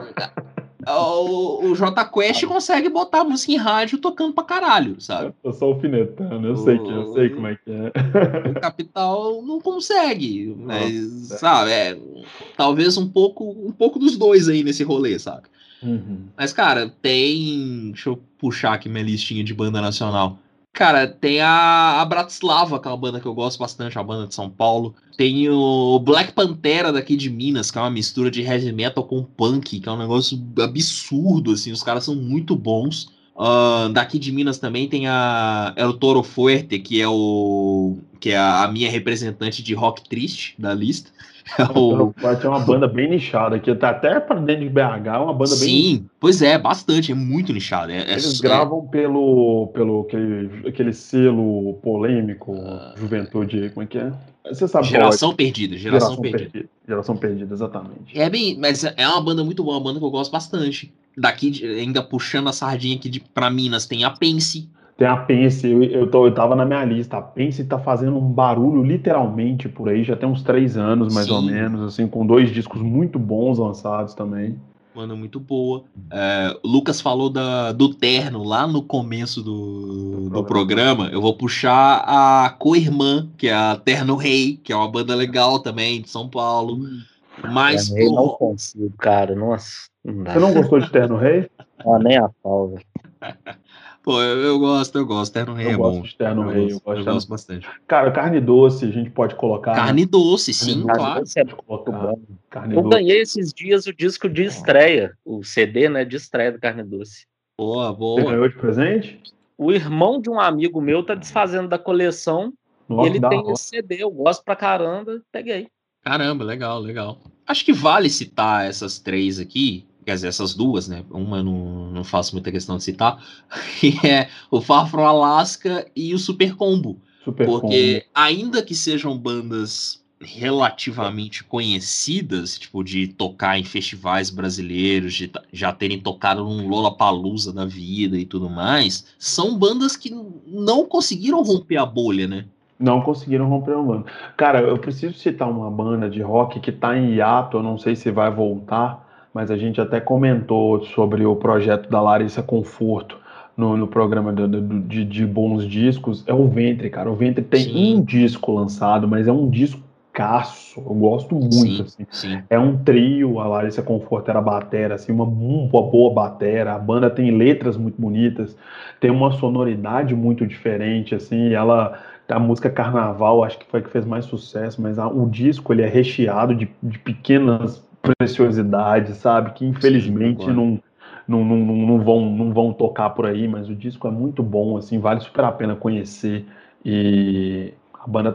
o Jota Quest consegue botar a música em rádio tocando pra caralho, sabe? Eu tô só alfinetando, eu sei como O, é que é. o Capital não consegue, Não. mas, sabe, talvez um pouco dos dois aí nesse rolê, sabe? Uhum. Mas, cara, tem. Deixa eu puxar aqui minha listinha de banda nacional. Cara, tem a Bratislava, que é uma banda que eu gosto bastante, uma banda de São Paulo. Tem o Black Pantera daqui de Minas, que é uma mistura de heavy metal com punk, que é um negócio absurdo, assim, os caras são muito bons. Daqui de Minas também tem a El Toro Fuerte, que é a minha representante de rock triste da lista. É O Toro o, Forte é uma banda bem nichada, que tá até pra dentro de BH, é uma banda bem nichada. Sim, pois é, bastante, é muito nichado. Eles gravam pelo aquele selo polêmico, Juventude, como é que é? Você sabe qual é? Geração Perdida, Geração Geração Perdida. Perdida. Geração Perdida, exatamente. Mas é uma banda muito boa, uma banda que eu gosto bastante. Ainda puxando a sardinha aqui pra Minas, tem a Pense. Tem a Pense, eu tava na minha lista. A Pense tá fazendo um barulho literalmente por aí, já tem uns 3 anos, mais ou Sim, menos, assim, com 2 discos muito bons lançados também. banda muito boa. O Lucas falou do Terno lá no começo do programa. Eu vou puxar a co-irmã, que é a Terno Rei, que é uma banda legal também, de São Paulo. Mas Eu não pro, consigo, cara. Nossa, não dá. Você não gostou de Terno Rei? Ah, nem a pau, velho. Pô, eu gosto. Terno Rei Eu é gosto bom. de Terno Eu Rei, eu gosto, gosto eu de Terno. gosto bastante. Cara, carne doce a gente pode colocar, né? Carne doce, Carne sim, doce Carne claro. Doce é pode muito colocar. bom. Carne Eu doce. ganhei esses dias o disco de estreia, o CD, né, de estreia do Carne Doce. Boa, Você boa. ganhou de presente? O irmão de um amigo meu tá desfazendo da coleção e Nossa, que ele da tem hora. esse CD. Eu gosto pra caramba, peguei. Caramba, legal, legal. Acho que vale citar essas três aqui, quer dizer, essas duas, né? Uma eu não faço muita questão de citar, que é o Far From Alaska e o Super Combo. Super combo. Porque ainda que sejam bandas relativamente conhecidas, tipo, de tocar em festivais brasileiros, de já terem tocado num Lollapalooza da vida e tudo mais, são bandas que não conseguiram romper a bolha, né? Não conseguiram romper o bando. Cara, eu preciso citar uma banda de rock que tá em hiato, eu não sei se vai voltar, mas a gente até comentou sobre o projeto da Larissa Conforto no programa de bons discos. É o Ventre, cara. O Ventre tem um Sim, disco lançado, mas é um discaço. Eu gosto muito, sim, assim. sim. É um trio, a Larissa Conforto era batera, assim, uma boa batera. A banda tem letras muito bonitas, tem uma sonoridade muito diferente, assim, a música Carnaval, acho que foi a que fez mais sucesso, mas o disco ele é recheado de pequenas preciosidades, sabe? Que Sim, infelizmente concordo. não vão tocar por aí, mas o disco é muito bom, assim, vale super a pena conhecer. E a banda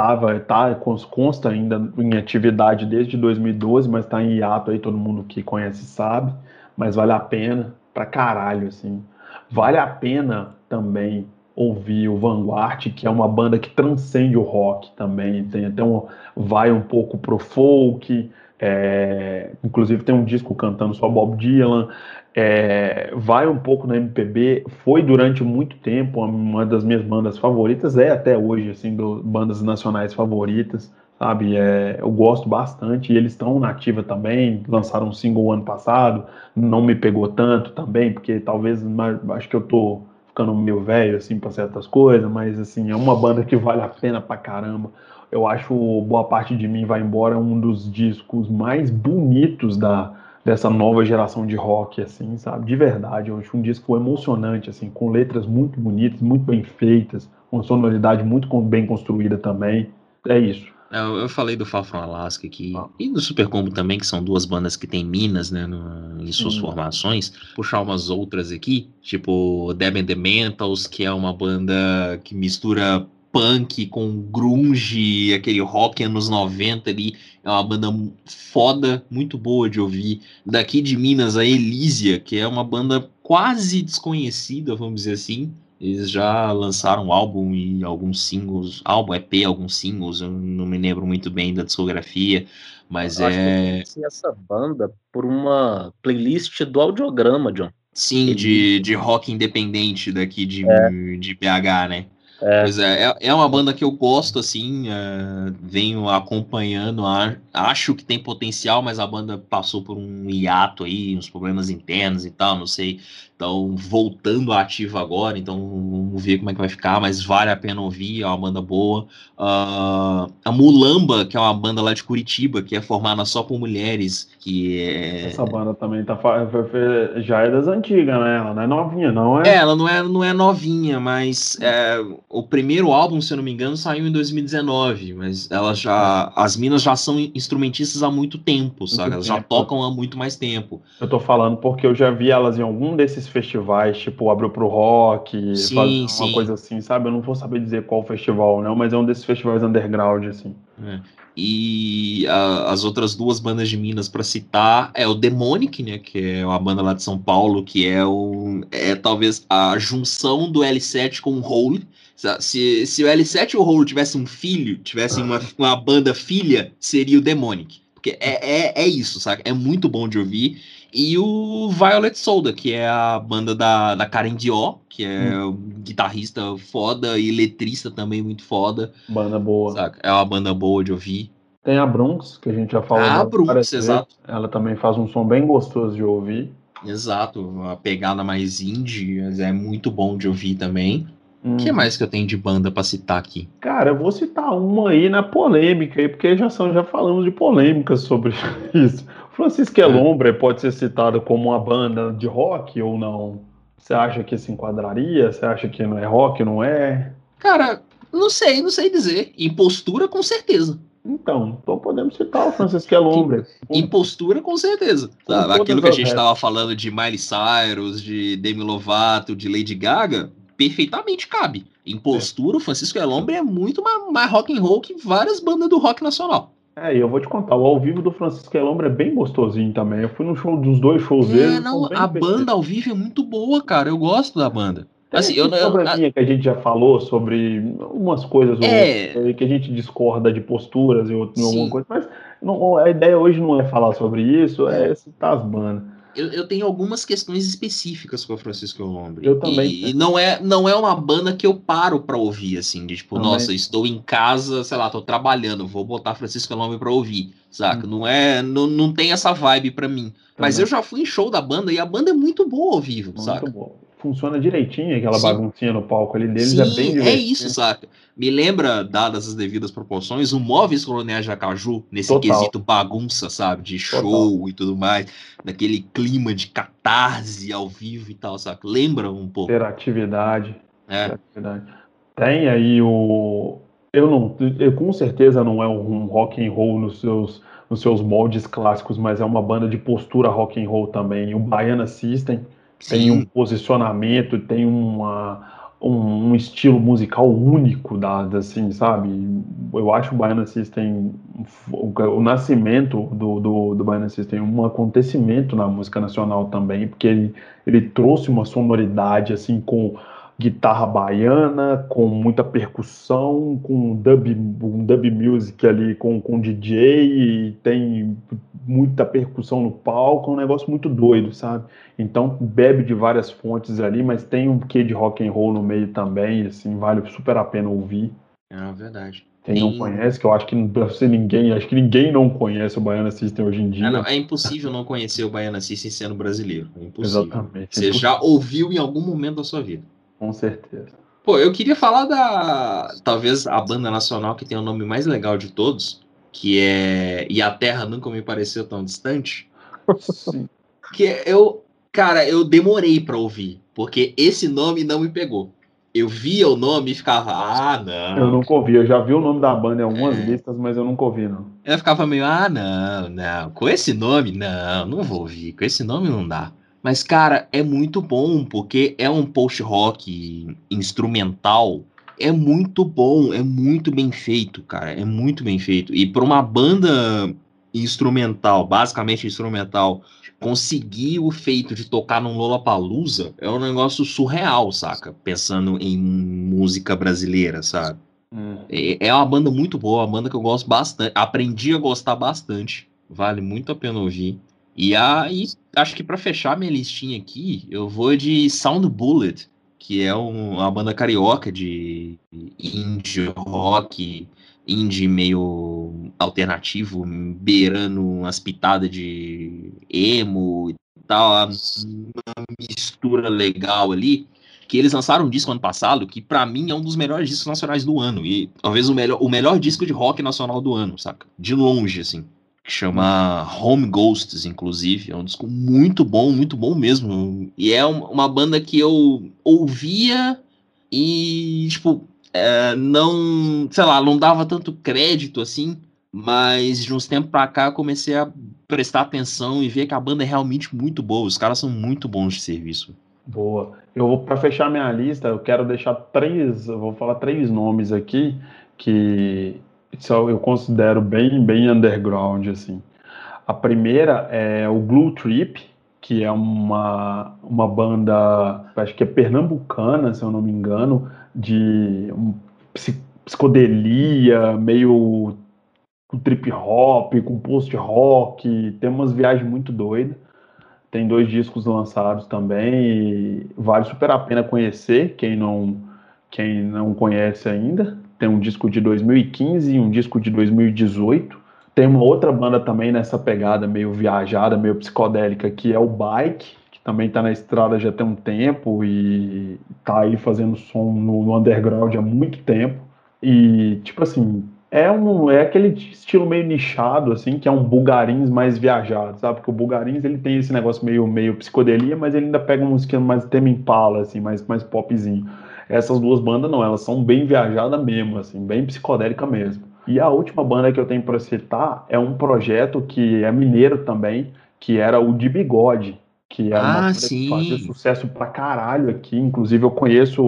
consta ainda em atividade desde 2012, mas tá em hiato aí, todo mundo que conhece sabe, mas vale a pena pra caralho, assim. Vale a pena também ouvir o Vanguard, que é uma banda que transcende o rock também, tem até vai um pouco pro folk, inclusive tem um disco cantando só Bob Dylan, vai um pouco na MPB, foi durante muito tempo uma das minhas bandas favoritas, é até hoje, assim, bandas nacionais favoritas, sabe? Eu gosto bastante, e eles estão na ativa também, lançaram um single ano passado, não me pegou tanto também, porque talvez, acho que eu tô ficando meio velho, assim, pra certas coisas, mas, assim, é uma banda que vale a pena pra caramba. Eu acho Boa Parte de Mim Vai Embora um dos discos mais bonitos dessa nova geração de rock, assim, sabe? De verdade, eu acho um disco emocionante, assim, com letras muito bonitas, muito bem feitas, uma sonoridade muito bem construída também. É isso. Eu falei do Far From Alaska aqui, e do Super Combo também, que são duas bandas que tem Minas, né, em suas formações. Puxar umas outras aqui, tipo Deb and the Mentals, que é uma banda que mistura punk com grunge, aquele rock anos 90 ali. É uma banda foda, muito boa de ouvir. Daqui de Minas, a Elísia, que é uma banda quase desconhecida, vamos dizer assim. Eles já lançaram um álbum e alguns singles, álbum, EP, alguns singles, eu não me lembro muito bem da discografia, mas Eu acho que eu conheci essa banda por uma playlist do Audiograma, John. sim, Elite. de rock independente daqui É, de BH, né? é. Pois é uma banda que eu gosto, assim, venho acompanhando, acho que tem potencial, mas a banda passou por um hiato aí, uns problemas internos e tal, não sei. Então, voltando à ativa agora, então vamos ver como é que vai ficar, mas vale a pena ouvir, é uma banda boa. A Mulamba, que é uma banda lá de Curitiba, que é formada só por mulheres, que Essa banda também já é das antigas, né? Ela não é novinha, não é? ela não é novinha, mas o primeiro álbum, se eu não me engano, saiu em 2019, mas as minas já são instrumentistas há muito tempo, sabe? Muito Elas já tempo. tocam há muito mais tempo. Eu tô falando porque eu já vi elas em algum desses festivais, tipo Abriu pro Rock, Sim, fazendo uma sim. coisa assim, sabe? Eu não vou saber dizer qual festival, não, mas é um desses festivais underground, assim. É. E as outras duas bandas de Minas para citar é o Demonic, né, que é uma banda lá de São Paulo, que é talvez a junção do L7 com o Hole. Se o L7 e o Hole tivessem um filho, tivessem uma banda filha, seria o Demonic. Porque é isso, sabe? É muito bom de ouvir. E o Violet Soda, que é a banda da Karen Dior, que é um guitarrista foda e letrista também muito foda. Banda boa. Saca? É uma banda boa de ouvir. Tem a Brunx, que a gente já falou Ah, dela várias Brunx, vezes. exato. Ela também faz um som bem gostoso de ouvir. Exato. Uma pegada mais indie, mas é muito bom de ouvir também. O que Uhum. mais que eu tenho de banda pra citar aqui? Cara, eu vou citar uma aí na polêmica aí, porque já falamos de polêmicas sobre isso. Francisco É. Elombre pode ser citado como uma banda de rock ou não? Você acha que se enquadraria? Você acha que não é rock, não é? Cara, não sei dizer. Impostura, com certeza. Então podemos citar o Francisco Elombre, Impostura, com certeza. com Sabe? Aquilo todas que a as gente regras. tava falando de Miley Cyrus, de Demi Lovato, de Lady Gaga, perfeitamente cabe. Impostura, o Francisco Elombre é muito mais rock and roll que várias bandas do rock nacional. E eu vou te contar, o ao vivo do Francisco Elombre é bem gostosinho também. Eu fui no show dos dois shows deles, são Não, bem a divertidos. banda ao vivo é muito boa, cara. Eu gosto da banda. Tem Assim, esse probleminha que a gente já falou sobre umas coisas ou outras, é, que a gente discorda de posturas e outra, em alguma sim. coisa, mas a ideia hoje não é falar sobre isso, é citar as bandas. Eu tenho algumas questões específicas com a Francisco Lombre. Eu também E não é uma banda que eu paro pra ouvir, assim, de tipo, também. nossa, estou em casa, sei lá, tô trabalhando, vou botar Francisco Lombre pra ouvir, saca? Não tem essa vibe pra mim. Mas Também. eu já fui em show da banda e a banda é muito boa ao vivo, Muito saca? bom. Funciona direitinho, aquela Sim. baguncinha no palco ali deles é bem Sim, é isso, divertido. saca? Me lembra, dadas as devidas proporções, o Móveis Coloniais de Acaju, nesse Total, quesito bagunça, sabe? De total. show e tudo mais, daquele clima de catarse ao vivo e tal, saca? Lembra um pouco. Interatividade. É, Interatividade. Tem aí o. Eu com certeza não é um rock and roll nos seus moldes clássicos, mas é uma banda de postura rock and roll também. O Baiana System tem um sim, posicionamento, tem um estilo musical único, assim, sabe? Eu acho o Baiana System, o nascimento do Baiana System um acontecimento na música nacional também, porque ele trouxe uma sonoridade assim com guitarra baiana, com muita percussão, com um dub music ali com DJ, e tem muita percussão no palco, é um negócio muito doido, sabe? Então bebe de várias fontes ali, mas tem um quê de rock and roll no meio também, assim, vale super a pena ouvir. é verdade. Quem não conhece, que eu acho que não deve ser ninguém, acho que ninguém não conhece o Baiana System hoje em dia. É impossível não conhecer o Baiana System sendo brasileiro. É impossível. Exatamente, é Você já ouviu em algum momento da sua vida. com certeza. Pô, eu queria falar talvez a banda nacional que tem o nome mais legal de todos, que é E a Terra Nunca Me Pareceu Tão Distante. Sim. Cara, eu demorei pra ouvir, porque esse nome não me pegou. Eu via o nome e ficava, não. Eu nunca ouvi, eu já vi o nome da banda em algumas listas, mas eu nunca ouvi, não. Eu ficava meio, não, com esse nome, não vou ouvir, com esse nome não dá. Mas, cara, é muito bom, porque é um post-rock instrumental, é muito bom, é muito bem feito, cara, é muito bem feito. E pra uma banda instrumental, basicamente instrumental, conseguir o feito de tocar num Lollapalooza é um negócio surreal, saca? Pensando em música brasileira, sabe? É uma banda muito boa, uma banda que eu gosto bastante. Aprendi a gostar bastante. Vale muito a pena ouvir. E aí, acho que pra fechar minha listinha aqui, eu vou de Sound Bullet, que é uma banda carioca de indie rock, indie meio alternativo, beirando umas pitadas de emo e tal, uma mistura legal ali que eles lançaram um disco ano passado, que pra mim é um dos melhores discos nacionais do ano, e talvez o melhor disco de rock nacional do ano, saca? De longe, assim. Que chama Home Ghosts, inclusive. É um disco muito bom mesmo. E é uma banda que eu ouvia e, tipo, não, sei lá, não dava tanto crédito, assim, mas de uns tempos pra cá eu comecei a prestar atenção e ver que a banda é realmente muito boa. Os caras são muito bons de serviço. Boa. Eu vou para fechar minha lista, eu quero deixar eu vou falar 3 nomes aqui que eu considero bem underground assim. A primeira é o Glue Trip, que é uma banda, acho que é pernambucana, se eu não me engano, de psicodelia, meio com trip hop, com post rock, tem umas viagens muito doidas. Tem 2 discos lançados também e vale super a pena conhecer, quem não conhece ainda. Tem um disco de 2015 e um disco de 2018. Tem uma outra banda também nessa pegada meio viajada, meio psicodélica, que é o Bike, que também está na estrada já tem um tempo e tá aí fazendo som no underground há muito tempo. E, tipo assim, é aquele estilo meio nichado, assim, que é um Bulgarins mais viajado, sabe? Porque o Bulgarins, ele tem esse negócio meio psicodelia, mas ele ainda pega um esquema mais Tame Impala, assim, mais popzinho. Essas 2 bandas não, elas são bem viajadas mesmo, assim, bem psicodélica mesmo. E a última banda que eu tenho para citar é um projeto que é mineiro também, que era o De Bigode, que era uma banda que fazia Sim. sucesso pra caralho aqui. Inclusive, eu conheço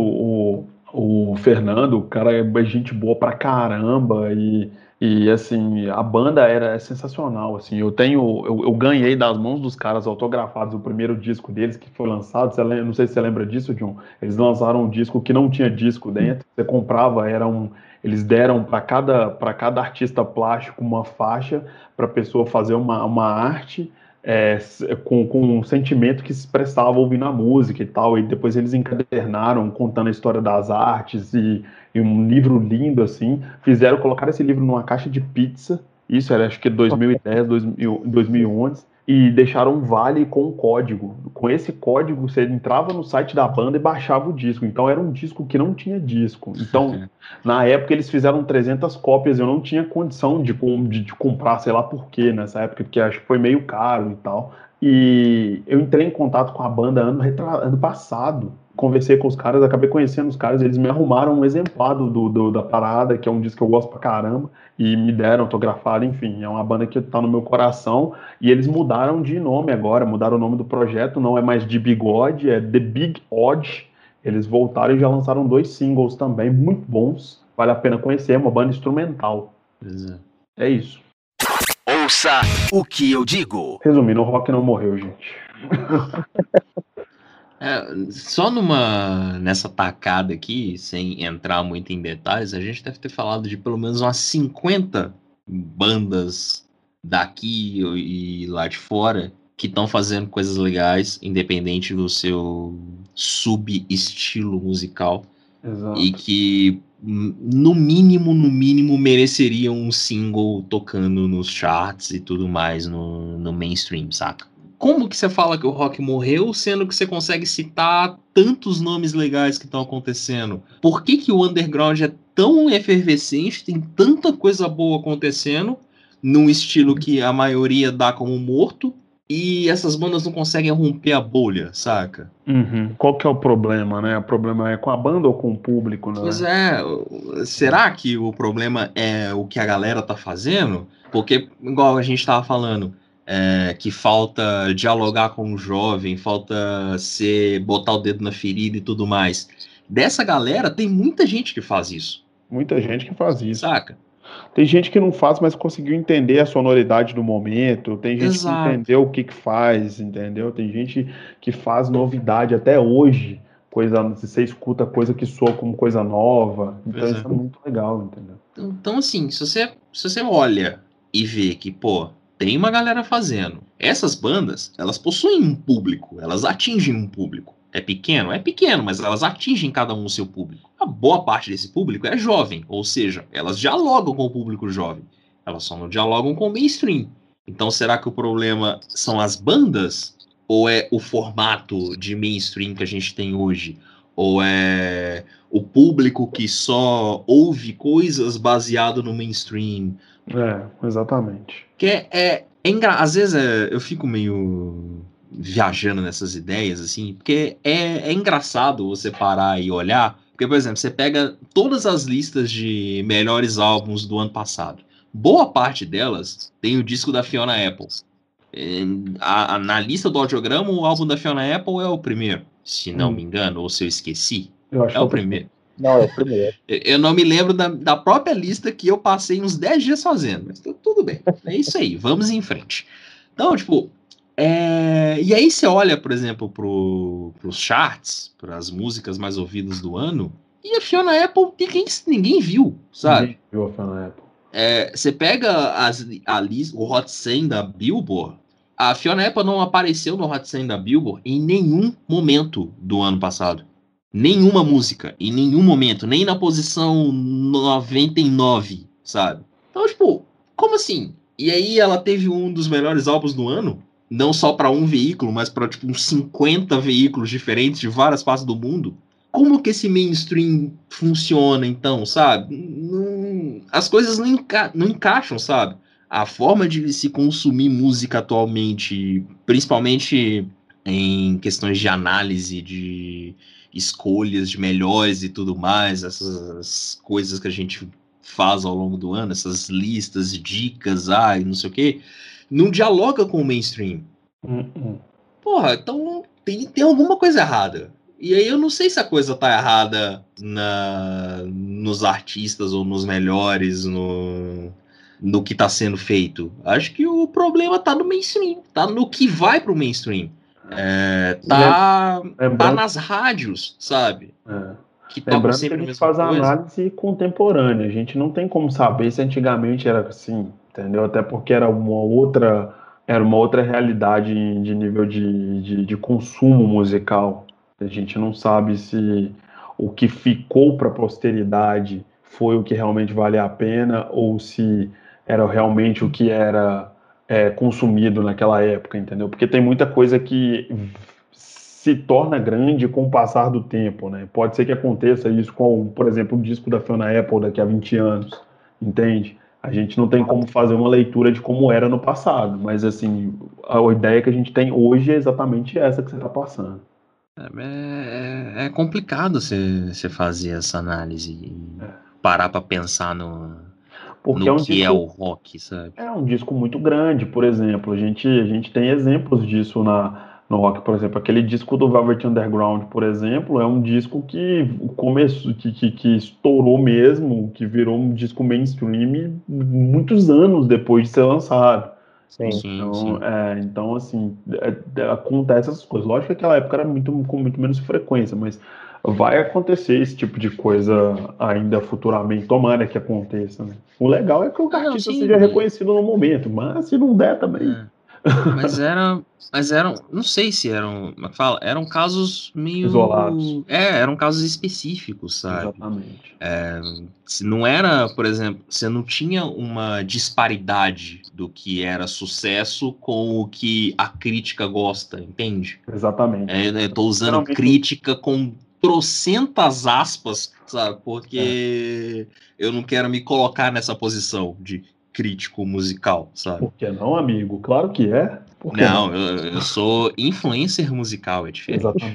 o Fernando, o cara é gente boa pra caramba e assim, a banda é sensacional, assim, eu ganhei das mãos dos caras autografados o primeiro disco deles que foi lançado, não sei se você lembra disso, John, eles lançaram um disco que não tinha disco dentro, você comprava, eles deram para cada artista plástico uma faixa para a pessoa fazer uma arte com um sentimento que se expressava ouvindo a música e tal, e depois eles encadernaram contando a história das artes e um livro lindo assim, colocaram esse livro numa caixa de pizza, isso era acho que 2010, 2011, e deixaram um vale com um código. Com esse código você entrava no site da banda e baixava o disco, então era um disco que não tinha disco, então na época eles fizeram 300 cópias, eu não tinha condição de comprar, sei lá por quê, nessa época, porque acho que foi meio caro e tal. E eu entrei em contato com a banda ano passado, conversei com os caras, acabei conhecendo os caras, eles me arrumaram um exemplar da parada, que é um disco que eu gosto pra caramba, e me deram autografado, enfim, é uma banda que tá no meu coração, e eles mudaram de nome agora, mudaram o nome do projeto, não é mais De Bigode, é The Big Odd. Eles voltaram e já lançaram 2 singles também, muito bons. Vale a pena conhecer, é uma banda instrumental. É isso. Ouça o que eu digo. Resumindo, o rock não morreu, gente. Só nessa tacada aqui, sem entrar muito em detalhes, a gente deve ter falado de pelo menos umas 50 bandas daqui e lá de fora que estão fazendo coisas legais, independente do seu sub-estilo musical. Exato. E que, no mínimo, mereceriam um single tocando nos charts e tudo mais no mainstream, saca? Como que você fala que o rock morreu, sendo que você consegue citar tantos nomes legais que estão acontecendo? Por que o underground é tão efervescente, tem tanta coisa boa acontecendo, num estilo que a maioria dá como morto, e essas bandas não conseguem romper a bolha, saca? Uhum. Qual que é o problema, né? O problema é com a banda ou com o público, Pois né? será que o problema é o que a galera tá fazendo? Porque, igual a gente tava falando, que falta dialogar com o jovem, falta botar o dedo na ferida e tudo mais. Dessa galera, tem muita gente que faz isso, Muita gente que faz isso. saca? Tem gente que não faz, mas conseguiu entender a sonoridade do momento. Tem gente que Exato. entendeu o que que faz, entendeu? Tem gente que faz novidade até hoje. Coisa, se você escuta coisa que soa como coisa nova. Então Pois isso é. é muito legal, entendeu? Então, assim, se você olha e vê que, pô, tem uma galera fazendo, essas bandas, elas possuem um público, elas atingem um público. É pequeno, mas elas atingem cada um o seu público. A boa parte desse público é jovem, ou seja, elas dialogam com o público jovem. Elas só não dialogam com o mainstream. Então, será que o problema são as bandas? Ou é o formato de mainstream que a gente tem hoje? Ou é o público que só ouve coisas baseado no mainstream? Exatamente. Que às vezes eu fico meio viajando nessas ideias, assim, porque é engraçado você parar e olhar. Porque, por exemplo, você pega todas as listas de melhores álbuns do ano passado. Boa parte delas tem o disco da Fiona Apple. Na lista do audiograma, o álbum da Fiona Apple é o primeiro, se não me engano, ou se eu esqueci. Eu acho É que o primeiro. Não, é o primeiro. Eu não me lembro da própria lista que eu passei uns 10 dias fazendo, mas tudo bem. É isso aí, vamos em frente. Então, tipo, e aí você olha, por exemplo, pros charts, para as músicas mais ouvidas do ano, e a Fiona Apple ninguém viu, sabe? Ninguém viu a Fiona Apple. Você pega a lista, o Hot 100 da Billboard, a Fiona Apple não apareceu no Hot 100 da Billboard em nenhum momento do ano passado. Nenhuma música, em nenhum momento, nem na posição 99, sabe? Então, tipo, como assim? E aí ela teve um dos melhores álbuns do ano, não só para um veículo, mas para tipo uns 50 veículos diferentes de várias partes do mundo. Como que esse mainstream funciona, então, sabe? As coisas não encaixam, sabe? A forma de se consumir música atualmente, principalmente em questões de análise, de escolhas de melhores e tudo mais, essas coisas que a gente faz ao longo do ano, essas listas, dicas, e não sei o quê, não dialoga com o mainstream. Porra, então tem alguma coisa errada. E aí eu não sei se a coisa tá errada nos artistas ou nos melhores, no que tá sendo feito. Acho que o problema tá no mainstream, tá no que vai pro mainstream. Tá nas rádios, sabe? Que tocam Lembrando que sempre a a gente mesma faz a coisa. análise contemporânea, a gente não tem como saber se antigamente era assim, entendeu? Até porque era uma outra realidade de nível de consumo musical. A gente não sabe se o que ficou para a posteridade foi o que realmente vale a pena ou se era realmente o que era consumido naquela época, entendeu? Porque tem muita coisa que se torna grande com o passar do tempo, né? Pode ser que aconteça isso com, por exemplo, o disco da Fiona Apple daqui a 20 anos, entende? A gente não tem como fazer uma leitura de como era no passado, mas assim, a ideia que a gente tem hoje é exatamente essa que você está passando. É complicado você fazer essa análise e parar para pensar Porque no que é o rock, sabe? é um disco muito grande, por exemplo. A gente tem exemplos disso no rock, por exemplo. Aquele disco do Velvet Underground, por exemplo, é um disco que começou, que estourou mesmo, que virou um disco mainstream muitos anos depois de ser lançado. Sim. Sim. Então assim, acontece essas coisas. Lógico que aquela época era com muito menos frequência, mas vai acontecer esse tipo de coisa ainda futuramente. Tomara que aconteça, né? O legal é que o artista seja reconhecido no momento, mas se não der também. Mas eram, não sei se eram, como é que fala? Eram casos meio Isolados. eram casos específicos, sabe? Exatamente. Se não era, por exemplo, você não tinha uma disparidade do que era sucesso com o que a crítica gosta, entende? Exatamente. Eu tô usando Geralmente- crítica com trocentas aspas, sabe? Porque eu não quero me colocar nessa posição de crítico musical, sabe? Por que não, amigo? Claro que é. Por que Não, eu sou influencer musical, é diferente. Exatamente.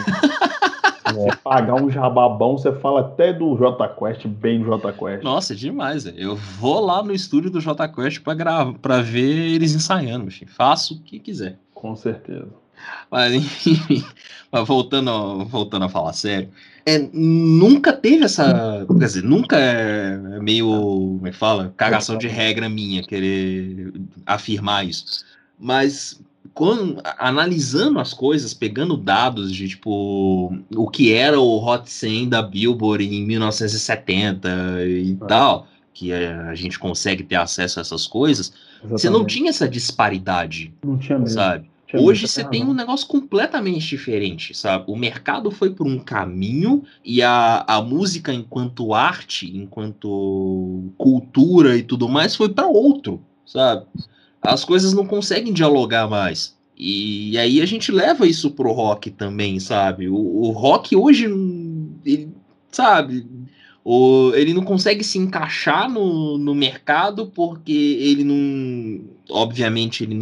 Pagar um jababão, você fala até do Jota Quest, bem do Jota Quest. Nossa, é demais, velho. Eu vou lá no estúdio do Jota Quest pra ver eles ensaiando, enfim. Faço o que quiser. Com certeza. Mas, enfim, mas voltando a falar sério, nunca teve essa. Quer dizer, nunca é meio. Como é que fala? Cagação de regra minha querer afirmar isso. Mas, analisando as coisas, pegando dados de tipo o que era o Hot 100 da Billboard em 1970 e tal, que a gente consegue ter acesso a essas coisas, você não tinha essa disparidade. Não tinha mesmo. Sabe? Hoje você tem um negócio completamente diferente, sabe? O mercado foi por um caminho e a música enquanto arte, enquanto cultura e tudo mais foi para outro, sabe? As coisas não conseguem dialogar mais. E aí a gente leva isso pro rock também, sabe? O rock hoje, ele, sabe? Ele não consegue se encaixar no mercado porque ele não... Obviamente ele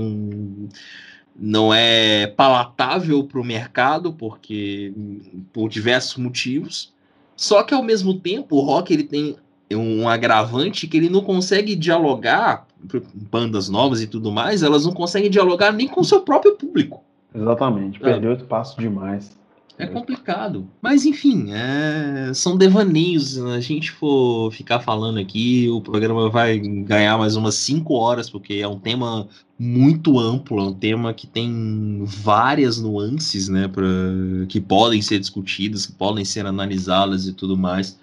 não é palatável para o mercado, porque por diversos motivos. Só que ao mesmo tempo o rock ele tem um agravante que ele não consegue dialogar, bandas novas e tudo mais, elas não conseguem dialogar nem com o seu próprio público. Exatamente, perdeu espaço demais. É complicado. Mas, enfim, são devaneios. Se a gente for ficar falando aqui, o programa vai ganhar mais umas 5 horas, porque é um tema muito amplo, é um tema que tem várias nuances, né, que podem ser discutidas, que podem ser analisadas e tudo mais.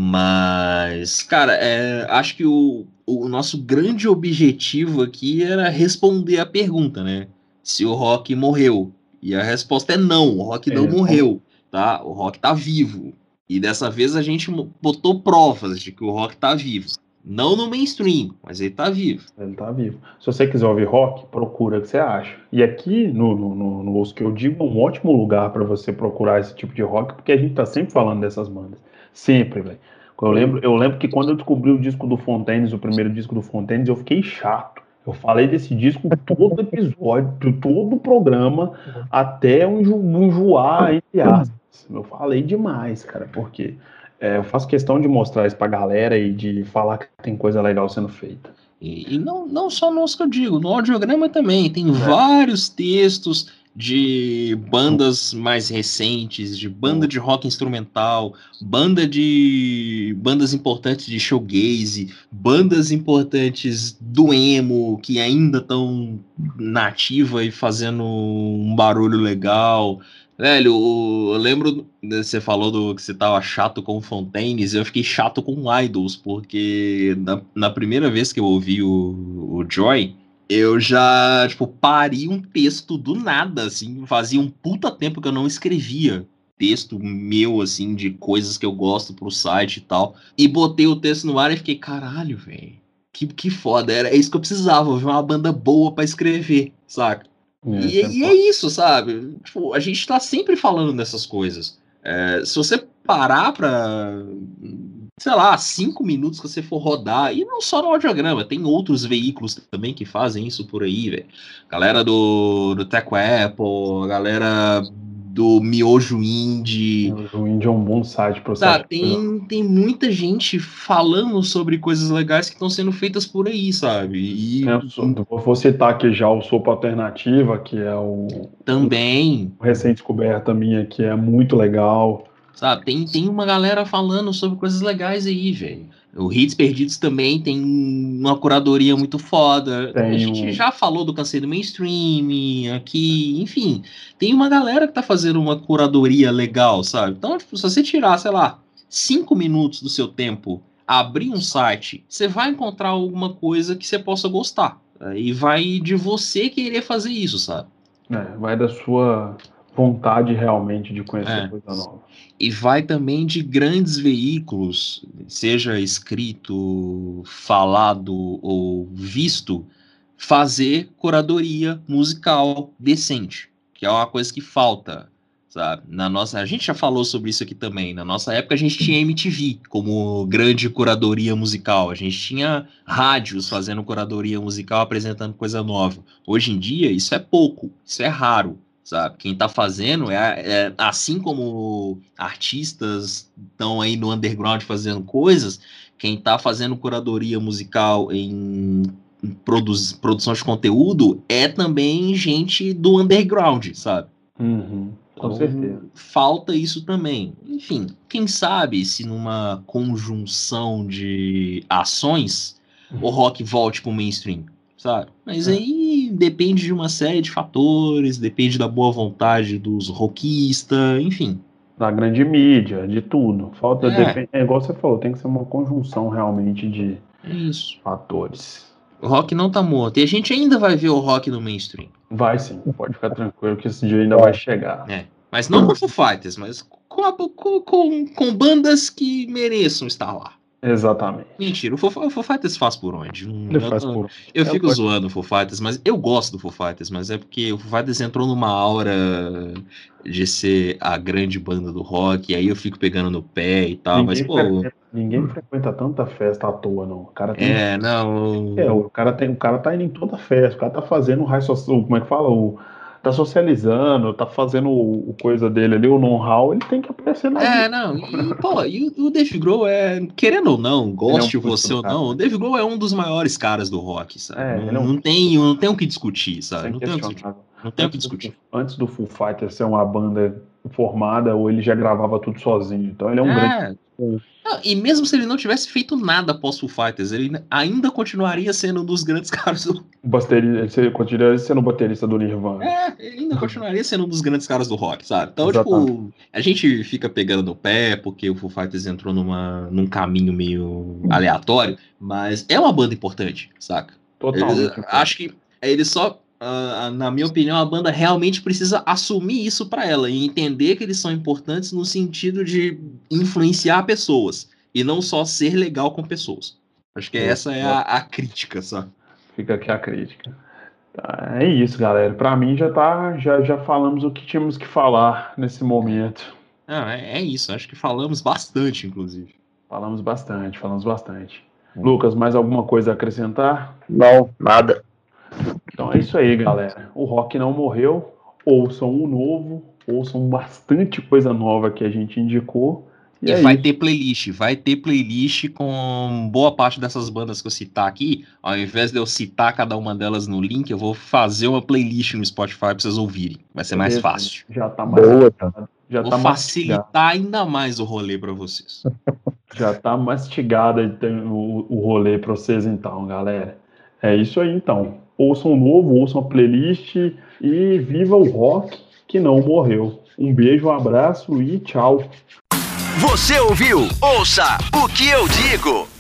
Mas, cara, acho que o nosso grande objetivo aqui era responder a pergunta, né? Se o rock morreu. E a resposta é não, o rock não morreu, tá? O rock tá vivo. E dessa vez a gente botou provas de que o rock tá vivo. Não no mainstream, mas ele tá vivo. Ele tá vivo. Se você quiser ouvir rock, procura o que você acha. E aqui, no Ouço Que Eu Digo, é um ótimo lugar para você procurar esse tipo de rock, porque a gente tá sempre falando dessas bandas. Sempre, velho. Eu lembro que quando eu descobri o disco do Fontaines, o primeiro disco do Fontaines, eu fiquei chato. Eu falei desse disco todo episódio, todo programa, até enjoar, entre aspas. Eu falei demais, cara, porque eu faço questão de mostrar isso pra galera e de falar que tem coisa legal sendo feita. E não só no que eu digo, no Audiograma também. Tem vários textos de bandas mais recentes, de banda de rock instrumental, bandas importantes de showgaze, bandas importantes do emo, que ainda estão nativa e fazendo um barulho legal. Velho, eu lembro, você falou que você tava chato com Fontaines, eu fiquei chato com Idols, porque na primeira vez que eu ouvi o Joy, eu já, tipo, parei um texto do nada, assim, fazia um puta tempo que eu não escrevia texto meu, assim, de coisas que eu gosto pro site e tal, e botei o texto no ar e fiquei, caralho, velho, que foda, é isso que eu precisava, ouvir uma banda boa pra escrever, saca? E é isso, sabe? Tipo, a gente tá sempre falando dessas coisas. Se você parar pra, sei lá, 5 minutos que você for rodar, e não só no Audiograma, tem outros veículos também que fazem isso por aí, velho. Galera do Teco Apple, galera do Miojo Indie. O Indie é um bom site para você tem muita gente falando sobre coisas legais que estão sendo feitas por aí, sabe? Vou citar aqui já o Sopa Alternativa, que é também recém-descoberta minha, que é muito legal. Sabe, tem uma galera falando sobre coisas legais aí, velho. O Hits Perdidos também tem uma curadoria muito foda. A gente já falou do Cansei do Mainstream aqui, enfim. Tem uma galera que tá fazendo uma curadoria legal, sabe? Então, tipo, se você tirar, sei lá, 5 minutos do seu tempo, abrir um site, você vai encontrar alguma coisa que você possa gostar. E vai de você querer fazer isso, sabe? Vai da sua vontade realmente de conhecer coisa nova. E vai também de grandes veículos, seja escrito, falado ou visto, fazer curadoria musical decente, que é uma coisa que falta. sabe? A gente já falou sobre isso aqui também. Na nossa época a gente tinha MTV como grande curadoria musical. A gente tinha rádios fazendo curadoria musical, apresentando coisa nova. Hoje em dia isso é pouco, isso é raro, sabe? Quem tá fazendo assim como artistas estão aí no underground fazendo coisas, quem tá fazendo curadoria musical em produção de conteúdo é também gente do underground, sabe? Com certeza. Falta isso também. Enfim, quem sabe se numa conjunção de ações o rock volte pro mainstream, sabe? Mas aí depende de uma série de fatores, depende da boa vontade dos rockistas, enfim. Da grande mídia, de tudo. É igual você falou, tem que ser uma conjunção realmente de fatores. O rock não tá morto. E a gente ainda vai ver o rock no mainstream. Vai sim, pode ficar tranquilo que esse dia ainda vai chegar. Mas não com Foo Fighters, mas com bandas que mereçam estar lá. Exatamente. Mentira, o Foo Fighters faz por onde? Eu fico zoando o Foo Fighters, mas eu gosto do Foo Fighters, mas é porque o Foo Fighters entrou numa aura de ser a grande banda do rock, e aí eu fico pegando no pé e tal, Ninguém frequenta tanta festa à toa, não. O cara tem. Não. O cara tá indo em toda festa, o cara tá fazendo como é que fala? Tá socializando, tá fazendo o coisa dele ali, o know-how, ele tem que aparecer na vida. E o Dave Grohl querendo ou não, goste você ou não, o Dave Grohl é um dos maiores caras do rock, sabe? Não tem o que discutir, sabe? Não tem o que discutir. Antes do Foo Fighters ser uma banda formada, ou ele já gravava tudo sozinho, então ele é um grande... E mesmo se ele não tivesse feito nada após Foo Fighters, ele ainda continuaria sendo um dos grandes caras do... Ele continuaria sendo o baterista do Nirvana. Ele ainda continuaria sendo um dos grandes caras do rock, sabe? Então, a gente fica pegando no pé porque o Foo Fighters entrou num caminho meio aleatório, mas é uma banda importante, saca? Totalmente. Acho que ele só... na minha opinião, a banda realmente precisa assumir isso pra ela e entender que eles são importantes no sentido de influenciar pessoas e não só ser legal com pessoas. Acho que essa é a crítica, sabe? Fica aqui a crítica. Tá, é isso, galera. Pra mim já falamos o que tínhamos que falar nesse momento. É isso. Acho que falamos bastante, inclusive. Falamos bastante. Lucas, mais alguma coisa a acrescentar? Não, nada. Então é isso aí, galera. O rock não morreu. Ouçam o novo. Ouçam bastante coisa nova que a gente indicou. E vai ter playlist com boa parte dessas bandas que eu citar aqui. Ao invés de eu citar cada uma delas no link, eu vou fazer uma playlist no Spotify pra vocês ouvirem. Vai ser mais fácil. Já tá mais boa, vou facilitar ainda mais o rolê pra vocês. Já tá mastigado o rolê pra vocês então, galera. É isso aí então. Ouçam o novo, ouçam a playlist e viva o rock que não morreu. Um beijo, um abraço e tchau. Você ouviu? Ouça o que eu digo.